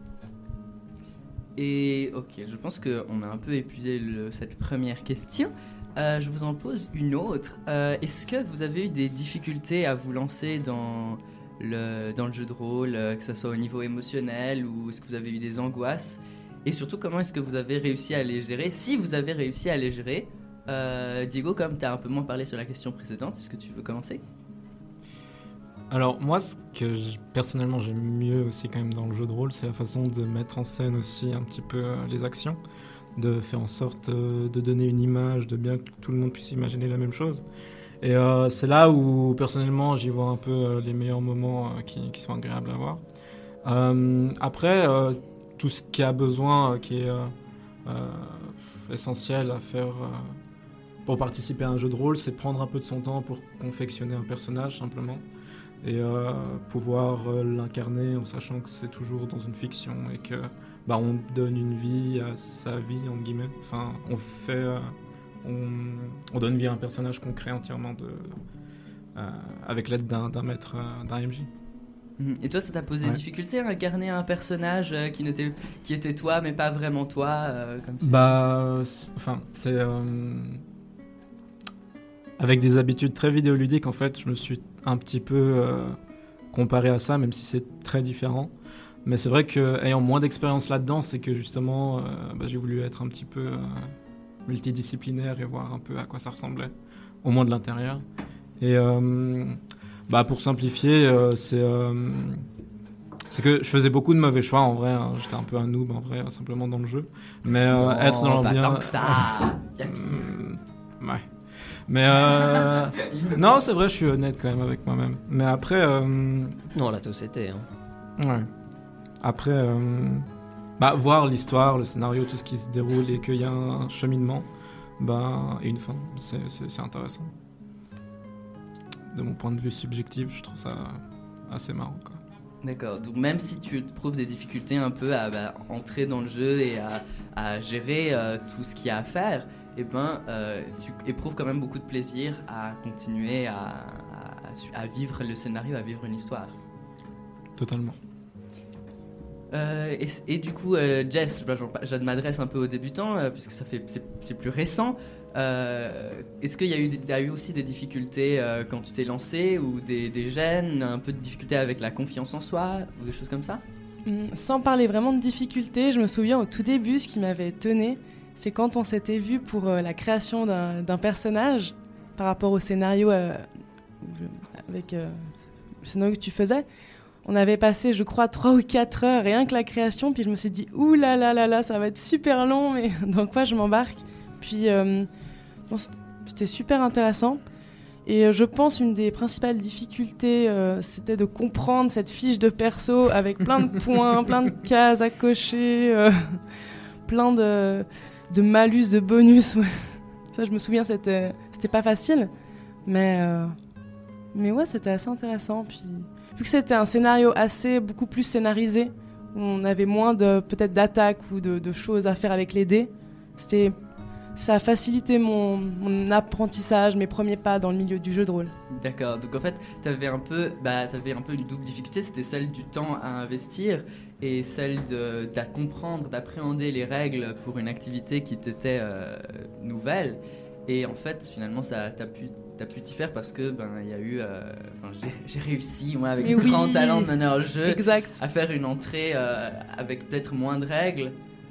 Et ok, je pense qu'on a un peu épuisé le- cette première question. Euh, je vous en pose une autre. Euh, Est-ce que vous avez eu des difficultés à vous lancer dans le, dans le jeu de rôle, euh, que ce soit au niveau émotionnel, ou est-ce que vous avez eu des angoisses? Et surtout, comment est-ce que vous avez réussi à les gérer? Si vous avez réussi à les gérer, euh, Diego, comme tu as un peu moins parlé sur la question précédente, est-ce que tu veux commencer? Alors moi, ce que je- personnellement j'aime mieux aussi quand même dans le jeu de rôle, c'est la façon de mettre en scène aussi un petit peu euh, les actions, de faire en sorte euh, de donner une image, de bien que tout le monde puisse imaginer la même chose. Et euh, c'est là où personnellement j'y vois un peu euh, les meilleurs moments euh, qui, qui sont agréables à voir. Euh, après, euh, tout ce qui a besoin, euh, qui est euh, euh, essentiel à faire euh, pour participer à un jeu de rôle, c'est prendre un peu de son temps pour confectionner un personnage simplement. Et euh, pouvoir euh, l'incarner en sachant que c'est toujours dans une fiction et que bah, on donne une vie à sa vie entre guillemets. Enfin, on fait, euh, on, on donne vie à un personnage qu'on crée entièrement de, euh, avec l'aide d'un, d'un maître, euh, d'un M J. Mhm. Et toi, ça t'a posé Ouais. des difficultés à incarner un personnage euh, qui, n'était, qui était toi, mais pas vraiment toi euh, comme tu- Bah, euh, c'est- enfin, c'est euh, avec des habitudes très vidéoludiques en fait, je me suis un petit peu euh, comparé à ça, même si c'est très différent. Mais c'est vrai que ayant moins d'expérience là-dedans, c'est que justement, euh, bah, j'ai voulu être un petit peu euh, multidisciplinaire et voir un peu à quoi ça ressemblait, au moins de l'intérieur. Et euh, bah, pour simplifier, euh, c'est euh, c'est que je faisais beaucoup de mauvais choix en vrai. Hein. J'étais un peu un noob en vrai, simplement dans le jeu. Mais euh, Non, être dans pas l'ambiance. tant que ça. Y a pire. Mm, ouais. Mais euh, non, c'est vrai, je suis honnête quand même avec moi-même. Mais après. Euh, Non, on l'a tous été. Hein. Ouais. Après, euh, bah, voir l'histoire, le scénario, tout ce qui se déroule et qu'il y a un cheminement bah, et une fin, c'est, c'est, c'est intéressant. De mon point de vue subjectif, je trouve ça assez marrant, quoi. D'accord, donc même si tu trouves des difficultés un peu à bah, entrer dans le jeu et à, à gérer euh, tout ce qu'il y a à faire, eh ben, euh, tu éprouves quand même beaucoup de plaisir à continuer à, à, su- à vivre le scénario, à vivre une histoire. Totalement. Euh, et, et du coup, euh, Jess, bah, j'en- je m'adresse un peu aux débutants, euh, puisque ça fait, c'est, c'est plus récent. Euh, est-ce qu'il y a eu, des- il y a eu aussi des difficultés euh, quand tu t'es lancé, ou des, des gênes, un peu de difficultés avec la confiance en soi, ou des choses comme ça? Hum, Sans parler vraiment de difficultés, je me souviens au tout début, ce qui m'avait étonné, c'est quand on s'était vu pour euh, la création d'un, d'un personnage par rapport au scénario euh, avec euh, le scénario que tu faisais. On avait passé, je crois, trois ou quatre heures rien que la création, puis je me suis dit ouh là là là là, ça va être super long, mais dans quoi je m'embarque? Puis euh, non, c'était super intéressant. Et euh, je pense une des principales difficultés, euh, c'était de comprendre cette fiche de perso avec plein de points, plein de cases à cocher, euh, plein de, de malus, de bonus. Ouais. Ça, je me souviens, c'était, c'était pas facile. Mais, euh, mais ouais, c'était assez intéressant. Puis, vu que c'était un scénario assez, beaucoup plus scénarisé, où on avait moins de, peut-être d'attaques ou de, de choses à faire avec les dés, c'était... Ça a facilité mon, mon apprentissage, mes premiers pas dans le milieu du jeu de rôle. D'accord, donc en fait, tu avais un peu, bah, t'avais un peu une double difficulté, c'était celle du temps à investir et celle de, de comprendre, d'appréhender les règles pour une activité qui t'était euh, nouvelle. Et en fait, finalement, ça t'as pu, t'as pu t'y faire parce que ben il y a eu, euh, enfin, j'ai, j'ai réussi moi avec Mais mon oui, grand talent de meneur de jeu exact. à faire une entrée euh, avec peut-être moins de règles.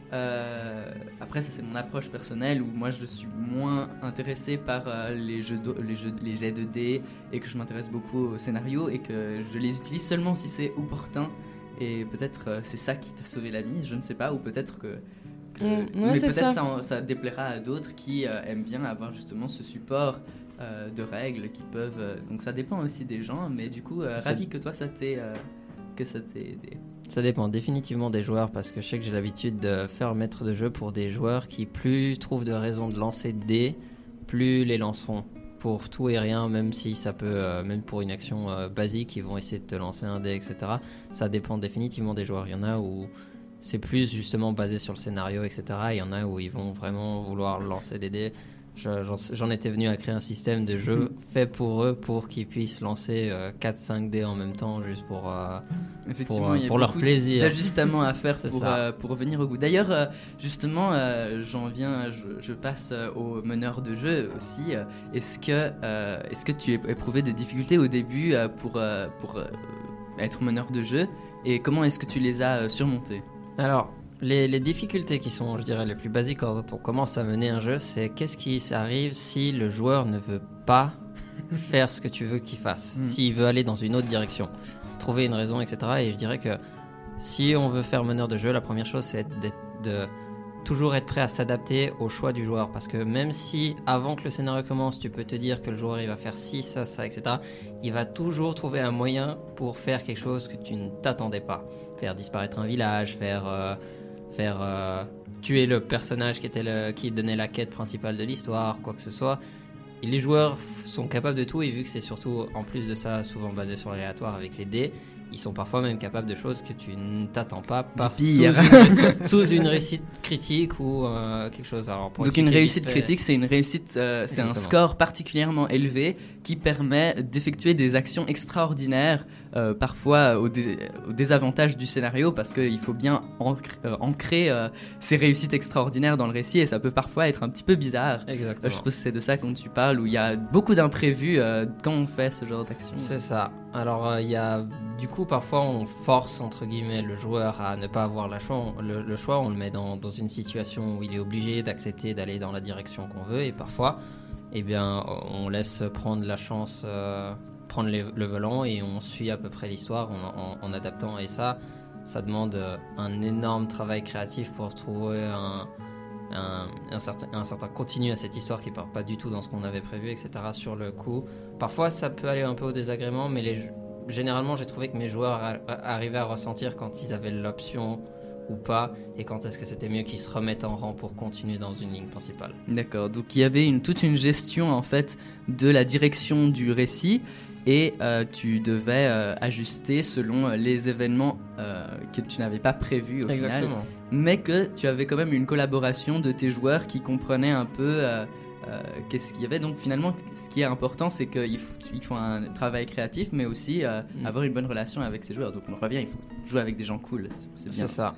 Euh, après, ça c'est mon approche personnelle où moi je suis moins intéressé par euh, les, jeux de, les, jeux, les jets de dés et que je m'intéresse beaucoup au scénario et que je les utilise seulement si c'est opportun. Et peut-être euh, c'est ça qui t'a sauvé la vie, je ne sais pas, ou peut-être que. que Mmh, ouais, mais c'est peut-être ça. ça. en- ça déplaira à d'autres qui euh, aiment bien avoir justement ce support euh, de règles qui peuvent. euh, donc ça dépend aussi des gens, mais du coup, euh, c'est- ravi que toi ça t'ait. euh, que ça t'ait aidé. Ça dépend définitivement des joueurs parce que je sais que j'ai l'habitude de faire maître de jeu pour des joueurs qui plus trouvent de raisons de lancer des dés, plus les lanceront pour tout et rien, même si ça peut, euh, même pour une action euh, basique, ils vont essayer de te lancer un dé, et cetera. Ça dépend définitivement des joueurs. Il y en a où c'est plus justement basé sur le scénario, et cetera. Il y en a où ils vont vraiment vouloir lancer des dés. Je- J'en j'en étais venu à créer un système de jeu fait pour eux, pour qu'ils puissent lancer euh, quatre cinq dés en même temps, juste pour, euh, Effectivement, pour, euh, il y a pour leur beaucoup plaisir. d'ajustements à faire C'est pour, ça. euh, pour revenir au goût. D'ailleurs, euh, justement, euh, j'en viens, je, je passe euh, au meneur de jeu aussi. Euh, Est-ce que, euh, est-ce que tu as éprouvé des difficultés au début euh, pour, euh, pour euh, être meneur de jeu et comment est-ce que tu les as euh, surmontées? Alors, les, les difficultés qui sont, je dirais, les plus basiques quand on commence à mener un jeu, c'est qu'est-ce qui arrive si le joueur ne veut pas faire ce que tu veux qu'il fasse, Mm. s'il veut aller dans une autre direction, trouver une raison, et cetera. Et je dirais que si on veut faire meneur de jeu, la première chose, c'est d'être- de toujours être prêt à s'adapter au choix du joueur. Parce que même si, avant que le scénario commence, tu peux te dire que le joueur il va faire ci, ça, ça, et cetera, il va toujours trouver un moyen pour faire quelque chose que tu ne t'attendais pas. Faire disparaître un village, faire... euh, faire euh, tuer le personnage qui, était le, qui donnait la quête principale de l'histoire, quoi que ce soit. Et les joueurs f- sont capables de tout, et vu que c'est surtout, en plus de ça, souvent basé sur l'aléatoire avec les dés, ils sont parfois même capables de choses que tu ne t'attends pas par pire. Sous, une, sous une réussite critique ou euh, quelque chose. Alors, pour Donc une expliquer réussite vite fait- critique, c'est une réussite, euh, c'est un Exactement. score particulièrement élevé qui permet d'effectuer des actions extraordinaires, euh, parfois au, dé- au désavantage du scénario, parce qu'il faut bien ancr- euh, ancrer euh, ces réussites extraordinaires dans le récit, et ça peut parfois être un petit peu bizarre. Exactement. Euh, je suppose que c'est de ça dont tu parles, où il y a beaucoup d'imprévus euh, quand on fait ce genre d'action. C'est ça. Alors, euh, il y a du coup, parfois, on force entre guillemets le joueur à ne pas avoir la choix, le, le choix. On le met dans, dans une situation où il est obligé d'accepter d'aller dans la direction qu'on veut, et parfois, eh bien, on laisse prendre la chance, euh, prendre les- le volant, et on suit à peu près l'histoire en, en- en adaptant. Et ça, ça demande euh, un énorme travail créatif pour trouver un, un, un certain, un certain continu à cette histoire qui part pas du tout dans ce qu'on avait prévu, et cetera. Sur le coup, parfois ça peut aller un peu au désagrément, mais les, généralement j'ai trouvé que mes joueurs a- a- arrivaient à ressentir quand ils avaient l'option ou pas, et quand est-ce que c'était mieux qu'ils se remettent en rang pour continuer dans une ligne principale. D'accord, donc il y avait une, toute une gestion en fait de la direction du récit, et euh, tu devais euh, ajuster selon euh, les événements euh, que tu n'avais pas prévus au Exactement. final, mais que tu avais quand même une collaboration de tes joueurs qui comprenaient un peu euh, euh, qu'est-ce qu'il y avait. Donc finalement, ce qui est important, c'est qu'il faut, il faut un travail créatif, mais aussi euh, Mm. avoir une bonne relation avec ses joueurs. Donc on revient, il faut jouer avec des gens cool, c'est- c'est bien. C'est ça.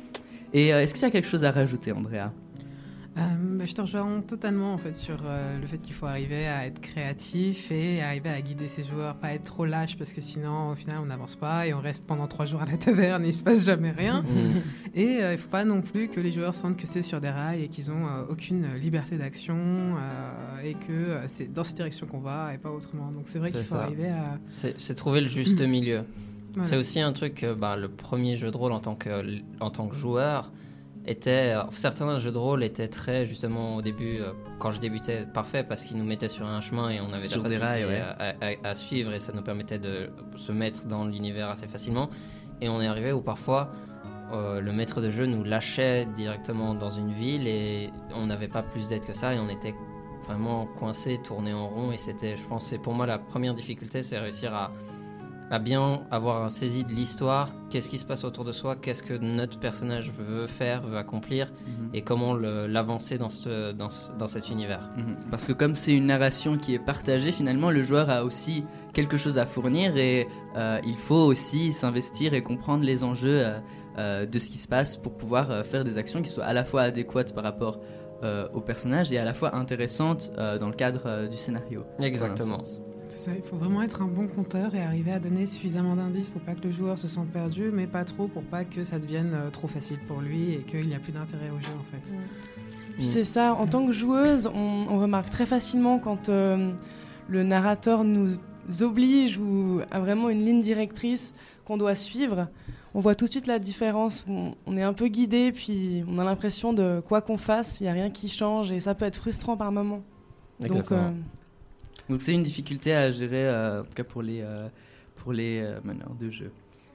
Et euh, est-ce que tu as quelque chose à rajouter, Andrea? Euh, bah, je te rejoins totalement en fait sur euh, le fait qu'il faut arriver à être créatif et arriver à guider ses joueurs, pas être trop lâche parce que sinon au final on n'avance pas et on reste pendant trois jours à la taverne et il se passe jamais rien. Mm. Et euh, il faut pas non plus que les joueurs sentent que c'est sur des rails et qu'ils ont euh, aucune liberté d'action euh, et que euh, c'est dans cette direction qu'on va et pas autrement. Donc c'est vrai qu'il C'est faut ça. arriver à... C'est c'est trouver le juste milieu. Voilà. C'est aussi un truc, euh, bah, le premier jeu de rôle en tant que, en tant que joueur était. euh, certains jeux de rôle étaient très, justement, au début, euh, quand je débutais, parfait parce qu'ils nous mettaient sur un chemin et on avait Sur la des facilité rails, ouais. à, à- à suivre, et ça nous permettait de se mettre dans l'univers assez facilement. Et on est arrivé où parfois euh, le maître de jeu nous lâchait directement dans une ville et on n'avait pas plus d'aide que ça et on était vraiment coincé, tourné en rond. Et c'était, je pense, c'est pour moi la première difficulté, c'est réussir à à bien avoir un saisi de l'histoire, qu'est-ce qui se passe autour de soi, qu'est-ce que notre personnage veut faire, veut accomplir, Mhm. et comment le- l'avancer dans, ce, dans, ce- dans cet univers. Mhm. Parce que comme c'est une narration qui est partagée, finalement, le joueur a aussi quelque chose à fournir, et euh, il faut aussi s'investir et comprendre les enjeux euh, euh, de ce qui se passe pour pouvoir euh, faire des actions qui soient à la fois adéquates par rapport euh, au personnage et à la fois intéressantes euh, dans le cadre euh, du scénario. Exactement. Dans un sens. C'est ça, il faut vraiment être un bon compteur et arriver à donner suffisamment d'indices pour pas que le joueur se sente perdu, mais pas trop pour pas que ça devienne euh, trop facile pour lui et qu'il n'y a plus d'intérêt au jeu en fait. Puis c'est ça, en tant que joueuse, on, on remarque très facilement quand euh, le narrateur nous oblige ou a vraiment une ligne directrice qu'on doit suivre. On voit tout de suite la différence, on, on est un peu guidé, puis on a l'impression de quoi qu'on fasse, il n'y a rien qui change et ça peut être frustrant par moments. Donc, euh, Donc c'est une difficulté à gérer, euh, en tout cas pour les, euh, pour les euh, meneurs de jeu.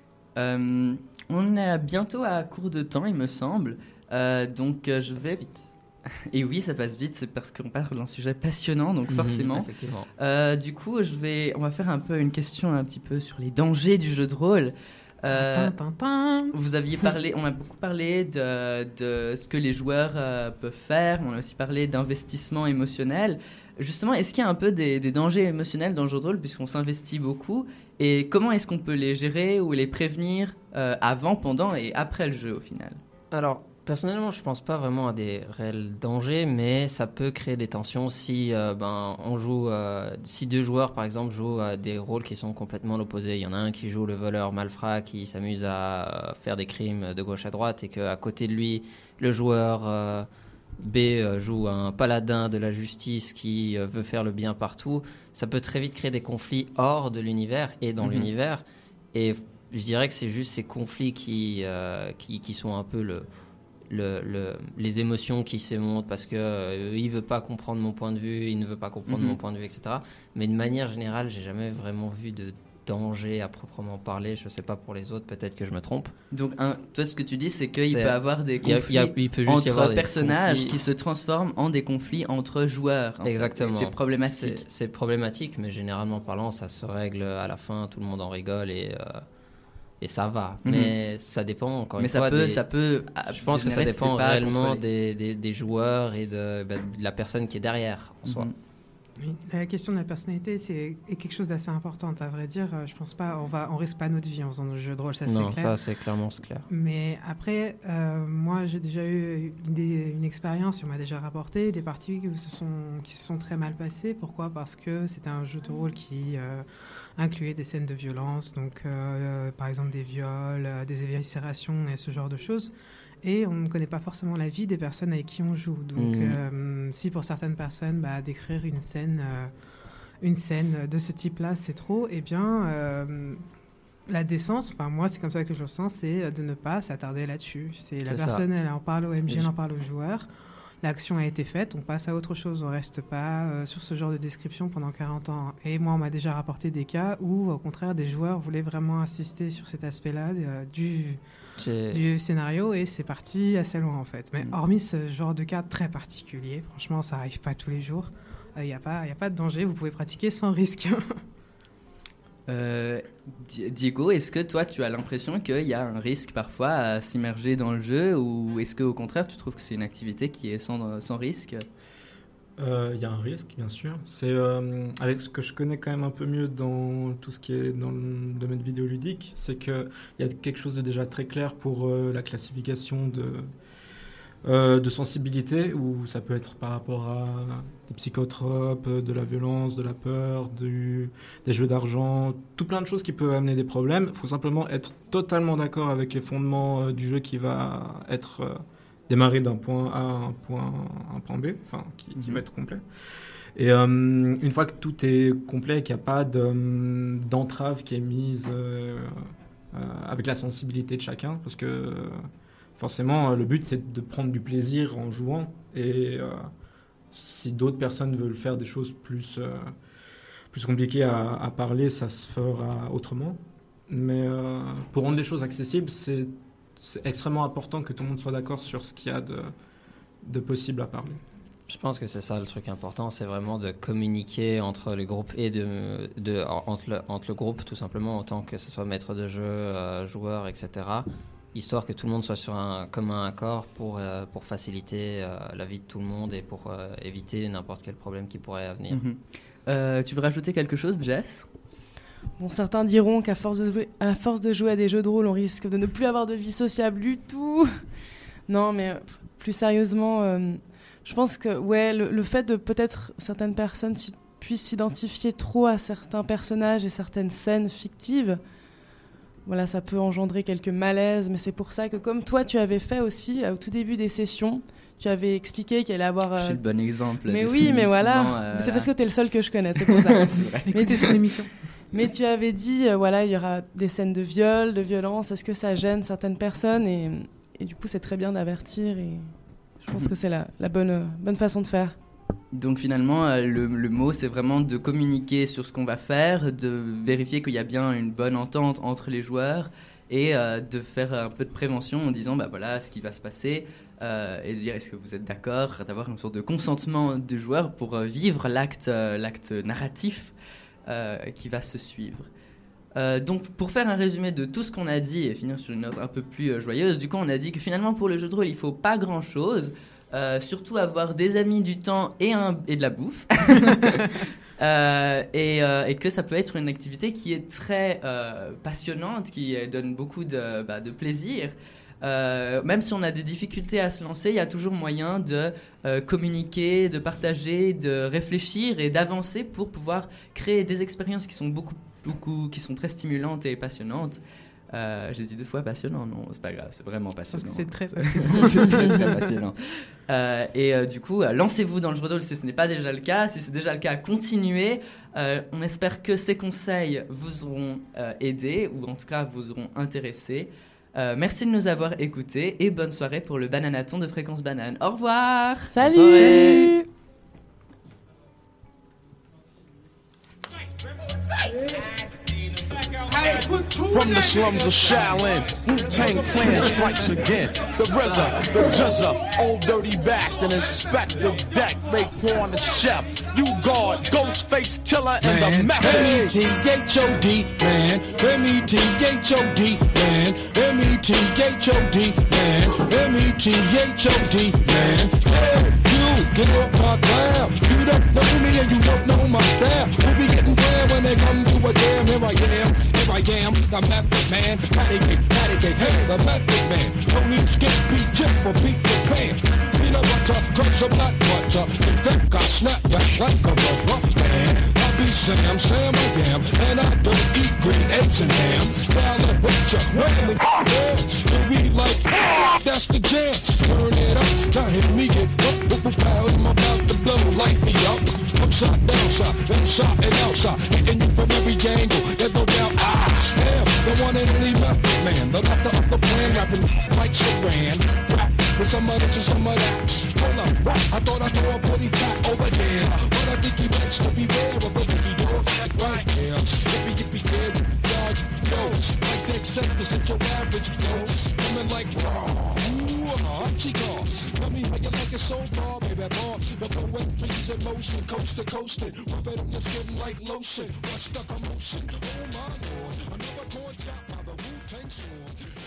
Euh, on est bientôt à court de temps, il me semble. Euh, donc euh, je vais... vite. Et oui, ça passe vite, c'est parce qu'on parle d'un sujet passionnant, donc Mhm, forcément. effectivement. Euh, du coup, je vais, on va faire un peu une question un petit peu sur les dangers du jeu de rôle. Euh, Tin, tin, tin. vous aviez parlé, on a beaucoup parlé de, de ce que les joueurs euh, peuvent faire, on a aussi parlé d'investissement émotionnel. Justement, est-ce qu'il y a un peu des, des dangers émotionnels dans le jeu de rôle puisqu'on s'investit beaucoup et comment est-ce qu'on peut les gérer ou les prévenir euh, avant, pendant et après le jeu au final? Alors, personnellement, je pense pas vraiment à des réels dangers, mais ça peut créer des tensions si euh, ben on joue, euh, si deux joueurs par exemple jouent à des rôles qui sont complètement opposés. Il y en a un qui joue le voleur malfrat qui s'amuse à faire des crimes de gauche à droite et qu'à côté de lui, le joueur euh, B euh, joue un paladin de la justice qui euh, veut faire le bien partout. Ça peut très vite créer des conflits hors de l'univers et dans Mhm. l'univers. Et je dirais que c'est juste ces conflits qui euh, qui, qui sont un peu le Le, le, les émotions qui s'émontent parce que euh, il veut pas comprendre mon point de vue, il ne veut pas comprendre Mhm. mon point de vue, et cetera. Mais de manière générale, j'ai jamais vraiment vu de danger à proprement parler. Je sais pas pour les autres, peut-être que je me trompe. Donc, un, toi, ce que tu dis, c'est qu'il C'est- peut y avoir des il y a- conflits il y a- il peut juste y avoir entre des personnages conflits. qui se transforment en des conflits entre joueurs. en fait. Exactement. C'est problématique. C'est, c'est problématique, mais généralement parlant, ça se règle à la fin. Tout le monde en rigole et euh, et ça va. Mhm. Mais ça dépend encore Mais une ça fois. peut- des- ça peut, ah, Je pense que ça générer, dépend c'est pas réellement contrôlé. des, des, des joueurs et de, bah, de la personne qui est derrière en soi. Mhm. Oui, la question de la personnalité c'est, est quelque chose d'assez important. À vrai dire, euh, je pense pas, on va, on risque pas notre vie en faisant nos jeux de rôle, ça Non, c'est clair. ça c'est clairement c'est clair. Mais après, euh, moi j'ai déjà eu des- une expérience, et on m'a déjà rapporté des parties qui se sont, qui se sont très mal passées. Pourquoi? Parce que c'était un jeu de rôle qui euh, incluait des scènes de violence, donc euh, par exemple des viols, euh, des éviscérations et ce genre de choses. Et on ne connaît pas forcément la vie des personnes avec qui on joue. Donc, Mhm. euh, si pour certaines personnes, bah, décrire une scène, euh, une scène de ce type-là, c'est trop, eh bien, euh, la décence, enfin moi, c'est comme ça que je le sens, c'est de ne pas s'attarder là-dessus. C'est la C'est ça. personne, elle en parle au M J, Et elle je- en parle au joueur. L'action a été faite, on passe à autre chose, on reste pas euh, sur ce genre de description pendant quarante ans. Et moi, on m'a déjà rapporté des cas où, au contraire, des joueurs voulaient vraiment insister sur cet aspect-là euh, du, J'ai- du scénario et c'est parti assez loin en fait. Mais hormis ce genre de cas très particulier, franchement, ça arrive pas tous les jours. Il n'y a pas, y a pas de danger, vous pouvez pratiquer sans risque. Euh, Di- Diego, est-ce que toi, tu as l'impression qu'il y a un risque parfois à s'immerger dans le jeu ou est-ce qu'au contraire, tu trouves que c'est une activité qui est sans, sans risque? Euh, Il y a un risque, bien sûr. C'est euh, avec ce que je connais quand même un peu mieux dans tout ce qui est dans le domaine vidéoludique, c'est qu'il y a quelque chose de déjà très clair pour euh, la classification de, euh, de sensibilité, où ça peut être par rapport à des psychotropes, de la violence, de la peur, du, des jeux d'argent, tout plein de choses qui peuvent amener des problèmes. Il faut simplement être totalement d'accord avec les fondements euh, du jeu qui va être... euh, démarrer d'un point A à un point, un point B, enfin, qui, qui Mhm. va être complet. Et euh, une fois que tout est complet, qu'il n'y a pas de, euh, d'entrave qui est mise euh, euh, avec la sensibilité de chacun, parce que euh, forcément, euh, le but, c'est de prendre du plaisir en jouant. Et euh, si d'autres personnes veulent faire des choses plus, euh, plus compliquées à, à parler, ça se fera autrement. Mais euh, pour rendre les choses accessibles, c'est c'est extrêmement important que tout le monde soit d'accord sur ce qu'il y a de, de possible à parler. Je pense que c'est ça le truc important, c'est vraiment de communiquer entre les groupes et de, de entre, le, entre le groupe tout simplement, autant que ce soit maître de jeu, euh, joueur, et cetera. Histoire que tout le monde soit sur un commun accord pour, euh, pour faciliter euh, la vie de tout le monde et pour euh, éviter n'importe quel problème qui pourrait venir. Mhm. Euh, tu veux rajouter quelque chose, Jess? Bon, certains diront qu'à force de jouer, à force de jouer à des jeux de rôle, on risque de ne plus avoir de vie sociable du tout. Non, mais euh, plus sérieusement, euh, je pense que ouais, le, le fait de peut-être certaines personnes s'y- puisse s'identifier trop à certains personnages et certaines scènes fictives, voilà, ça peut engendrer quelques malaises, mais c'est pour ça que comme toi tu avais fait aussi au tout début des sessions, tu avais expliqué qu'il allait avoir... Euh... Je suis le bon exemple. Mais oui, mais voilà, euh, c'est parce que tu es le seul que je connais, c'est pour ça. C'est vrai. Mais tu es sur l'émission. Mais tu avais dit, euh, voilà, il y aura des scènes de viol, de violence, est-ce que ça gêne certaines personnes et, et du coup c'est très bien d'avertir et je pense que c'est la, la bonne, euh, bonne façon de faire. Donc finalement, euh, le, le mot, c'est vraiment de communiquer sur ce qu'on va faire, de vérifier qu'il y a bien une bonne entente entre les joueurs et euh, de faire un peu de prévention en disant, bah voilà, ce qui va se passer, euh, et de dire, est-ce que vous êtes d'accord, d'avoir une sorte de consentement du joueur pour euh, vivre l'acte, euh, l'acte narratif euh, qui va se suivre. Euh, donc pour faire un résumé de tout ce qu'on a dit et finir sur une note un peu plus euh, joyeuse, du coup on a dit que finalement pour le jeu de rôle, il faut pas grand-chose. Euh, surtout avoir des amis, du temps et, un, et de la bouffe. euh, et, euh, et que ça peut être une activité qui est très euh, passionnante, qui donne beaucoup de, bah, de plaisir. Euh, même si on a des difficultés à se lancer, il y a toujours moyen de euh, communiquer, de partager, de réfléchir et d'avancer pour pouvoir créer des expériences qui sont, beaucoup, beaucoup, qui sont très stimulantes et passionnantes. Euh, j'ai dit deux fois passionnant, non, c'est pas grave, c'est vraiment passionnant. Parce que c'est très passionnant. c'est très, très passionnant. Euh, et euh, du coup, euh, lancez-vous dans le jeu de rôle si ce n'est pas déjà le cas. Si c'est déjà le cas, continuez. Euh, on espère que ces conseils vous auront euh, aidé ou en tout cas vous auront intéressé. Euh, merci de nous avoir écoutés et bonne soirée pour le Bananaton de Fréquence Banane. Au revoir. Salut. From the slums of Shaolin, Wu-Tang Clan strikes again. The R Z A, the J Z A, old dirty bastard, Inspector Deck, Raekwon the Chef, you guard, Ghostface Killer, and the Method. M E T H O D, man. M E T H O D, man. M E T H O D, man. M E T H O D, man. Hey, you, get off my cloud. You don't know me and you don't know my style. We'll be getting down when they come to a jam. Here I am, here I am, the Method Man. Patty cake, patty cake, hey, the Method Man. Don't need skip, beat, chip, or beat the pan. Peanut butter, crunch some nut butter. In fact, I snap back like a rubber man. I be Sam, Sam I am, and I don't eat green eggs and ham. Now let hit ya, when the yeah, you be like, that's the jam. Turn it up, now hit me get up, up, up, out. I'm about to blow, light me up. Upside, downside, inside and outside, hitting you from every angle. There's no doubt I am the one and only Method Man, the master of the plan, rapping like Sharan. Rap with some of this and some of that. Hold up, rap. I thought I threw a pretty cat over there, but I think he meant to beware of a boogie dog right there. Yippee yippee yeah, yippee yah, yippee yo. Like they accept this at your average flow, coming like raw. Chico, tell me how you like it so raw, baby, raw. The poetry's in motion, coast to coast it. Rub it on your skin like lotion. What's the commotion? Oh my lord, another corn chop by the Wu-Tang Sword.